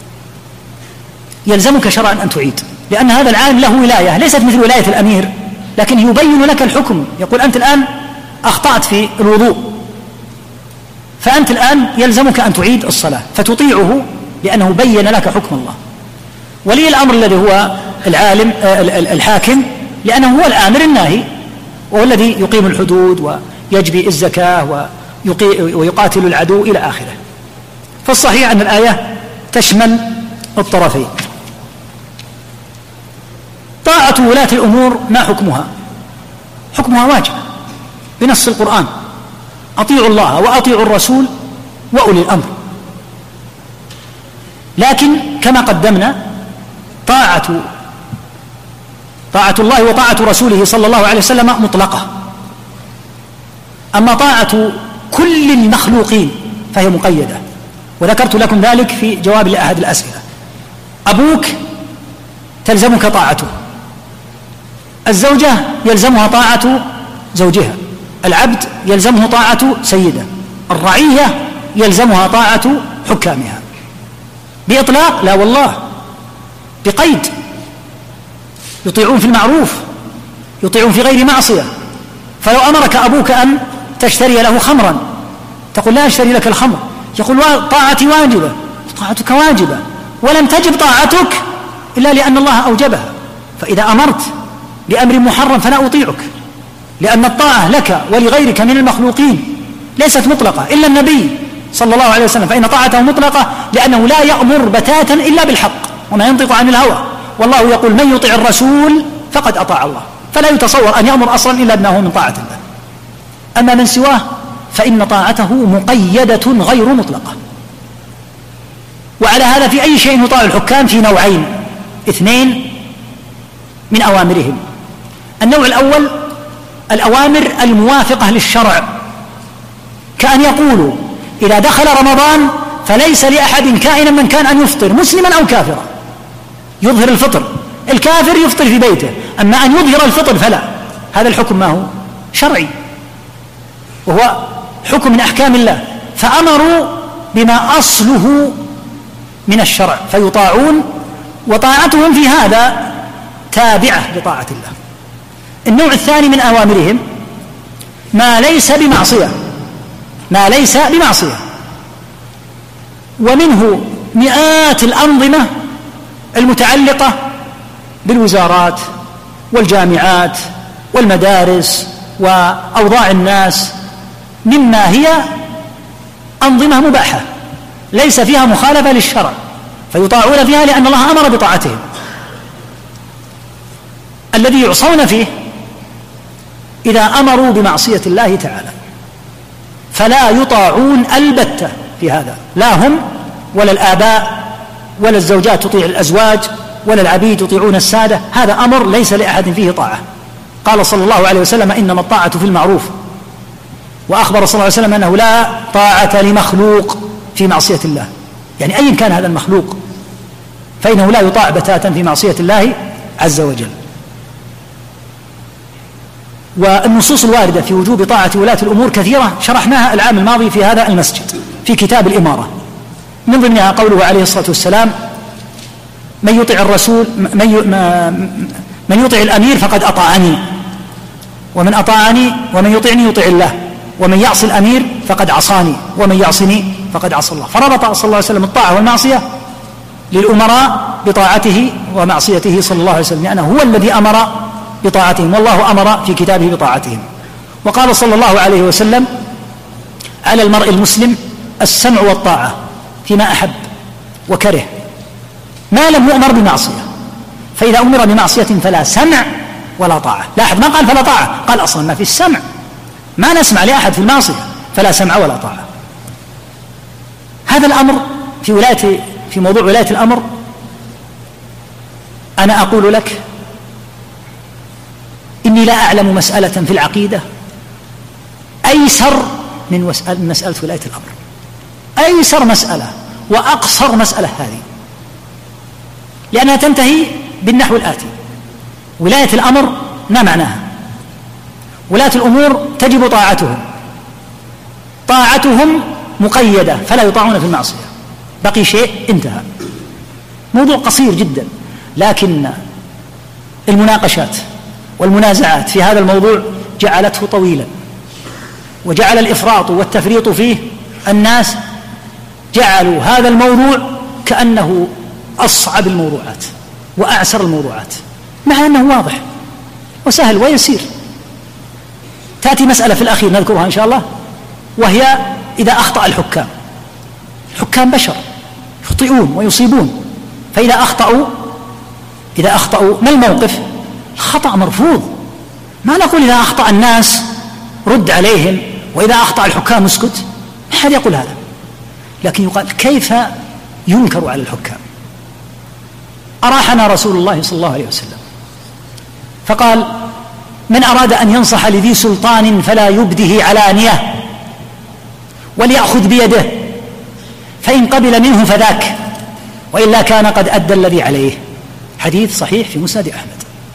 Speaker 2: يلزمك شرعا أن تعيد، لأن هذا العالم له ولاية ليست مثل ولاية الأمير لكن يبين لك الحكم. يقول أنت الآن أخطأت في الوضوء، فأنت الآن يلزمك أن تعيد الصلاة، فتطيعه لأنه بين لك حكم الله. ولي الأمر الذي هو العالم الحاكم، لأنه هو الآمر الناهي، وهو الذي يقيم الحدود ويجبي الزكاة ويقاتل العدو إلى آخره. فالصحيح أن الآية تشمل الطرفين. طاعة ولاة الأمور ما حكمها؟ حكمها واجب بنص القرآن: أطيعوا الله وأطيعوا الرسول وأولي الأمر. لكن كما قدمنا طاعة الله وطاعة رسوله صلى الله عليه وسلم مطلقة، أما طاعة كل المخلوقين فهي مقيدة، وذكرت لكم ذلك في جواب لأحد الأسئلة. أبوك تلزمك طاعته، الزوجة يلزمها طاعة زوجها، العبد يلزمه طاعة سيده، الرعية يلزمها طاعة حكامها. بإطلاق؟ لا والله، بقيد: يطيعون في المعروف، يطيعون في غير معصية. فلو أمرك أبوك أن تشتري له خمرا تقول: لا أشتري لك الخمر، يقول: طاعتي واجبة. طاعتك واجبة، ولم تجب طاعتك إلا لأن الله أوجبها. فإذا أمرت بأمر محرم فلا أطيعك، لأن الطاعة لك ولغيرك من المخلوقين ليست مطلقة إلا النبي صلى الله عليه وسلم، فإن طاعته مطلقة لأنه لا يأمر بتاتا إلا بالحق وما ينطق عن الهوى. والله يقول: من يطع الرسول فقد أطاع الله، فلا يتصور أن يأمر أصلا إلا أنه من طاعة الله. أما من سواه فإن طاعته مقيدة غير مطلقة. وعلى هذا في أي شيء يطاع الحكام في نوعين اثنين من أوامرهم: النوع الأول الأوامر الموافقة للشرع، كأن يقولوا: إذا دخل رمضان فليس لأحد كائنا من كان أن يفطر، مسلما أو كافرا، يظهر الفطر. الكافر يفطر في بيته، أما أن يظهر الفطر فلا. هذا الحكم ما هو؟ شرعي، وهو حكم من أحكام الله، فأمروا بما أصله من الشرع فيطاعون، وطاعتهم في هذا تابعة لطاعة الله. النوع الثاني من أوامرهم ما ليس بمعصية، ما ليس بمعصية، ومنه مئات الأنظمة المتعلقة بالوزارات والجامعات والمدارس وأوضاع الناس، مما هي أنظمة مباحة ليس فيها مخالفة للشرع، فيطاعون فيها لأن الله أمر بطاعتهم. الذي يعصون فيه إذا أمروا بمعصية الله تعالى فلا يطاعون البتة في هذا، لا هم ولا الآباء ولا الزوجات تطيع الأزواج ولا العبيد يطيعون السادة. هذا أمر ليس لأحد فيه طاعة. قال صلى الله عليه وسلم: إنما الطاعة في المعروف. وأخبر صلى الله عليه وسلم أنه لا طاعة لمخلوق في معصية الله، يعني أي كان هذا المخلوق فإنه لا يطاع بتاتا في معصية الله عز وجل. والنصوص الواردة في وجوب طاعة ولاة الأمور كثيرة، شرحناها العام الماضي في هذا المسجد في كتاب الإمارة. من ضمنها قوله عليه الصلاة والسلام: من يطع الرسول من يطع الأمير فقد أطاعني، ومن أطاعني ومن يطعني يطع الله، ومن يعصي الأمير فقد عصاني، ومن يعصني فقد عصى الله. فربط صلى الله عليه وسلم الطاعة والمعصية للأمراء بطاعته ومعصيته صلى الله عليه وسلم، لأنه هو الذي أمر بطاعتهم، والله أمر في كتابه بطاعتهم. وقال صلى الله عليه وسلم: على المرء المسلم السمع والطاعة فيما أحب وكره، ما لم يؤمر بمعصية. فإذا أمر بمعصية فلا سمع ولا طاعة. لاحظ ما قال فلا طاعة، قال أصلا ما في السمع، ما نسمع لأحد في المعصية، فلا سمع ولا طاعة. هذا الأمر في موضوع ولاية الأمر، أنا أقول لك إني لا أعلم مسألة في العقيدة أيسر من مسألة ولاية الأمر. أيسر مسألة وأقصر مسألة هذه، لأنها تنتهي بالنحو الآتي: ولاية الأمر ما معناها؟ ولاة الأمور تجب طاعتهم مقيدة فلا يطاعون في المعصية. بقي شيء انتهى. موضوع قصير جدا، لكن المناقشات والمنازعات في هذا الموضوع جعلته طويلا، وجعل الإفراط والتفريط فيه الناس جعلوا هذا الموضوع كأنه أصعب الموضوعات وأعسر الموضوعات، مع أنه واضح وسهل ويسير. تأتي مسألة في الأخير نذكرها إن شاء الله، وهي إذا أخطأ الحكام بشر يخطئون ويصيبون، فإذا أخطأوا ما الموقف؟ الخطأ مرفوض. ما نقول إذا أخطأ الناس رد عليهم، وإذا أخطأ الحكام اسكت، ما أحد يقول هذا، لكن يقال كيف ينكر على الحكام؟ أراحنا رسول الله صلى الله عليه وسلم فقال: من أراد أن ينصح لذي سلطان فلا يبده علانية، وليأخذ بيده، فإن قبل منه فذاك، وإلا كان قد أدى الذي عليه. حديث صحيح في مسند أحمد.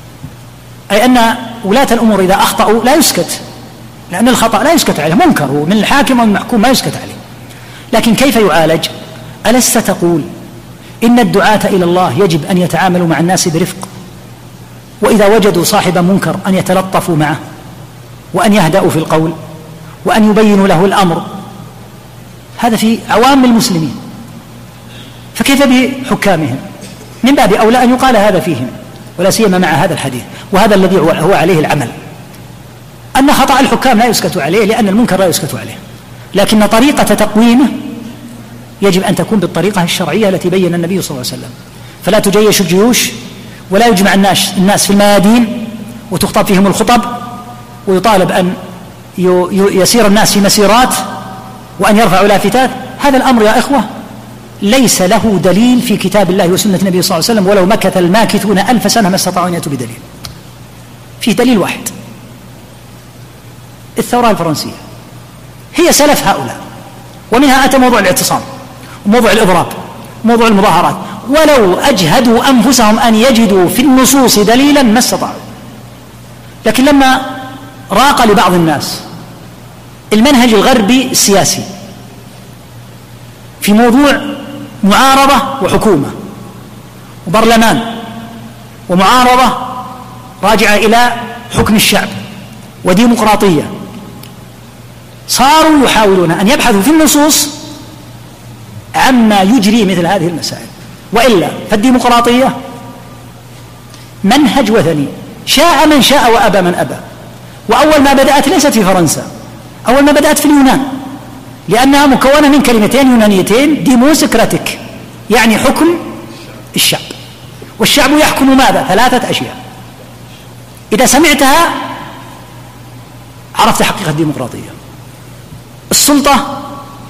Speaker 2: أي أن ولاة الأمور إذا أخطأوا لا يسكت، لأن الخطأ لا يسكت عليه، منكر من الحاكم والمحكوم ما يسكت عليه، لكن كيف يعالج؟ ألست تقول إن الدعاة إلى الله يجب أن يتعاملوا مع الناس برفق، وإذا وجدوا صاحبا منكر أن يتلطفوا معه، وأن يهدأوا في القول، وأن يبينوا له الأمر؟ هذا في عوام المسلمين، فكيف بحكامهم؟ من باب أولى أن يقال هذا فيهم، ولا سيما مع هذا الحديث، وهذا الذي هو عليه العمل، أن خطأ الحكام لا يسكت عليه، لأن المنكر لا يسكت عليه، لكن طريقة تقويمه يجب أن تكون بالطريقة الشرعية التي بين النبي صلى الله عليه وسلم. فلا تجيش الجيوش، ولا يجمع الناس في الميادين وتخطب فيهم الخطب، ويطالب أن يسير الناس في مسيرات، وأن يرفعوا لافتات. هذا الأمر يا إخوة ليس له دليل في كتاب الله وسنة النبي صلى الله عليه وسلم، ولو مكث الماكثون 1000 سنة ما استطاعوا أن يأتوا بدليل. فيه دليل واحد: الثورة الفرنسية هي سلف هؤلاء، ومنها أتى موضوع الاعتصام وموضوع الإضراب وموضوع المظاهرات، ولو أجهدوا أنفسهم أن يجدوا في النصوص دليلا ما استطاعوا. لكن لما راق لبعض الناس المنهج الغربي السياسي في موضوع معارضة وحكومة وبرلمان ومعارضة راجعة إلى حكم الشعب وديمقراطية، صاروا يحاولون أن يبحثوا في النصوص عما يجري مثل هذه المسائل. وإلا فالديمقراطية منهج وثني، شاء من شاء وأبى من أبى. وأول ما بدأت ليست في فرنسا، أول ما بدأت في اليونان، لأنها مكونة من كلمتين يونانيتين: ديموسكراتيك، يعني حكم الشعب، والشعب يحكم ماذا؟ 3 أشياء. إذا سمعتها عرفت حقيقة الديمقراطية: السلطة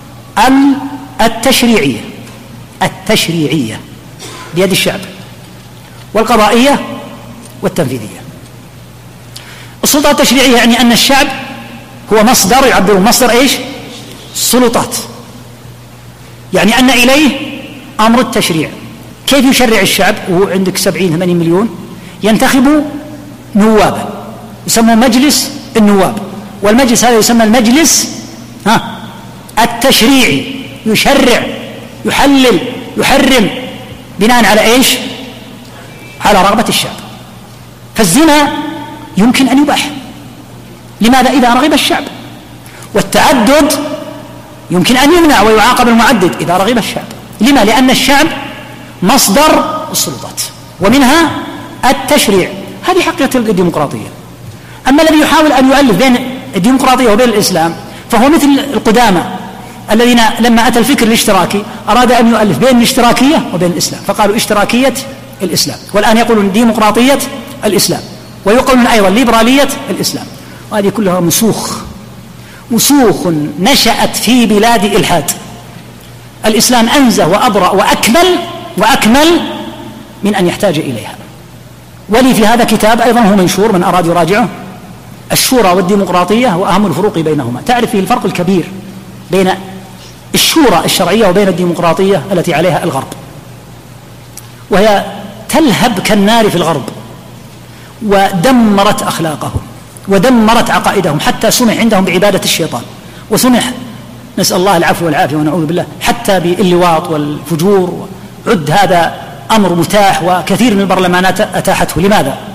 Speaker 2: التشريعية بيد الشعب، والقضائية والتنفيذية. السلطة التشريعية يعني أن الشعب هو مصدر، يعبر مصدر إيش؟ السلطات، يعني أن إليه أمر التشريع. كيف يشرع الشعب وهو عندك 70-80 مليون؟ ينتخب نوابا يسمى مجلس النواب، والمجلس هذا يسمى المجلس التشريعي، يشرع يحلل يحرم بناء على إيش؟ على رغبة الشعب. فالزنا يمكن أن يباح، لماذا؟ إذا رغب الشعب. والتعدد يمكن أن يمنع ويعاقب المعدد إذا رغب الشعب. لما؟ لأن الشعب مصدر السلطات، ومنها التشريع. هذه حقيقة الديمقراطية. أما الذي يحاول أن يؤلف بين الديمقراطية وبين الإسلام فهو مثل القدامى الذين لما أتى الفكر الاشتراكي أراد أن يؤلف بين الاشتراكية وبين الإسلام، فقالوا اشتراكية الإسلام، والآن يقولون ديمقراطية الإسلام، ويقولون أيضا ليبرالية الإسلام. وهذه كلها مسوخ نشأت في بلاد إلحاد. الإسلام أنزه وأبرأ وأكمل من أن يحتاج إليها. ولي في هذا كتاب أيضا هو منشور، من أراد يراجعه: الشورى والديمقراطية وأهم الفروق بينهما. تعرف فيه الفرق الكبير بين الشورى الشرعية وبين الديمقراطية التي عليها الغرب، وهي تلهب كالنار في الغرب، ودمرت أخلاقهم ودمرت عقائدهم، حتى سمح عندهم بعبادة الشيطان، وسمح، نسأل الله العفو والعافية ونعوذ بالله، حتى باللواط والفجور. عد هذا أمر متاح، وكثير من البرلمانات أتاحته. لماذا؟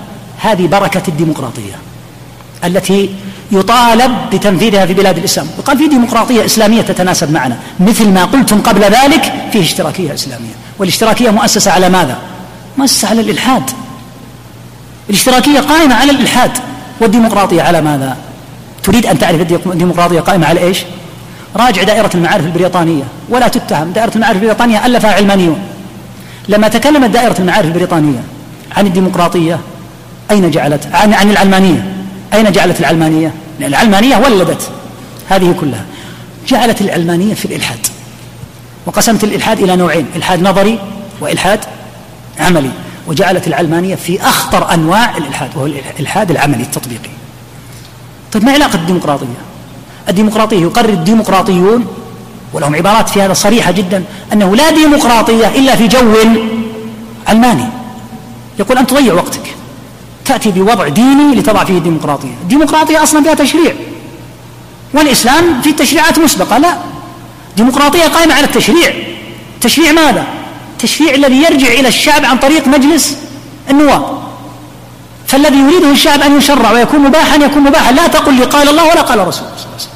Speaker 2: هذه بركة الديمقراطية التي يطالب بتنفيذها في بلاد الإسلام. وقال في ديمقراطية إسلامية تتناسب معنا، مثل ما قلتم قبل ذلك فيه اشتراكية إسلامية. والاشتراكية مؤسسة على ماذا؟ مؤسسة على الإلحاد. الاشتراكية قائمة على الإلحاد، والديمقراطية على ماذا؟ تريد أن تعرف الديمقراطية قائمة على إيش؟ راجع دائرة المعارف البريطانية، ولا تتهم. دائرة المعارف البريطانية ألفها علمانيون. لما تكلمت دائرة المعارف البريطانية عن الديمقراطية أين جعلت؟ عن العلمانية، أين جعلت العلمانية؟ لأن العلمانية ولدت هذه كلها. جعلت العلمانية في الإلحاد، وقسمت الإلحاد إلى نوعين: إلحاد نظري وإلحاد عملي. وجعلت العلمانية في أخطر أنواع الإلحاد، وهو الإلحاد العملي التطبيقي. طيب ما علاقة الديمقراطية؟ الديمقراطية يقرر الديمقراطيون، ولهم عبارات في هذا صريحة جدا، أنه لا ديمقراطية إلا في جو علماني. يقول أنت تضيع وقتك، تأتي بوضع ديني لتضع فيه الديمقراطية. الديمقراطية أصلا فيها تشريع، والإسلام في تشريعات مسبقة. لا، ديمقراطية قائمة على التشريع. تشريع ماذا؟ تشريع الذي يرجع إلى الشعب عن طريق مجلس النواب. فالذي يريده الشعب أن يشرع ويكون مباحا يكون مباحا، لا تقل لي قال الله ولا قال رسول الله صلى الله عليه وسلم.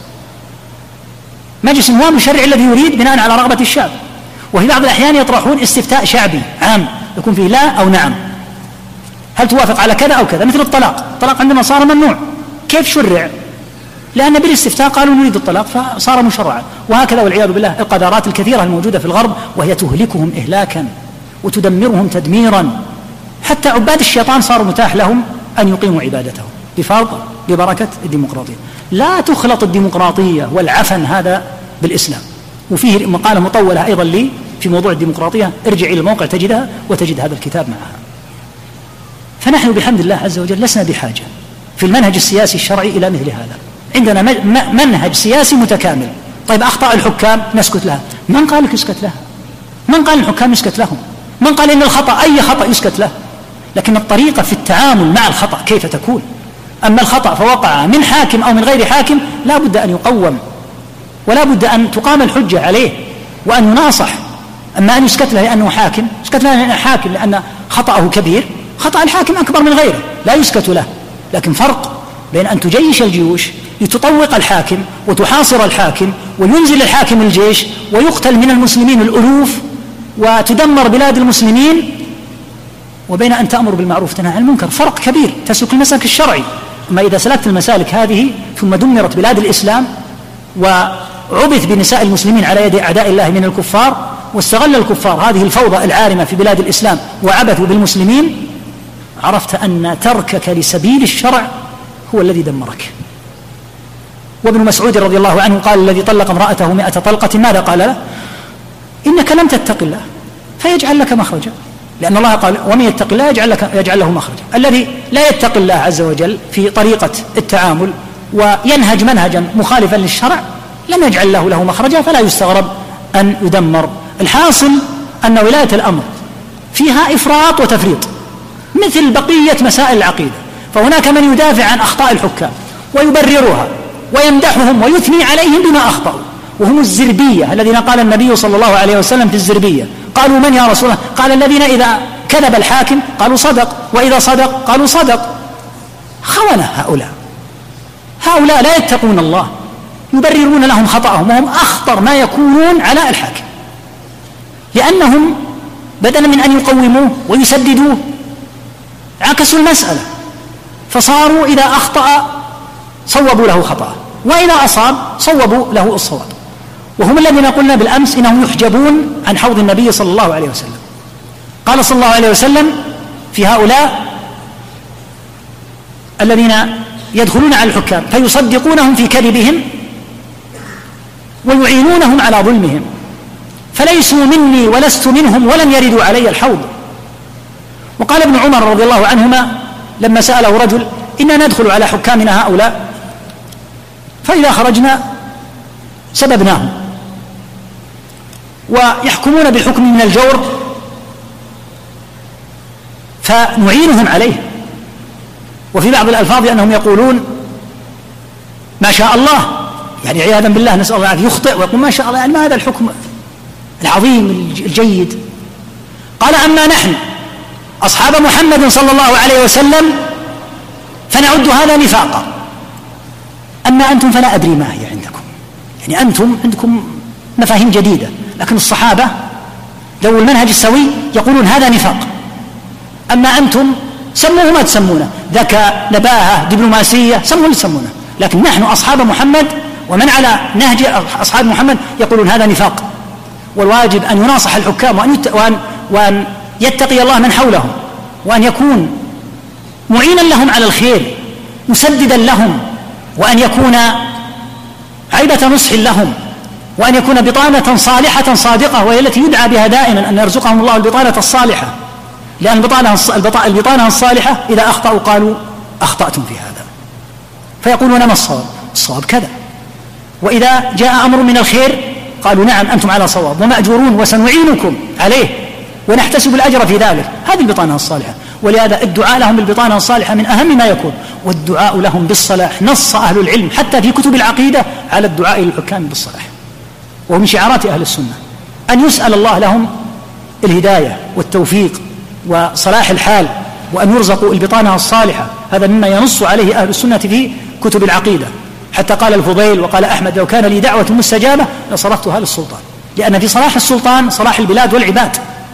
Speaker 2: مجلس النواب يشرع الذي يريد بناء على رغبة الشعب. وفي بعض الأحيان يطرحون استفتاء شعبي عام يكون فيه لا أو نعم، هل توافق على كذا أو كذا، مثل الطلاق. الطلاق عندنا صار ممنوع. كيف شرع؟ لأن بالاستفتاء قالوا نريد الطلاق فصار مشرعا. وهكذا والعياذ بالله القذارات الكثيرة الموجودة في الغرب، وهي تهلكهم إهلاكا وتدمرهم تدميرا. حتى عباد الشيطان صاروا متاح لهم أن يقيموا عبادتهم بفرض ببركة الديمقراطية. لا تخلط الديمقراطية والعفن هذا بالإسلام. وفيه مقالة مطولة أيضا لي في موضوع الديمقراطية، ارجع إلى الموقع تجدها، وتجد هذا الكتاب معها. فنحن بحمد الله عز وجل لسنا بحاجة في المنهج السياسي الشرعي إلى مثل هذا. عندنا منهج سياسي متكامل. طيب أخطاء الحكام نسكت لها. من قال لك يسكت لها؟ من قال الحكام يسكت لهم؟ من قال إن الخطأ أي خطأ يسكت له؟ لكن الطريقة في التعامل مع الخطأ كيف تكون؟ أما الخطأ فوقع من حاكم أو من غير حاكم لا بد أن يقوم، ولا بد أن تقام الحجة عليه وأن يناصح. أما أن يسكت له لأنه حاكم، يسكت له لأنه حاكم لأن خطأه كبير، خطأ الحاكم أكبر من غيره، لا يسكت له. لكن فرق بين أن تجيش الجيوش لتطوق الحاكم وتحاصر الحاكم وينزل الحاكم الجيش ويقتل من المسلمين الألوف وتدمر بلاد المسلمين، وبين أن تأمر بالمعروف وتنهى عن المنكر. فرق كبير. تسلك المسلك الشرعي. أما إذا سلكت المسالك هذه ثم دمرت بلاد الإسلام وعبث بنساء المسلمين على يد أعداء الله من الكفار، واستغل الكفار هذه الفوضى العارمة في بلاد الإسلام وعبثوا بالمسلمين، عرفت أن تركك لسبيل الشرع هو الذي دمرك. وابن مسعود رضي الله عنه قال الذي طلق امرأته 100 طلقة ماذا قال له؟ إنك لم تتق الله فيجعل لك مخرجا. لأن الله قال ومن يتق الله يجعل له مخرجا. الذي لا يتق الله عز وجل في طريقة التعامل وينهج منهجا مخالفا للشرع لم يجعل له مخرجا، فلا يستغرب أن يدمر. الحاصل أن ولاية الأمر فيها إفراط وتفريط مثل بقية مسائل العقيدة. فهناك من يدافع عن أخطاء الحكام ويبررها ويمدحهم ويثني عليهم بما أخطأوا، وهم الزربية الذين قال النبي صلى الله عليه وسلم في الزربية. قالوا من يا رسول الله؟ قال الذين إذا كذب الحاكم قالوا صدق، وإذا صدق قالوا صدق. خونة هؤلاء لا يتقون الله، يبررون لهم خطأهم، وهم أخطر ما يكونون على الحاكم، لأنهم بدلا من أن يقوموه ويسددوه عكسوا المسألة، فصاروا إذا أخطأ صوبوا له خطأ، وإذا أصاب صوبوا له الصواب. وهم الذين قلنا بالأمس إنهم يحجبون عن حوض النبي صلى الله عليه وسلم. قال صلى الله عليه وسلم في هؤلاء الذين يدخلون على الحكام فيصدقونهم في كذبهم ويعينونهم على ظلمهم، فليسوا مني ولست منهم ولن يردوا علي الحوض. وقال ابن عمر رضي الله عنهما لما سأله رجل إننا ندخل على حكامنا هؤلاء فإذا خرجنا سببناهم ويحكمون بالحكم من الجور فنعينهم عليه. وفي بعض الألفاظ أنهم يقولون ما شاء الله، يعني عياذا بالله نسأل الله العافية، يخطئ ويقول ما شاء الله، يعني ما هذا الحكم العظيم الجيد. قال أما نحن أصحاب محمد صلى الله عليه وسلم فنعد هذا نفاقا. أما أنتم فلا أدري ما هي عندكم، يعني أنتم عندكم مفاهيم جديدة، لكن الصحابة لو المنهج السوي يقولون هذا نفاق. أما أنتم سموه ما تسمونه، ذكاء، نباهة، دبلوماسية، سموه اللي تسمونه، لكن نحن أصحاب محمد ومن على نهج أصحاب محمد يقولون هذا نفاق. والواجب أن يناصح الحكام وأن يتقي الله من حولهم، وأن يكون معينا لهم على الخير، مسددا لهم، وأن يكون عيبة نصح لهم، وأن يكون بطانة صالحة صادقة، وهي التي يدعى بها دائما أن يرزقهم الله البطانة الصالحة، لأن البطانة الصالحة إذا أخطأوا قالوا أخطأتم في هذا، فيقولون ما الصواب؟ الصواب كذا. وإذا جاء أمر من الخير قالوا نعم أنتم على صواب ومأجورون وسنعينكم عليه ونحتسب الأجر في ذلك. هذه البطانة الصالحة. ولهذا الدعاء لهم بالبطانة الصالحة من أهم ما يكون، والدعاء لهم بالصلاح. نص أهل العلم حتى في كتب العقيدة على الدعاء للحكام بالصلاح، ومن شعارات أهل السنة أن يسأل الله لهم الهداية والتوفيق وصلاح الحال، وأن يرزقوا البطانة الصالحة. هذا مما ينص عليه أهل السنة في كتب العقيدة. حتى قال الفضيل وقال أحمد لو كان لي دعوة مستجابة لصرفتها للسلطان، لأن في صلاح السلطان صلاح البلاد والعباد.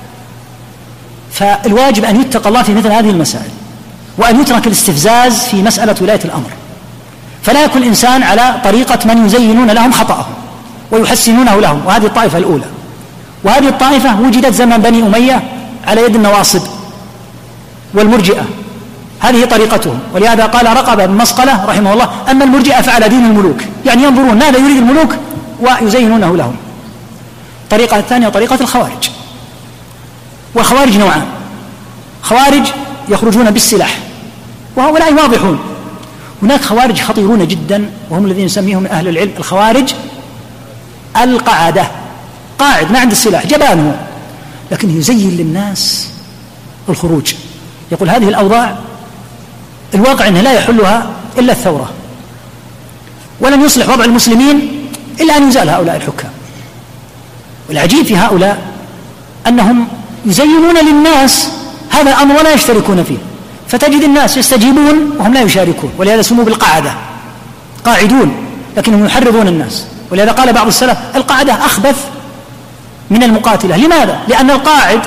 Speaker 2: فالواجب أن يتقى الله في مثل هذه المسائل، وأن يترك الاستفزاز في مسألة ولاية الأمر. فلا يكون الإنسان على طريقة من يزينون لهم خطأهم ويحسنونه لهم، وهذه الطائفة الأولى. وهذه الطائفة وجدت زمن بني أمية على يد النواصب والمرجئة، هذه طريقتهم. ولهذا قال رقبة بن مسقلة رحمه الله أما المرجئة فعلى دين الملوك، يعني ينظرون ماذا يريد الملوك ويزينونه لهم. الطريقة الثانية طريقة الخوارج. والخوارج نوعان: خوارج يخرجون بالسلاح وهؤلاء واضحون. هناك خوارج خطيرون جدا وهم الذين نسميهم أهل العلم الخوارج القعدة، قاعد ما عند السلاح، جبانه، لكن يزين للناس الخروج. يقول هذه الأوضاع الواقع أنها لا يحلها إلا الثورة، ولن يصلح وضع المسلمين إلا أن يزال هؤلاء الحكام. والعجيب في هؤلاء أنهم يزينون للناس هذا الأمر ولا يشتركون فيه، فتجد الناس يستجيبون وهم لا يشاركون. ولهذا سموا بالقعدة، قاعدون لكنهم يحرضون الناس. ولهذا قال بعض السلف القعدة أخبث من المقاتلة. لماذا؟ لأن القاعد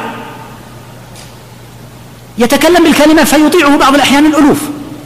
Speaker 2: يتكلم بالكلمة فيطيعه بعض الأحيان الألوف،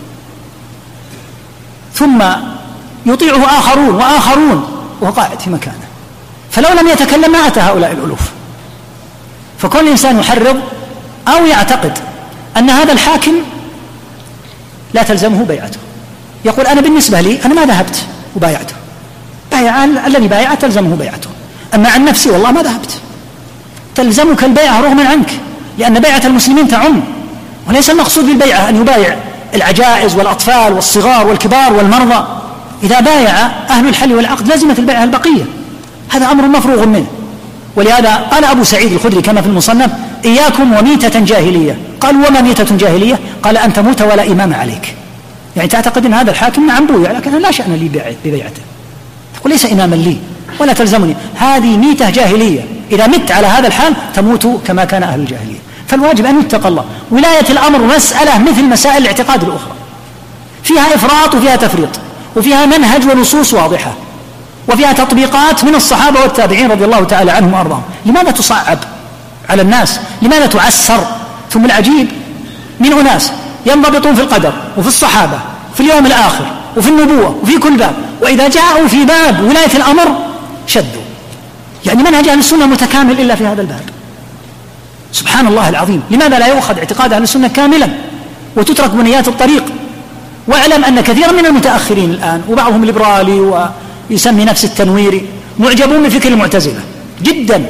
Speaker 2: ثم يطيعه آخرون وآخرون وهو قاعد في مكانه، فلو لم يتكلم ما أتى هؤلاء الألوف. فكل إنسان يحرض أو يعتقد أن هذا الحاكم لا تلزمه بيعته، يقول أنا بالنسبة لي أنا ما ذهبت وبايعته، بايع الذي بايع تلزمه بيعته، أما عن نفسي والله ما ذهبت. تلزمك البيعة رغما عنك، لأن بيعة المسلمين تعم، وليس المقصود بالبيعة أن يبايع العجائز والأطفال والصغار والكبار والمرضى. إذا بايع أهل الحل والعقد لازمت البيعة البقية، هذا أمر مفروغ منه. ولهذا قال أبو سعيد الخدري كما في المصنف إياكم وميتة جاهلية. قالوا وما ميتة جاهلية؟ قال أن تموت ولا إمام عليك، يعني تعتقد أن هذا الحاكم نعم بويع لكن لا شأن لي ببيعته، تقول ليس إماما لي ولا تلزمني، هذه ميتة جاهلية، إذا مت على هذا الحال تموت كما كان أهل الجاهلية. فالواجب أن يتقى الله. ولاية الأمر مسألة مثل مسائل الاعتقاد الأخرى، فيها إفراط وفيها تفريط، وفيها منهج ونصوص واضحة، وفيها تطبيقات من الصحابة والتابعين رضي الله تعالى عنهم وأرضاهم. لماذا تصعب على الناس؟ لماذا تعسر؟ ثم العجيب من أناس ينضبطون في القدر وفي الصحابة في اليوم الآخر وفي النبوة وفي كل باب، وإذا جاءوا في باب ولاية الأمر شدوا. يعني منهج أهل السنة متكامل إلا في هذا الباب. سبحان الله العظيم، لماذا لا يؤخذ اعتقاد أهل السنة كاملا وتترك بنيات الطريق؟ واعلم أن كثيرا من المتأخرين الآن وبعضهم ليبرالي ويسمي نفس التنويري معجبون بفكر المعتزلة جدا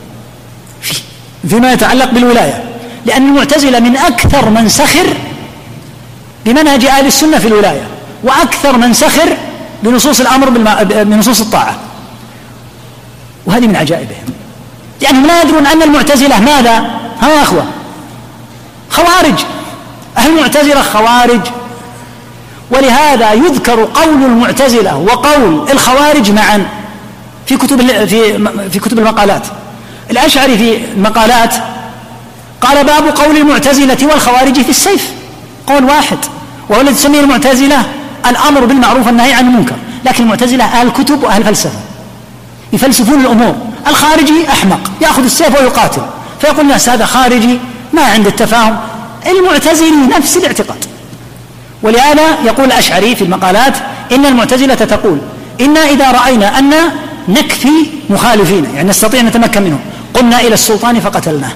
Speaker 2: فيما يتعلق بالولاية، لأن المعتزلة من أكثر من سخر بمنهج أهل السنة في الولاية، وأكثر من سخر بنصوص الأمر بنصوص الطاعة. وهذه من عجائبهم، لأنهم لا يدرون أن المعتزلة ماذا؟ ها يا أخوة خوارج، أهل المعتزلة خوارج. ولهذا يذكر قول المعتزلة وقول الخوارج معا في كتب المقالات. الأشعري في المقالات قال باب قول المعتزلة والخوارج في السيف، قول واحد، وهو الذي تسميه المعتزلة الأمر بالمعروف والنهي عن المنكر. لكن المعتزلة أهل كتب وأهل فلسفة، يفلسفون الأمور. الخارجي أحمق يأخذ السيف ويقاتل، فيقول الناس هذا خارجي ما عند التفاهم. المعتزلي نفس الاعتقاد. ولهذا يقول الأشعري في المقالات إن المعتزلة تقول إنا إذا رأينا أن نكفي مخالفين، يعني نستطيع أن نتمكن منهم، قمنا إلى السلطان فقتلناه،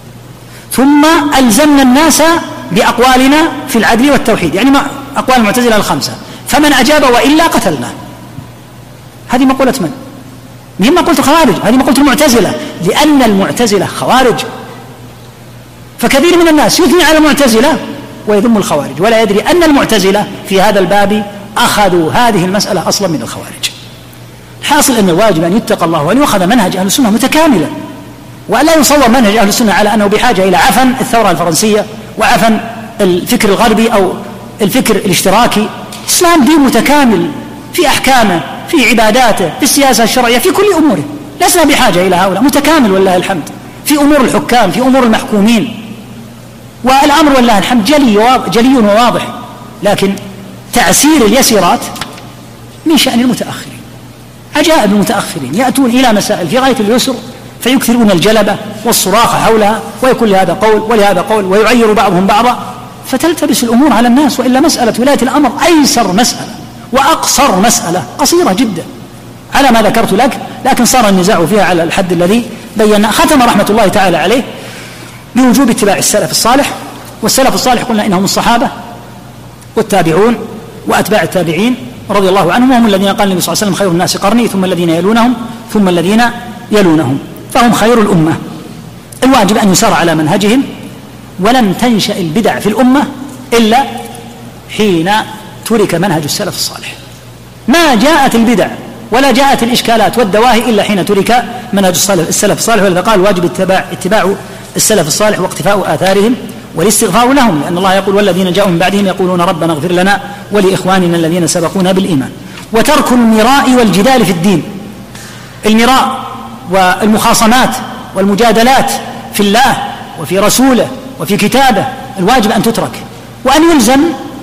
Speaker 2: ثم ألزمنا الناس بأقوالنا في العدل والتوحيد، يعني أقوال المعتزلة الخمسة، فمن أجاب وإلا قتلناه. هذه مقولة من؟ مين مقولة الخوارج؟ هذه مقولة المعتزلة، لأن المعتزلة خوارج. فكثير من الناس يثني على المعتزلة ويذم الخوارج، ولا يدري أن المعتزلة في هذا الباب أخذوا هذه المسألة أصلا من الخوارج. حاصل أن الواجب أن يتقى الله وأن يؤخذ منهج أهل السنة متكاملا، وألا يصور منهج أهل السنة على أنه بحاجة إلى عفن الثورة الفرنسية وعفن الفكر الغربي أو الفكر الاشتراكي. الإسلام دين متكامل في أحكامه، في عباداته، في السياسة الشرعية، في كل أموره. لسنا بحاجة إلى هؤلاء، متكامل والله الحمد في أمور الحكام، في أمور المحكومين، والأمر والله الحمد جلي وواضح. لكن تعسير اليسيرات من شأن المتأخرين. عجائب المتأخرين يأتون إلى مسائل في غاية اليسر فيكثرون الجلبة والصراخ حولها، ويكون لهذا قول ولهذا قول، ويعير بعضهم بعضا، فتلتبس الأمور على الناس. وإلا مسألة ولاية الأمر أيسر مسألة وأقصر مسألة، قصيرة جدا على ما ذكرت لك، لكن صار النزاع فيها على الحد الذي بينا. ختم رحمة الله تعالى عليه بوجوب اتباع السلف الصالح. والسلف الصالح قلنا إنهم الصحابة والتابعون وأتباع التابعين رضي الله عنهم، وهم الذين قال النبي صلى الله عليه وسلم خير الناس قرني ثم الذين يلونهم ثم الذين يلونهم، فهم خير الأمة. الواجب أن يسار على منهجهم، ولن تنشأ البدع في الأمة إلا حين ترك منهج السلف الصالح. ما جاءت البدع ولا جاءت الإشكالات والدواهي إلا حين ترك منهج السلف الصالح. ولذا قال واجب اتباع السلف الصالح واقتفاء آثارهم والاستغفار لهم، لأن الله يقول والذين جاءوا من بعدهم يقولون ربنا اغفر لنا ولإخواننا الذين سبقونا بالإيمان. وترك المراء والجدال في الدين. المراء والمخاصمات والمجادلات في الله وفي رسوله وفي كتابه الواجب أن تترك، وأن يلزم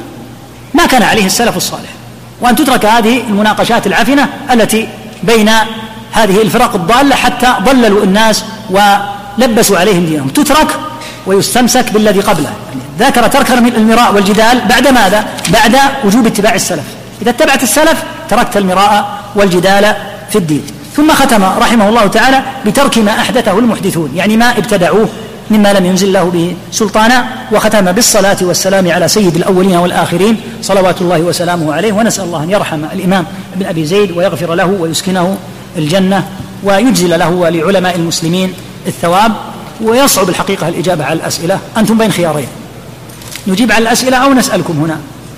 Speaker 2: ما كان عليه السلف الصالح، وأن تترك هذه المناقشات العفنة التي بين هذه الفرق الضالة حتى ضللوا الناس ولبسوا عليهم دينهم. تترك ويستمسك بالذي قبله. يعني ذكر ترك المراء والجدال بعد ماذا؟ بعد وجوب اتباع السلف. إذا اتبعت السلف تركت المراء والجدال في الدين. ثم ختم رحمه الله تعالى بترك ما أحدثه المحدثون، يعني ما ابتدعوه مما لم ينزل الله به سلطانا. وختم بالصلاة والسلام على سيد الأولين والآخرين صلوات الله وسلامه عليه. ونسأل الله أن يرحم الإمام ابن أبي زيد ويغفر له ويسكنه الجنة ويجزل له ولعلماء المسلمين الثواب. ويصعب الحقيقة الإجابة على الأسئلة، أنتم بين خيارين، نجيب على الأسئلة أو نسألكم هنا.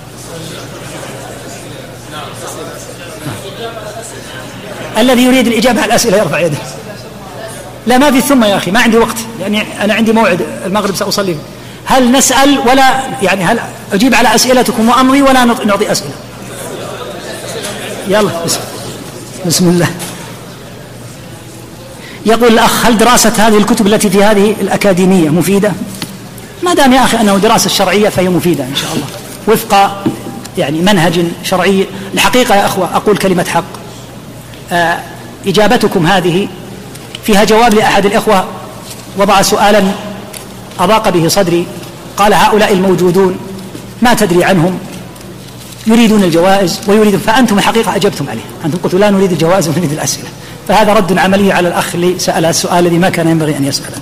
Speaker 2: الذي يريد الإجابة على الأسئلة يرفع يده. لا ما في ثم يا أخي، ما عندي وقت، يعني أنا عندي موعد المغرب سأصلي. هل نسأل ولا يعني هل أجيب على أسئلتكم وأمضي ولا نعطي أسئلة؟ يلا بسم الله. يقول الأخ هل دراسة هذه الكتب التي في هذه الأكاديمية مفيدة؟ ما دام يا أخي أنه دراسة شرعية فهي مفيدة إن شاء الله وفق يعني منهج شرعي. الحقيقة يا أخوة أقول كلمة حق، إجابتكم هذه فيها جواب لأحد الإخوة وضع سؤالا أضاق به صدري، قال هؤلاء الموجودون ما تدري عنهم يريدون الجوائز ويريدون، فأنتم الحقيقة أجبتم عليه، أنتم قلتوا لا نريد الجوائز ونريد الأسئلة، فهذا رد عملي على الأخ اللي سأل السؤال الذي ما كان ينبغي أن يسأله.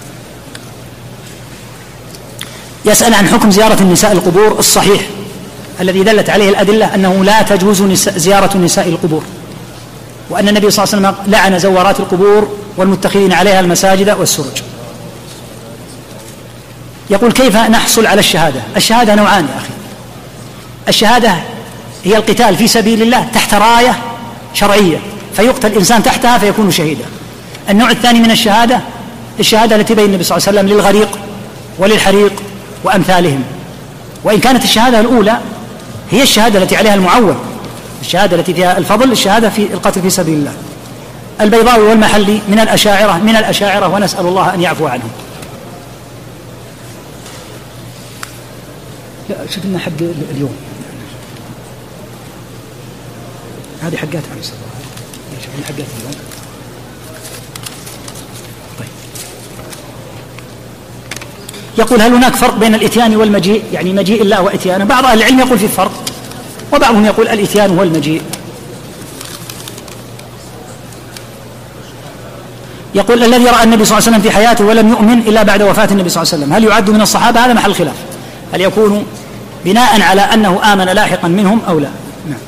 Speaker 2: يسأل عن حكم زيارة النساء القبور الصحيح الذي دلت عليه الأدلة أنه لا تجوز زيارة النساء القبور، وأن النبي صلى الله عليه وسلم لعن زوارات القبور والمتخذين عليها المساجد والسرج. يقول كيف نحصل على الشهادة؟ الشهادة نوعان يا أخي. الشهادة هي القتال في سبيل الله تحت راية شرعية فيقتل الإنسان تحتها فيكون شهيدا. النوع الثاني من الشهادة الشهادة التي بين النبي صلى الله عليه وسلم للغريق وللحريق وأمثالهم، وإن كانت الشهادة الأولى هي الشهادة التي عليها المعول، الشهادة التي فيها الفضل، الشهادة في القتل في سبيل الله. البيضاوي والمحلي من الأشاعرة ونسأل الله أن يعفو عنهم. لا شفنا حق اليوم هذه حقات عن الصلاة شفنا حقات اليوم. طيب يقول هل هناك فرق بين الإتيان والمجيء؟ يعني مجيء الله وإتيانه. بعض أهل العلم يقول في فرق وبعضهم يقول الإتيان هو المجيء. يقول الذي رأى النبي صلى الله عليه وسلم في حياته ولم يؤمن إلا بعد وفاة النبي صلى الله عليه وسلم هل يعد من الصحابة؟ هذا محل خلاف، هل يكون بناء على أنه آمن لاحقا منهم أو لا؟ نعم.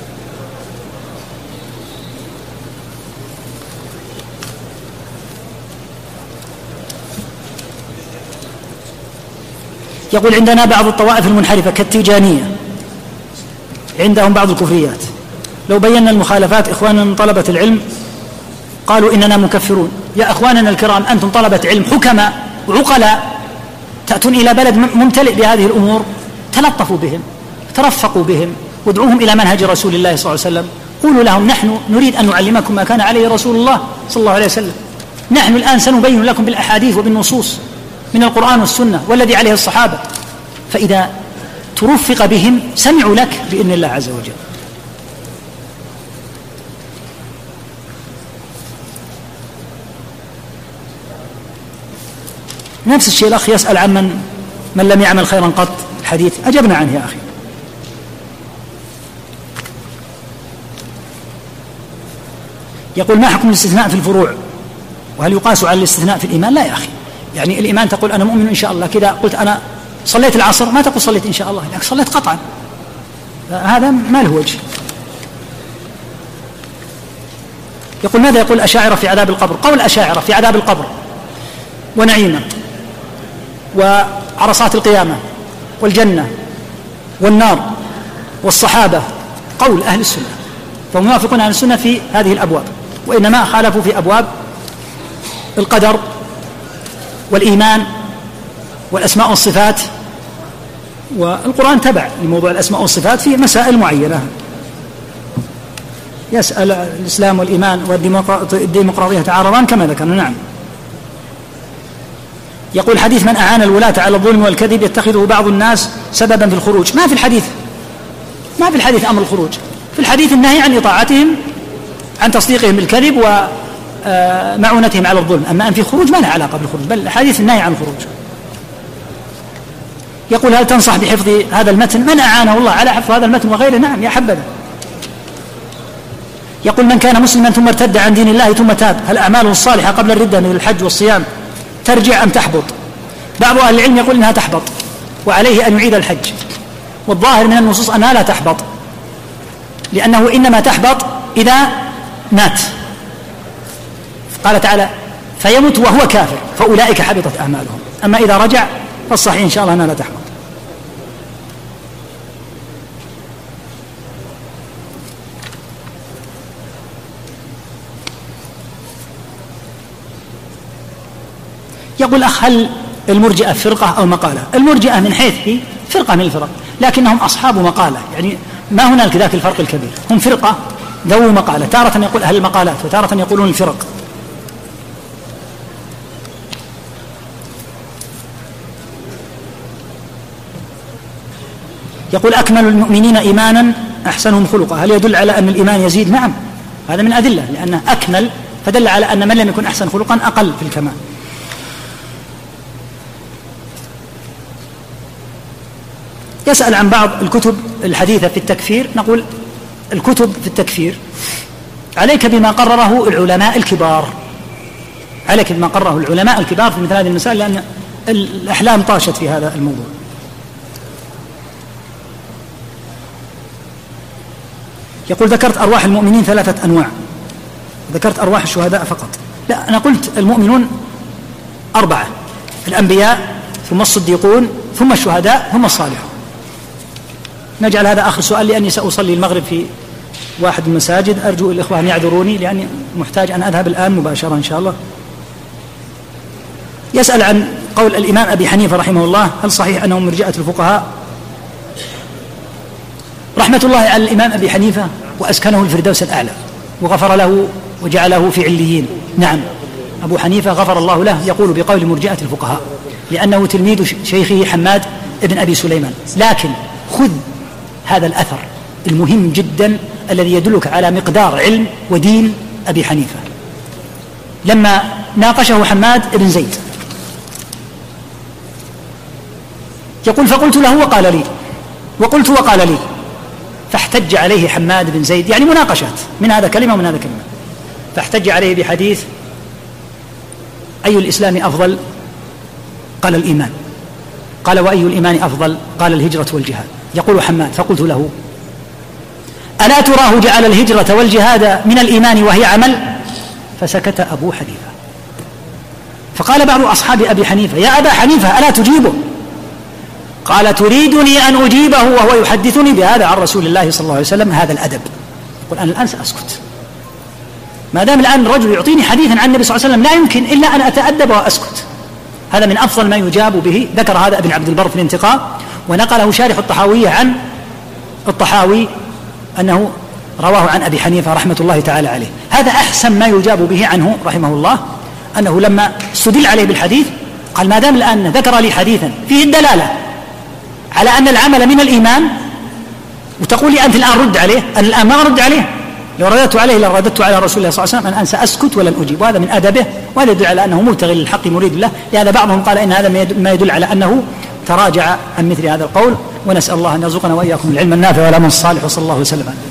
Speaker 2: يقول عندنا بعض الطوائف المنحرفة كالتيجانية عندهم بعض الكفريات، لو بينا المخالفات إخواننا من طلبة العلم قالوا إننا مكفرون. يا أخواننا الكرام أنتم طلبة علم حكماء وعقلاء تأتون إلى بلد ممتلئ بهذه الأمور، تلطفوا بهم، ترفقوا بهم، وادعوهم إلى منهج رسول الله صلى الله عليه وسلم. قولوا لهم نحن نريد أن نعلمكم ما كان عليه رسول الله صلى الله عليه وسلم، نحن الآن سنبين لكم بالأحاديث وبالنصوص من القرآن والسنة والذي عليه الصحابة. فإذا ترفق بهم سمعوا لك بإذن الله عز وجل. نفس الشيء الأخ يسأل عن من لم يعمل خيرا قط، الحديث أجبنا عنه يا أخي. يقول ما حكم الاستثناء في الفروع وهل يقاس على الاستثناء في الإيمان؟ لا يا أخي، يعني الإيمان تقول أنا مؤمن إن شاء الله، كذا قلت أنا صليت العصر ما تقول صليت إن شاء الله، لكن صليت قطعا، هذا ما له وجه. يقول ماذا يقول الأشاعرة في عذاب القبر؟ قول الأشاعرة في عذاب القبر ونعيمه وعرصات القيامة والجنة والنار والصحابة قول أهل السنة، فهم يوافقون أهل السنة في هذه الأبواب، وإنما خالفوا في أبواب القدر والإيمان والأسماء والصفات، والقرآن تبع لموضوع الأسماء والصفات في مسائل معينة. يسأل الإسلام والإيمان والديمقراطية تعارضان كما ذكرنا. نعم. يقول حديث من أعان الولاة على الظلم والكذب يتخذه بعض الناس سببا في الخروج، ما في الحديث أمر الخروج، في الحديث النهي عن إطاعتهم عن تصديقهم بالكذب ومعونتهم على الظلم، أما أن في خروج ما له علاقة بالخروج، بل حديث النهي عن الخروج. يقول هل تنصح بحفظ هذا المتن؟ من أعانه الله على حفظ هذا المتن وغيره نعم يا حبذا. يقول من كان مسلما ثم ارتد عن دين الله ثم تاب هل أعماله الصالحة قبل الردة من الحج والصيام ترجع أم تحبط؟ بعض أهل العلم يقول إنها تحبط وعليه أن يعيد الحج، والظاهر من النصوص أنها لا تحبط، لأنه إنما تحبط إذا مات. قال تعالى فيموت وهو كافر فأولئك حبطت أعمالهم، أما إذا رجع فالصحيح إن شاء الله أنها لا تحبط. يقول أخ هل المرجئة فرقة أو مقالة؟ المرجئة من حيث هي فرقة من الفرق، لكنهم أصحاب مقالة، يعني ما هنالك ذاك الفرق الكبير، هم فرقة ذو مقالة، تارة يقول أهل المقالات وتارة يقولون الفرق. يقول أكمل المؤمنين إيمانا أحسنهم خلقا، هل يدل على أن الإيمان يزيد؟ نعم، هذا من أدلة، لأنه أكمل فدل على أن من لم يكن أحسن خلقا أقل في الكمال. يسأل عن بعض الكتب الحديثة في التكفير، نقول الكتب في التكفير عليك بما قرره العلماء الكبار، عليك بما قرره العلماء الكبار في مثل هذه المسائل، لأن الأحلام طاشت في هذا الموضوع. يقول ذكرت أرواح المؤمنين 3 أنواع، ذكرت أرواح الشهداء فقط. لا، أنا قلت المؤمنون 4، الأنبياء ثم الصديقون ثم الشهداء ثم الصالحون. نجعل هذا آخر سؤال لأني سأصلي المغرب في واحد المساجد، أرجو الإخوة أن يعذروني لأني محتاج أن أذهب الآن مباشرة إن شاء الله. يسأل عن قول الإمام أبي حنيفة رحمه الله هل صحيح أنه مرجئة الفقهاء؟ رحمة الله على الإمام أبي حنيفة وأسكنه الفردوس الأعلى وغفر له وجعله في عليين. نعم، أبو حنيفة غفر الله له يقول بقول مرجئة الفقهاء لأنه تلميذ شيخه حماد ابن أبي سليمان، لكن خذ هذا الأثر المهم جدا الذي يدلك على مقدار علم ودين أبي حنيفة. لما ناقشه حماد بن زيد يقول فقلت له وقال لي، وقلت وقال لي، فاحتج عليه حماد بن زيد، يعني مناقشات من هذا كلمة ومن هذا كلمة، فاحتج عليه بحديث أي الإسلام أفضل؟ قال الإيمان. قال وأي الإيمان أفضل؟ قال الهجرة والجهاد. يقول حماد فقلت له ألا تراه جعل الهجرة والجهاد من الإيمان وهي عمل؟ فسكت أبو حنيفة. فقال بعض أصحاب أبي حنيفة يا أبا حنيفة ألا تجيبه؟ قال تريدني أن أجيبه وهو يحدثني بهذا عن رسول الله صلى الله عليه وسلم؟ هذا الأدب. قل أنا الآن سأسكت، ما دام الآن الرجل يعطيني حديثا عن النبي صلى الله عليه وسلم لا يمكن إلا أن أتأدب وأسكت. هذا من أفضل ما يجاب به. ذكر هذا ابن عبد البر في الانتقاء، ونقله شارح الطحاوية عن الطحاوي أنه رواه عن أبي حنيفة رحمة الله تعالى عليه. هذا أحسن ما يجاب به عنه رحمه الله، أنه لما استدل عليه بالحديث قال ما دام الآن ذكر لي حديثا فيه الدلالة على أن العمل من الإيمان، وتقول لي أنت الآن رد عليه، أنا الآن ما أرد عليه، لو رددت عليه لرددت على رسول الله صلى الله عليه وسلم، أن سأسكت ولن أجيب. وهذا من أدبه، وهذا يدل على أنه مبتغي للحق مريد له. لهذا بعضهم قال إن هذا ما يدل على أنه تراجع عن مثل هذا القول. ونسأل الله أن يرزقنا وإياكم العلم النافع والعمل الصالح، وصلى الله وسلم.